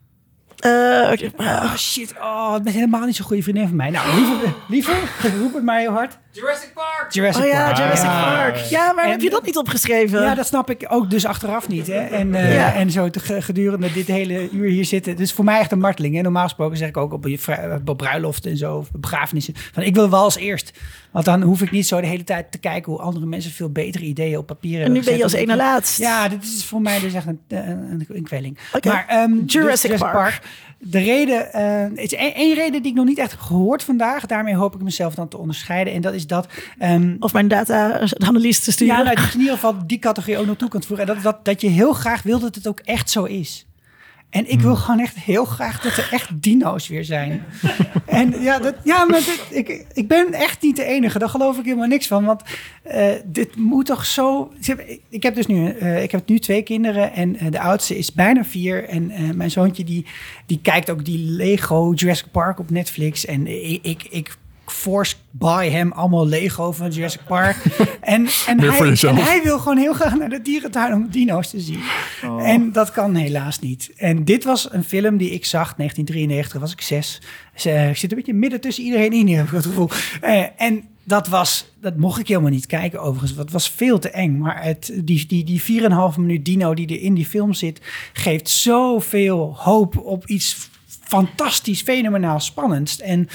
Uh, okay. Oh shit, oh, het bent helemaal niet zo'n goede vriendin van mij. Nou, liever, liever roep het maar heel hard. Jurassic Park! Jurassic oh ja, Park. Jurassic Ah, Park. Ja, maar en, heb je dat niet opgeschreven? Ja, dat snap ik ook dus achteraf niet. Hè? En, uh, ja. en zo te, gedurende dit hele uur hier zitten. Dus voor mij echt een marteling. Hè? Normaal gesproken zeg ik ook op, op bruiloft en zo, of begrafenissen, van ik wil wel als eerst. Want dan hoef ik niet zo de hele tijd te kijken hoe andere mensen veel betere ideeën op papier hebben. En nu ben je als ene laatst. Ja, dit is voor mij dus echt een, een, een kwelling. Okay. Maar um, Jurassic, dus, Park. Park. De reden, uh, het is één, één reden die ik nog niet echt heb gehoord vandaag. Daarmee hoop ik mezelf dan te onderscheiden. En dat is dat... Um, of mijn data-analyst te sturen. Ja, nou, dat je in ieder geval die categorie ook nog toe kunt voeren. En dat, dat, dat je heel graag wil dat het ook echt zo is. En ik wil gewoon echt heel graag dat er echt dino's weer zijn. En ja, dat, ja maar dit, ik, ik ben echt niet de enige. Daar geloof ik helemaal niks van. Want uh, dit moet toch zo... Ik heb dus nu, uh, ik heb nu twee kinderen. En uh, de oudste is bijna vier. En uh, mijn zoontje die, die kijkt ook die Lego Jurassic Park op Netflix. En ik... ik, ik force buy hem allemaal Lego van Jurassic Park. en, en, hij, en hij wil gewoon heel graag naar de dierentuin om dino's te zien. Oh. En dat kan helaas niet. En dit was een film die ik zag, negentien drieënnegentig, was ik zes. Dus, uh, ik zit een beetje midden tussen iedereen in, heb ik het gevoel. Uh, en dat was, dat mocht ik helemaal niet kijken overigens. Dat was veel te eng. Maar het, die, die, die vier en een half minuut dino die er in die film zit, geeft zoveel hoop op iets fantastisch, fenomenaal spannends. En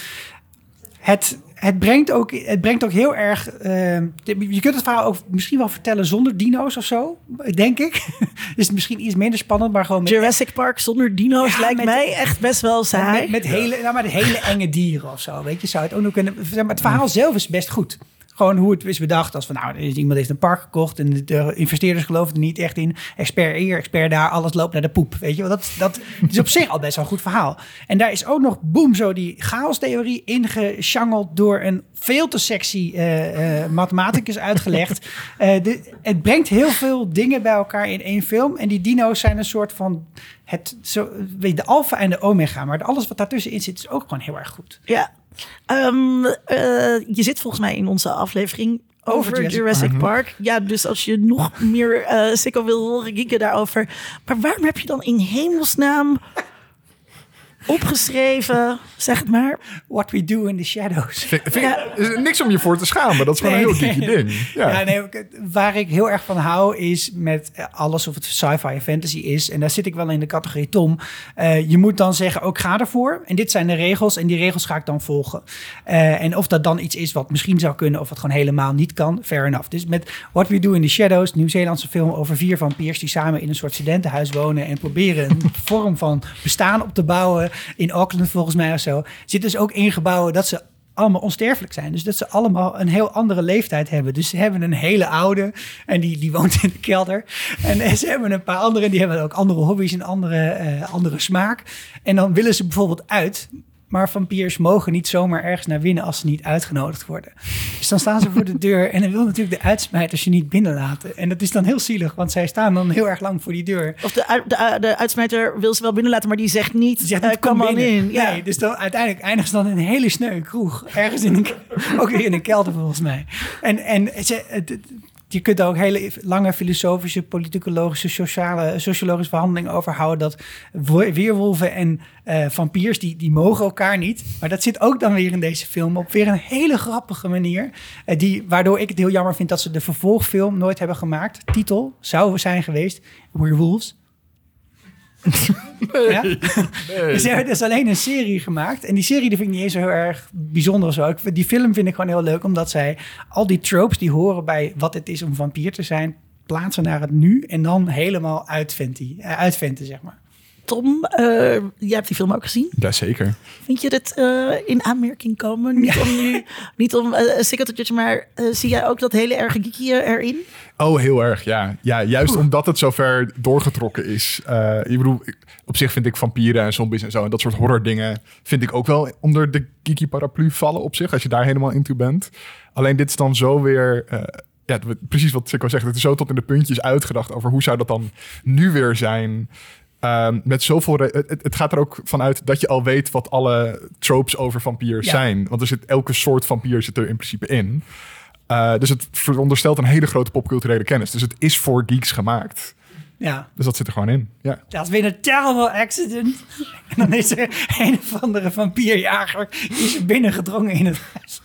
Het, het, brengt ook, het brengt ook heel erg... Uh, je kunt het verhaal ook misschien wel vertellen zonder dino's of zo, denk ik. Is het misschien iets minder spannend, maar gewoon... Met, Jurassic Park zonder dino's ja, lijkt met, mij echt best wel saai. Met, met, hele, nou, maar de hele enge dieren of zo, weet je. Zou het ook nog kunnen... Maar het verhaal zelf is best goed. Gewoon hoe het is bedacht. Als van, nou, iemand heeft een park gekocht en de investeerders geloven er niet echt in. Expert hier, expert daar, alles loopt naar de poep. Weet je wel, dat, dat is op zich al best wel een goed verhaal. En daar is ook nog, boem, zo die chaostheorie ingeshangeld door een veel te sexy uh, uh, mathematicus uitgelegd. uh, de, het brengt heel veel dingen bij elkaar in één film. En die dino's zijn een soort van het, zo, weet je, de alfa en de omega. Maar alles wat daartussenin zit is ook gewoon heel erg goed. Ja. Um, uh, je zit volgens mij in onze aflevering over, over Jurassic, Jurassic Park. Park. Ja, dus als je nog meer uh, Sikko wil horen, geeken daarover. Maar waarom heb je dan in hemelsnaam opgeschreven, zeg het maar? What we do in the shadows. Vind, vind, ja. Is niks om je voor te schamen. Dat is gewoon nee, een heel geeky nee. ding. Ja. Ja, nee, waar ik heel erg van hou is met alles of het sci-fi en fantasy is. En daar zit ik wel in de categorie Tom. Uh, je moet dan zeggen, ook ga ervoor. En dit zijn de regels. En die regels ga ik dan volgen. Uh, en of dat dan iets is wat misschien zou kunnen of wat gewoon helemaal niet kan, fair enough. Dus met What We Do in the Shadows, Nieuw-Zeelandse film over vier vampiers die samen in een soort studentenhuis wonen en proberen een vorm van bestaan op te bouwen. In Auckland volgens mij of zo. Zit dus ook ingebouwd dat ze allemaal onsterfelijk zijn. Dus dat ze allemaal een heel andere leeftijd hebben. Dus ze hebben een hele oude en die, die woont in de kelder. En, en ze hebben een paar anderen, die hebben ook andere hobby's en andere, uh, andere smaak. En dan willen ze bijvoorbeeld uit... Maar vampiers mogen niet zomaar ergens naar binnen als ze niet uitgenodigd worden. Dus dan staan ze voor de deur en dan wil natuurlijk de uitsmijters je niet binnenlaten. En dat is dan heel zielig, want zij staan dan heel erg lang voor die deur. Of de, de, de uitsmijter wil ze wel binnenlaten, maar die zegt niet, die zegt niet uh, kom maar in. Ja. Nee, dus dan uiteindelijk eindigt ze dan in een hele sneu kroeg. Ergens in een, ook weer in een kelder volgens mij. En, en ze... Het, je kunt er ook hele lange filosofische, politicologische, sociale, sociologische verhandelingen over houden. Dat weerwolven en uh, vampiers, die, die mogen elkaar niet. Maar dat zit ook dan weer in deze film op weer een hele grappige manier. Uh, die, waardoor ik het heel jammer vind dat ze de vervolgfilm nooit hebben gemaakt. Titel zou zijn geweest Werewolves. Nee, ja? nee. Ze hebben dus alleen een serie gemaakt. En die serie die vind ik niet eens zo heel erg bijzonder of zo. Ik, die film vind ik gewoon heel leuk, omdat zij al die tropes die horen bij wat het is om vampier te zijn, plaatsen naar het nu en dan helemaal uitventen, uitventen zeg maar. Tom, uh, jij hebt die film ook gezien. Jazeker. Vind je dit uh, in aanmerking komen? Niet om nu, niet om uh, sikker te judgen, maar uh, zie jij ook dat hele erge geekie erin? Oh, heel erg, ja. Ja, juist Oeh. omdat het zo ver doorgetrokken is. Uh, ik bedoel, op zich vind ik vampieren en zombies en zo en dat soort horror dingen vind ik ook wel onder de geeky paraplu vallen op zich, als je daar helemaal into bent. Alleen dit is dan zo weer... Uh, ja, precies wat Sikko zegt. Het is zo tot in de puntjes uitgedacht over hoe zou dat dan nu weer zijn... Um, met zoveel re- het, het gaat er ook vanuit dat je al weet wat alle tropes over vampiers ja. zijn. Want er zit elke soort vampier zit er in principe in. Uh, dus het veronderstelt een hele grote popculturele kennis. Dus het is voor geeks gemaakt. Ja. Dus dat zit er gewoon in. Ja. Dat is weer een terrible accident. En dan is er een of andere vampierjager die is er binnengedrongen in het huis.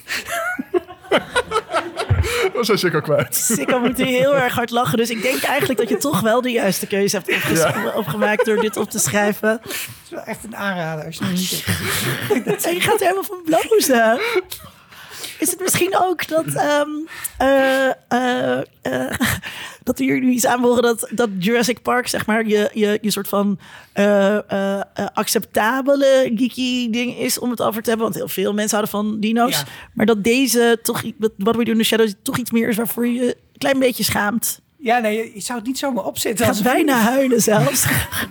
Dat was Sikko kwijt. Sikko moet hier heel erg hard lachen. Dus ik denk eigenlijk dat je toch wel de juiste keuze hebt opges- ja. opgemaakt door dit op te schrijven. Het is wel echt een aanrader als je nog niet hebt gezien. En je gaat er helemaal van blozen. Is het misschien ook dat, um, uh, uh, uh, dat we hier nu iets aanhoren dat, dat Jurassic Park, zeg maar, je, je, je soort van uh, uh, uh, acceptabele geeky ding is om het over te hebben? Want heel veel mensen houden van dino's. Ja. Maar dat deze toch, wat we doen in de Shadows, toch iets meer is waarvoor je een klein beetje schaamt. Ja, nee, je zou het niet zomaar opzetten. Het gaat bijna huilen zelfs.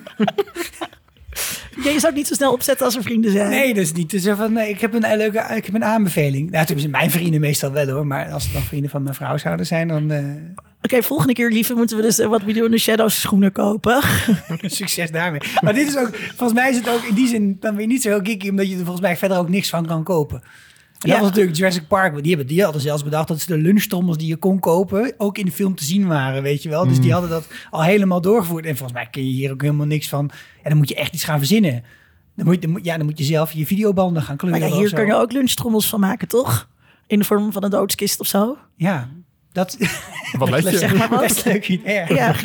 Ja, je zou het niet zo snel opzetten als er vrienden zijn. Nee, dus niet. Dus van, nee, ik heb een leuke ik heb een aanbeveling. Nou, toen zijn mijn vrienden meestal wel hoor. Maar als het dan vrienden van mijn vrouw zouden zijn, dan... Uh... Oké, okay, volgende keer, lieve, moeten we dus wat we doen in de Shadows schoenen kopen. Succes daarmee. Maar dit is ook, volgens mij is het ook in die zin dan weer niet zo heel geeky, omdat je er volgens mij verder ook niks van kan kopen. En dat ja. was natuurlijk Jurassic Park. Die, hebben, die hadden zelfs bedacht dat ze de lunchtrommels die je kon kopen ook in de film te zien waren, weet je wel. Dus die hadden dat al helemaal doorgevoerd. En volgens mij kun je hier ook helemaal niks van. En dan moet je echt iets gaan verzinnen. Dan moet je, ja, dan moet je zelf je videobanden gaan kleuren. Maar ja, hier kun je ook lunchtrommels van maken, toch? In de vorm van een doodskist of zo. Ja, dat... Wat let je? Zeg maar wat. Best leuk idee. Ja.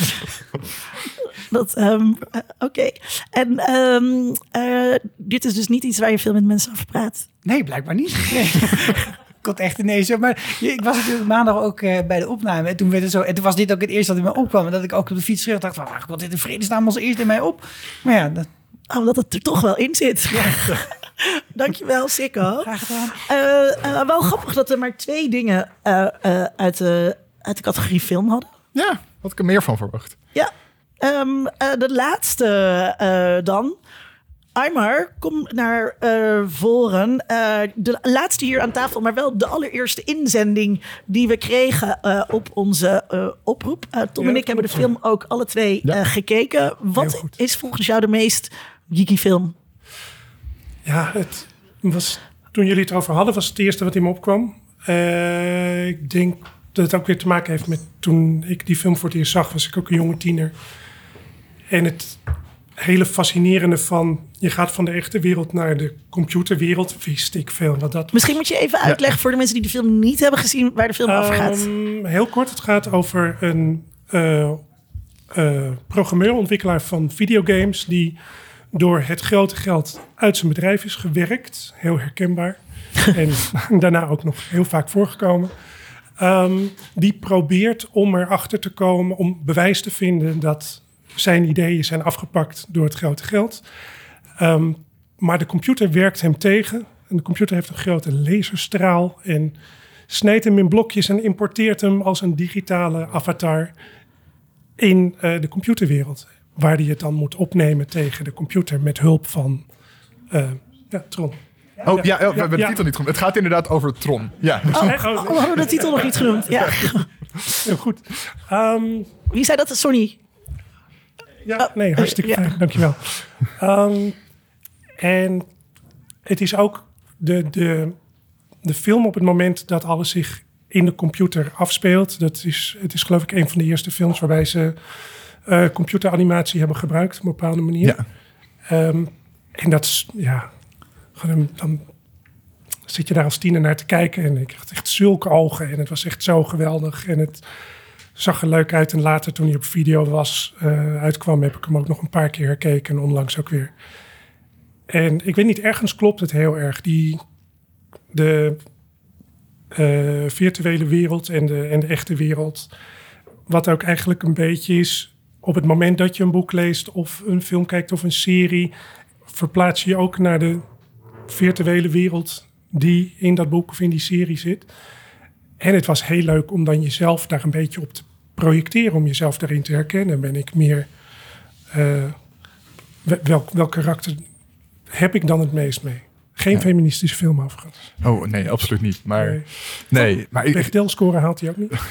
Dat, um, uh, Oké. Okay. En um, uh, dit is dus niet iets waar je veel met mensen over praat. Nee, blijkbaar niet. Nee. Komt echt ineens. Maar ik was natuurlijk maandag ook uh, bij de opname. En toen, werd het zo, en toen was dit ook het eerste dat in mij opkwam. En dat ik ook op de fiets terug dacht van... Ach, wat dit in vredesnaam als eerste in mij op. Maar ja... Dat... Oh, dat het er toch wel in zit. Ja. Dankjewel, Sikko. Graag gedaan. Uh, uh, wel grappig dat er maar twee dingen uh, uh, uit, de, uit de categorie film hadden. Ja, had ik er meer van verwacht. Ja. Um, uh, de laatste uh, dan. Aymar, kom naar uh, voren. Uh, de laatste hier aan tafel, maar wel de allereerste inzending die we kregen uh, op onze uh, oproep. Uh, Tom ja, en ik hebben de film ook alle twee ja. uh, gekeken. Wat is volgens jou de meest geeky film? Ja, het was, toen jullie het over hadden, was het eerste wat in me opkwam. Uh, ik denk dat het ook weer te maken heeft met toen ik die film voor het eerst zag, was ik ook een jonge tiener. En het hele fascinerende van... je gaat van de echte wereld naar de computerwereld. Wist ik veel wat dat was. Misschien moet je even uitleggen ja. voor de mensen die de film niet hebben gezien... waar de film um, over gaat. Heel kort, het gaat over een uh, uh, programmeur-ontwikkelaar van videogames... die door het grote geld uit zijn bedrijf is gewerkt. Heel herkenbaar. En daarna ook nog heel vaak voorgekomen. Um, die probeert om erachter te komen... om bewijs te vinden dat... zijn ideeën zijn afgepakt door het grote geld. Um, maar de computer werkt hem tegen. En de computer heeft een grote laserstraal en snijdt hem in blokjes en importeert hem als een digitale avatar in uh, de computerwereld. Waar die het dan moet opnemen tegen de computer met hulp van uh, ja, Tron. Oh ja, ja, we hebben de titel niet genoemd. Het gaat inderdaad over Tron. Ja. Oh, oh, we hebben de titel nog niet genoemd. Ja. Heel goed. Um, Wie zei dat? Sonny? Ja, nee, hartstikke fijn. Ja. Dankjewel. Um, en het is ook de, de, de film op het moment dat alles zich in de computer afspeelt. Dat is, het is geloof ik een van de eerste films waarbij ze uh, computeranimatie hebben gebruikt op een bepaalde manier. Ja. Um, en dat is, ja, dan, dan zit je daar als tiener naar te kijken en ik had echt zulke ogen en het was echt zo geweldig en het zag er leuk uit. En later toen hij op video was, uh, uitkwam, heb ik hem ook nog een paar keer herkeken en onlangs ook weer. En ik weet niet, ergens klopt het heel erg. Die, de uh, virtuele wereld en de, en de echte wereld. Wat ook eigenlijk een beetje is, op het moment dat je een boek leest of een film kijkt of een serie, verplaats je je ook naar de virtuele wereld die in dat boek of in die serie zit. En het was heel leuk om dan jezelf daar een beetje op te projecteren, om jezelf daarin te herkennen. Ben ik meer, uh, welk, welk karakter heb ik dan het meest mee? Geen ja. feministische film overigens. Oh nee, absoluut niet. Maar nee, nee maar ik, Bechdel-score haalt hij ook niet.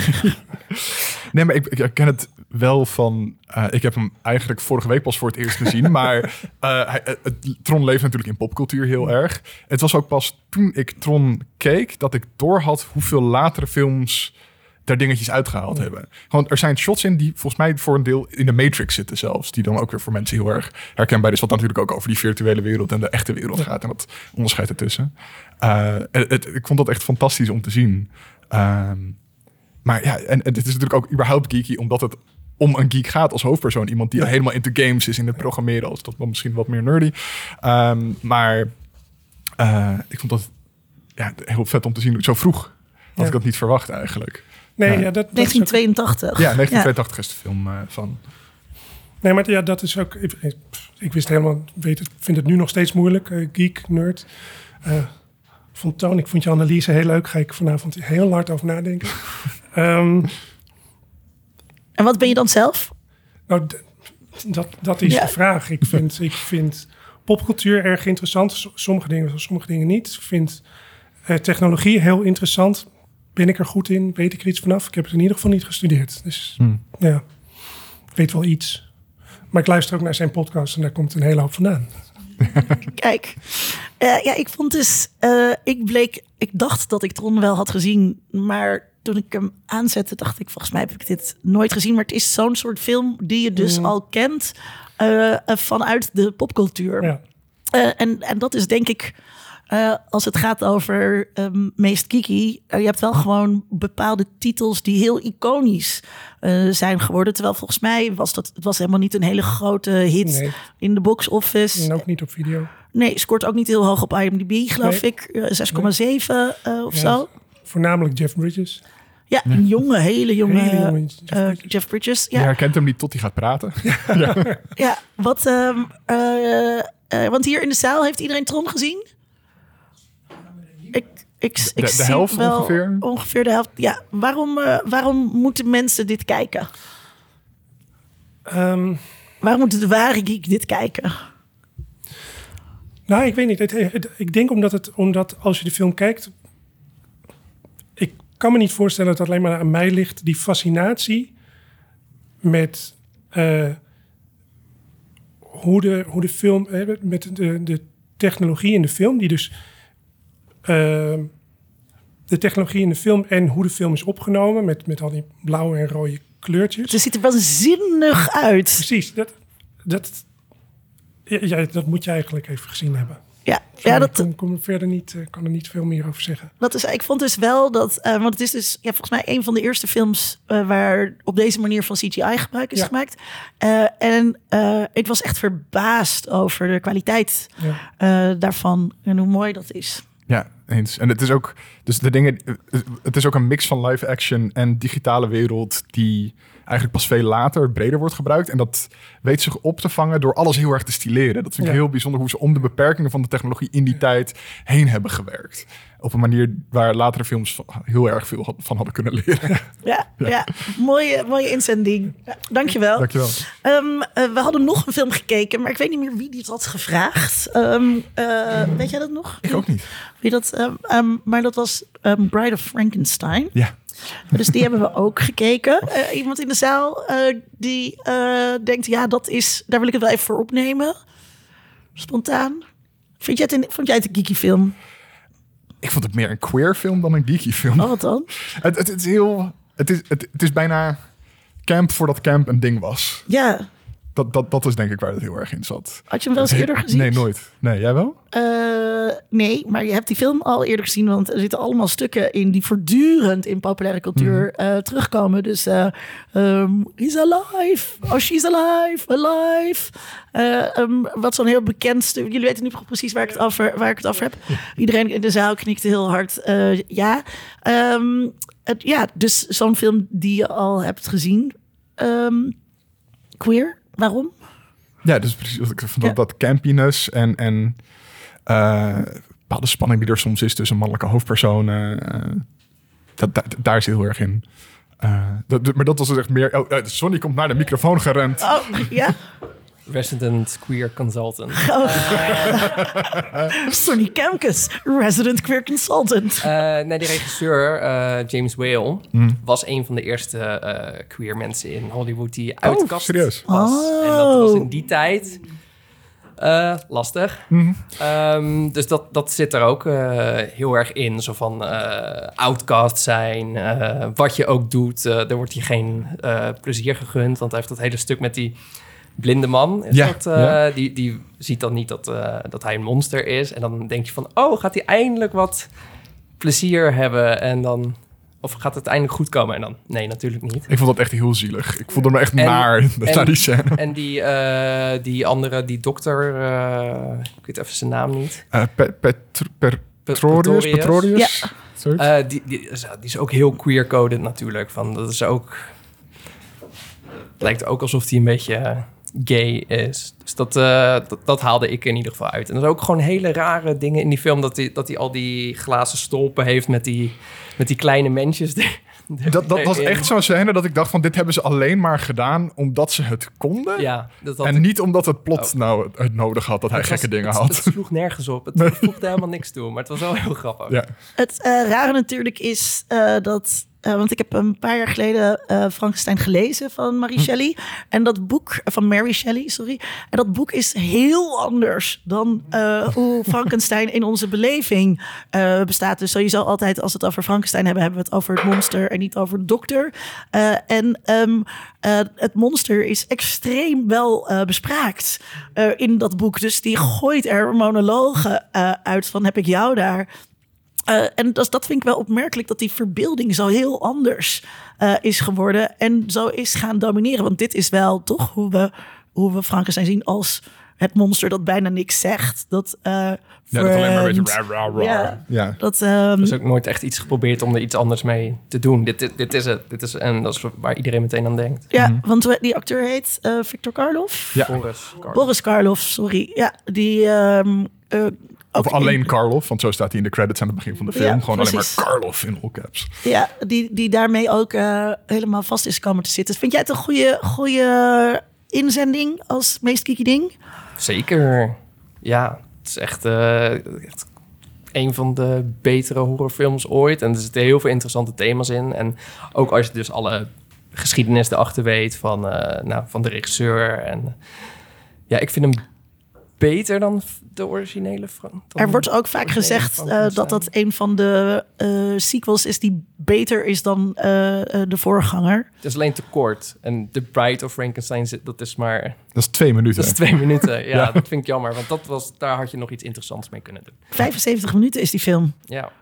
Nee, maar ik, ik herken het wel van. Uh, ik heb hem eigenlijk vorige week pas voor het eerst gezien. Maar uh, hij, het, Tron leeft natuurlijk in popcultuur heel erg. Het was ook pas toen ik Tron keek dat ik doorhad hoeveel latere films daar dingetjes uitgehaald ja. hebben. Want er zijn shots in die volgens mij voor een deel in de Matrix zitten zelfs. Die dan ook weer voor mensen heel erg herkenbaar is. Wat natuurlijk ook over die virtuele wereld en de echte wereld ja. gaat. En dat onderscheid ertussen. Uh, het, het, ik vond dat echt fantastisch om te zien. Um, maar ja, en, en het is natuurlijk ook überhaupt geeky, omdat het om een geek gaat als hoofdpersoon. Iemand die ja. helemaal into games is, in het programmeren. Als dat wel misschien wat meer nerdy. Um, maar uh, ik vond dat ja, heel vet om te zien. Zo vroeg had ja. ik dat niet verwacht eigenlijk. Nee, ja. ja, dat, dat negentien tweeëntachtig. Ook... Ja, negentien tweeëntachtig ja. is de film uh, van. Nee, maar ja, dat is ook. Ik, ik wist helemaal, weet het, vind het nu nog steeds moeilijk. Uh, geek, nerd. Uh, vond Toon, ik vond je analyse heel leuk. Ga ik vanavond heel hard over nadenken. um, en wat ben je dan zelf? Nou, d- dat, dat is ja. de vraag. Ik vind, ik vind popcultuur erg interessant. Sommige dingen, sommige dingen niet. Ik vind uh, technologie heel interessant. Ben ik er goed in? Weet ik er iets vanaf? Ik heb het in ieder geval niet gestudeerd. Dus hmm. ja, ik weet wel iets. Maar ik luister ook naar zijn podcast en daar komt een hele hoop vandaan. Kijk, uh, ja, ik vond dus, uh, ik bleek, ik dacht dat ik Tron wel had gezien, maar toen ik hem aanzette, dacht ik, volgens mij heb ik dit nooit gezien. Maar het is zo'n soort film die je dus mm. al kent uh, vanuit de popcultuur. Ja. Uh, en, en dat is denk ik, uh, als het gaat over um, meest geeky, uh, je hebt wel gewoon bepaalde titels die heel iconisch uh, zijn geworden. Terwijl volgens mij was dat, het was helemaal niet een hele grote hit nee. in de box office. En ook niet op video. Nee, scoort ook niet heel hoog op I M D B, geloof nee. ik. Uh, zes komma zeven nee. uh, of ja, zo. Voornamelijk Jeff Bridges. Ja, een jonge, hele jonge, hele jonge Jeff, uh, Bridges. Jeff Bridges. Ja. Je herkent hem niet tot hij gaat praten. ja. ja, wat... Um, uh, uh, want hier in de zaal heeft iedereen Tron gezien? Ik, ik, ik de, de zie helft wel ongeveer? Ongeveer de helft. Ja, waarom, uh, waarom moeten mensen dit kijken? Um, waarom moet de ware geek dit kijken? Nou, ik weet niet. Het, het, ik denk omdat, het, omdat als je de film kijkt... Ik kan me niet voorstellen dat het alleen maar aan mij ligt. Die fascinatie met uh, hoe, de, hoe de film... Uh, met de, de technologie in de film, die dus... Uh, de technologie in de film en hoe de film is opgenomen... met, met al die blauwe en rode kleurtjes. Het ziet er wel zinnig uit. Precies. Dat, dat, ja, dat moet je eigenlijk even gezien hebben. Ja, Sorry, ja dat ik kom, kom er verder niet, uh, kan er niet veel meer over zeggen. Dat is, ik vond dus wel dat, uh, want het is dus ja, volgens mij een van de eerste films uh, waar op deze manier van C G I gebruik is ja. gemaakt. Uh, en uh, ik was echt verbaasd over de kwaliteit ja. uh, daarvan en hoe mooi dat is. Ja, eens. En het is ook, dus de dingen, het is ook een mix van live action en digitale wereld die eigenlijk pas veel later breder wordt gebruikt. En dat weet zich op te vangen door alles heel erg te stileren. Dat vind ik Ja. heel bijzonder hoe ze om de beperkingen van de technologie in die tijd heen hebben gewerkt. Op een manier waar latere films van- heel erg veel had- van hadden kunnen leren. Ja, ja. Mooie, mooie inzending. Ja, dankjewel. Dankjewel. Um, uh, we hadden nog een film gekeken, maar ik weet niet meer wie die had gevraagd. Um, uh, weet jij dat nog? Ik ook niet. Wie dat, um, um, maar dat was um, Bride of Frankenstein. Ja. Dus die hebben we ook gekeken. Uh, iemand in de zaal uh, die uh, denkt, ja, dat is, daar wil ik het wel even voor opnemen. Spontaan. Vind jij het een, vond jij het een geeky film? Ik vond het meer een queer film dan een geeky film. Oh, wat dan? Het, het, het is heel... Het is, het, het is bijna camp voordat camp een ding was. Ja. Dat, dat, dat is denk ik waar het heel erg in zat. Had je hem wel eens Het- eerder gezien? Nee, nooit. Nee, jij wel? Uh, nee, maar je hebt die film al eerder gezien, want er zitten allemaal stukken in die voortdurend in populaire cultuur uh, terugkomen. Dus uh, um, he's alive, oh she's alive, alive. Uh, um, wat zo'n heel bekend stuk. Jullie weten nu precies waar ik het over, waar ik het over heb. Iedereen in de zaal knikte heel hard. Uh, ja, um, het, ja, dus zo'n film die je al hebt gezien. Um, queer, waarom? Ja, dus precies wat ik van dat, Ja. dat campiness en, en uh, bepaalde spanning die er soms is tussen mannelijke hoofdpersonen. Uh, dat, daar, daar is heel erg in. Uh, dat, maar dat was dus echt meer... Oh, uh, Sonny komt naar de microfoon gerend. Oh, ja? Resident queer consultant. Oh. Sonny Kemkes, resident queer consultant. Uh, nee, die regisseur, uh, James Whale, Mm. was een van de eerste uh, queer mensen in Hollywood die uitkast serieus? was. Oh. En dat was in die tijd uh, lastig. Mm. Um, dus dat, dat zit er ook uh, heel erg in. Zo van uh, outcast zijn, uh, wat je ook doet. Uh, er wordt je geen uh, plezier gegund, want hij heeft dat hele stuk met die blinde man. Is Ja, dat, uh, ja. die, die ziet dan niet dat, uh, dat hij een monster is. En dan denk je van, oh, gaat hij eindelijk wat plezier hebben? En dan, of gaat het eindelijk goed komen? En dan, nee, natuurlijk niet. Ik vond dat echt heel zielig. Ik voelde me echt En- naar, en- naar die scène. En die, uh, die andere, die dokter, uh, ik weet even zijn naam niet. Uh, Pe- Petr- Per- Petrorius. Petrorius? Petrorius? Ja. Zoiets? Uh, die, die, is- die is ook heel queer-coded natuurlijk. Van, dat is ook... Het lijkt ook alsof hij een beetje uh, gay is. Dus dat, uh, dat, dat haalde ik in ieder geval uit. En er zijn ook gewoon hele rare dingen in die film. Dat hij dat hij al die glazen stolpen heeft met die, met die kleine mensjes. Dat, dat was erin. echt zo'n scène dat ik dacht van... dit hebben ze alleen maar gedaan omdat ze het konden. Ja, dat had En ik- niet omdat het plot Oh. nou het, het nodig had dat hij Het was- gekke dingen het, had. Het sloeg nergens op. Het voegde helemaal niks toe. Maar het was wel heel grappig. Ja. Het uh, rare natuurlijk is uh, dat... Uh, want ik heb een paar jaar geleden uh, Frankenstein gelezen van Mary Hm. Shelley. En dat boek, van Mary Shelley, sorry. En dat boek is heel anders dan uh, hoe Frankenstein in onze beleving uh, bestaat. Dus sowieso altijd als we het over Frankenstein hebben... hebben we het over het monster en niet over de dokter. Uh, en um, uh, het monster is extreem wel uh, bespraakt uh, in dat boek. Dus die gooit er monologen uh, uit van heb ik jou daar... Uh, en dat, dat vind ik wel opmerkelijk, dat die verbeelding zo heel anders uh, is geworden en zo is gaan domineren. Want dit is wel toch hoe we, hoe we Frankenstein zien als het monster dat bijna niks zegt. Dat, uh, Ja, dat alleen maar een beetje friend. raar, raar, raar. Ja, Ja. dat... Um, Er is ook nooit echt iets geprobeerd om er iets anders mee te doen. Dit, dit, dit is het. Dit is, en dat is waar iedereen meteen aan denkt. ja, want die acteur heet uh, Victor Karloff. Ja. Boris Karloff. Boris Karloff, sorry. Ja, die... Um, uh, Of ook alleen in- Karloff, want zo staat hij in de credits aan het begin van de film. Ja, Gewoon precies. alleen maar Karloff in all caps. Ja, die, die daarmee ook uh, helemaal vast is komen te zitten. Vind jij het een goede, goede inzending als meest geeky ding? Zeker. Ja, het is echt, uh, echt een van de betere horrorfilms ooit. En er zitten heel veel interessante thema's in. En ook als je dus alle geschiedenis erachter weet van, uh, nou, van de regisseur. En ja, ik vind hem beter dan de originele Frank. Er wordt ook vaak gezegd uh, dat dat een van de uh, sequels is die beter is dan uh, uh, de voorganger. Het is alleen te kort. En The Bride of Frankenstein, zit- dat is maar... Dat is twee minuten. Dat is twee minuten, ja, Ja. Dat vind ik jammer. Want dat was, daar had je nog iets interessants mee kunnen doen. vijfenzeventig minuten is die film. Ja.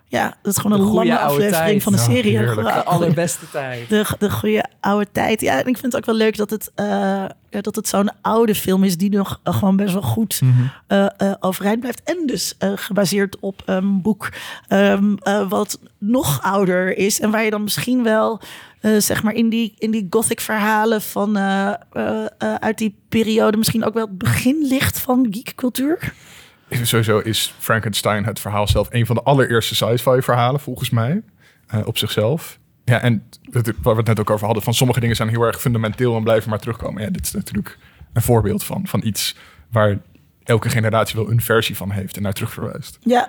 Ja, dat is gewoon De een goeie lange oude aflevering tijd. van de Ja, serie. heerlijk. Goeie- De allerbeste tijd. De, de goede oude tijd. Ja, en ik vind het ook wel leuk dat het, uh, ja, dat het zo'n oude film is die nog uh, gewoon best wel goed Mm-hmm. uh, uh, overeind blijft. En dus uh, gebaseerd op een boek um, uh, wat nog ouder is. En waar je dan misschien wel, uh, zeg maar, in die, in die gothic verhalen van uh, uh, uh, uit die periode misschien ook wel het begin ligt van geekcultuur. Sowieso is Frankenstein het verhaal zelf een van de allereerste sci-fi verhalen, volgens mij, uh, op zichzelf. Ja, en het, waar we het net ook over hadden, van sommige dingen zijn heel erg fundamenteel en blijven maar terugkomen. Ja, dit is natuurlijk een voorbeeld van, van iets waar elke generatie wel een versie van heeft en naar terug verwijst. Ja,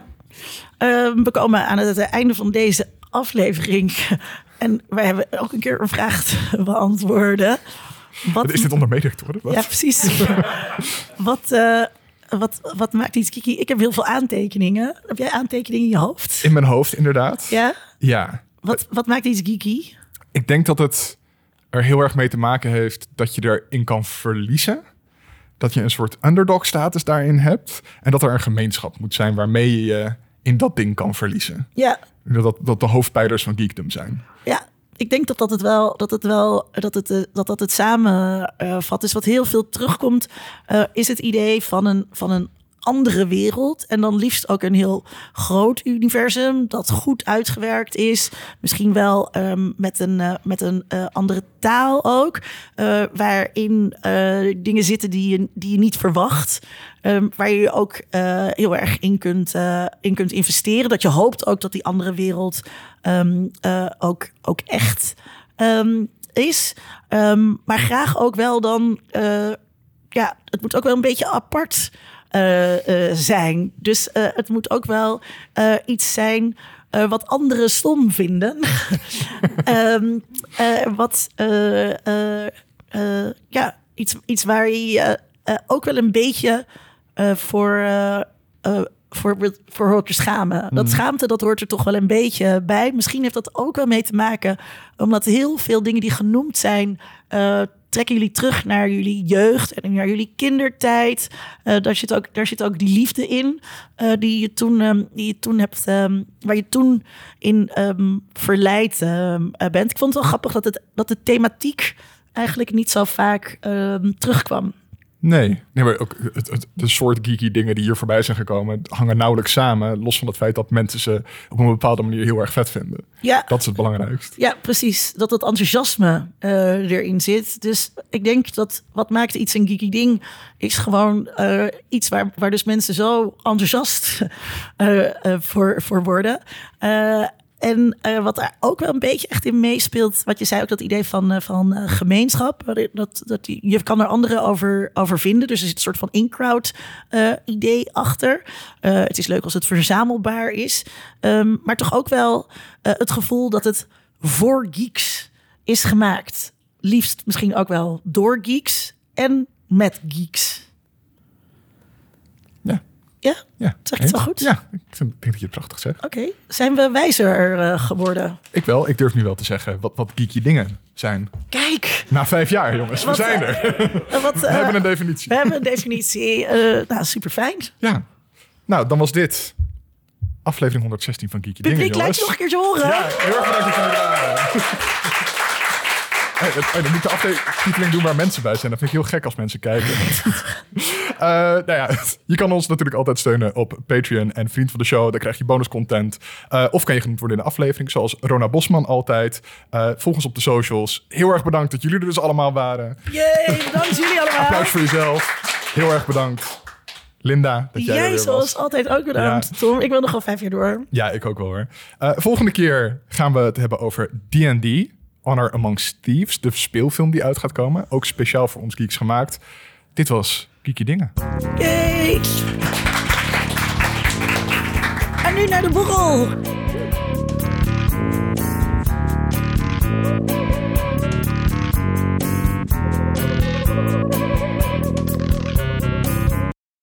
uh, we komen aan het einde van deze aflevering. En wij hebben ook een keer een vraag te beantwoorden. Wat... Is dit onder mediatoren? Wat? Ja, precies. wat, uh, wat, wat maakt iets geeky? Ik heb heel veel aantekeningen. Heb jij aantekeningen in je hoofd? In mijn hoofd, inderdaad. Ja? Ja. Wat, wat maakt iets geeky? Ik denk dat het er heel erg mee te maken heeft dat je erin kan verliezen. Dat je een soort underdog-status daarin hebt. En dat er een gemeenschap moet zijn waarmee je je in dat ding kan verliezen. Ja. Dat, dat de hoofdpijlers van geekdom zijn. Ja, ik denk dat dat het wel, dat het wel, dat het, uh, dat dat het samenvat. Uh, dus wat heel veel terugkomt, uh, is het idee van een, van een andere wereld. En dan liefst ook een heel groot universum dat goed uitgewerkt is. Misschien wel um, met een, uh, met een uh, andere taal ook. Uh, waarin uh, dingen zitten die je, die je niet verwacht. Um, waar je je ook uh, heel erg in kunt, uh, in kunt investeren. Dat je hoopt ook dat die andere wereld um, uh, ook, ook echt um, is. Um, maar graag ook wel dan... Uh, ja, het moet ook wel een beetje apart uh, uh, zijn. Dus uh, het moet ook wel uh, iets zijn uh, wat anderen stom vinden. um, uh, wat uh, uh, uh, ja, iets, iets waar je uh, uh, ook wel een beetje uh, voor, uh, uh, voor, voor hoort te schamen. Mm. Dat schaamte, dat hoort er toch wel een beetje bij. Misschien heeft dat ook wel mee te maken omdat heel veel dingen die genoemd zijn Uh, trekken jullie terug naar jullie jeugd en naar jullie kindertijd. Uh, daar, zit ook, daar zit ook die liefde in uh, die, je toen, um, die je toen hebt, um, waar je toen in um, verleid um, uh, bent. Ik vond het wel grappig dat, het, dat de thematiek eigenlijk niet zo vaak um, terugkwam. Nee, nee maar ook het, het, de soort geeky dingen die hier voorbij zijn gekomen hangen nauwelijks samen. Los van het feit dat mensen ze op een bepaalde manier heel erg vet vinden. Ja. Dat is het belangrijkste. Ja, precies. Dat het enthousiasme uh, erin zit. Dus ik denk dat wat maakt iets een geeky ding is gewoon uh, iets waar, waar dus mensen zo enthousiast uh, uh, voor, voor worden. Uh, En uh, wat daar ook wel een beetje echt in meespeelt, wat je zei ook, dat idee van, uh, van uh, gemeenschap. Dat, dat je, je kan er anderen over, over vinden. Dus er zit een soort van in-crowd uh, idee achter. Uh, het is leuk als het verzamelbaar is. Um, maar toch ook wel uh, het gevoel dat het voor geeks is gemaakt. Liefst misschien ook wel door geeks en met geeks. Ja. Ja? Ja. Zeg ik het wel goed? Ja, ik vind, denk dat je het prachtig zegt. Oké. Okay. Zijn we wijzer uh, geworden? Ik wel. Ik durf nu wel te zeggen wat, wat geeky dingen zijn. Kijk! Na vijf jaar, jongens. Wat, we zijn er. Uh, wat, uh, we hebben een definitie. We hebben een definitie. Uh, nou, super fijn. Ja. Nou, dan was dit aflevering honderdzestien van Geeky Dingen, jongens. Publiek, laat je nog een keertje horen. Ja, heel erg bedankt dat jullie er waren. Hey, dan moet de aftiteling doen waar mensen bij zijn. Dat vind ik heel gek als mensen kijken. uh, nou ja, je kan ons natuurlijk altijd steunen op Patreon en Vriend van de Show. Daar krijg je bonuscontent. Uh, of kan je genoemd worden in de aflevering, zoals Rona Bosman altijd. Uh, volg ons op de socials. Heel erg bedankt dat jullie er dus allemaal waren. Yay, bedankt jullie allemaal. Applaus voor jezelf. Heel erg bedankt. Linda, dat jij, jij er weer zoals was. altijd ook bedankt, ja. Tom. Ik wil nog wel vijf jaar door. Ja, ik ook wel hoor. Uh, volgende keer gaan we het hebben over D en D. Honor Amongst Thieves, de speelfilm die uit gaat komen. Ook speciaal voor ons geeks gemaakt. Dit was Geeky Dingen. Yay! En nu naar de borrel.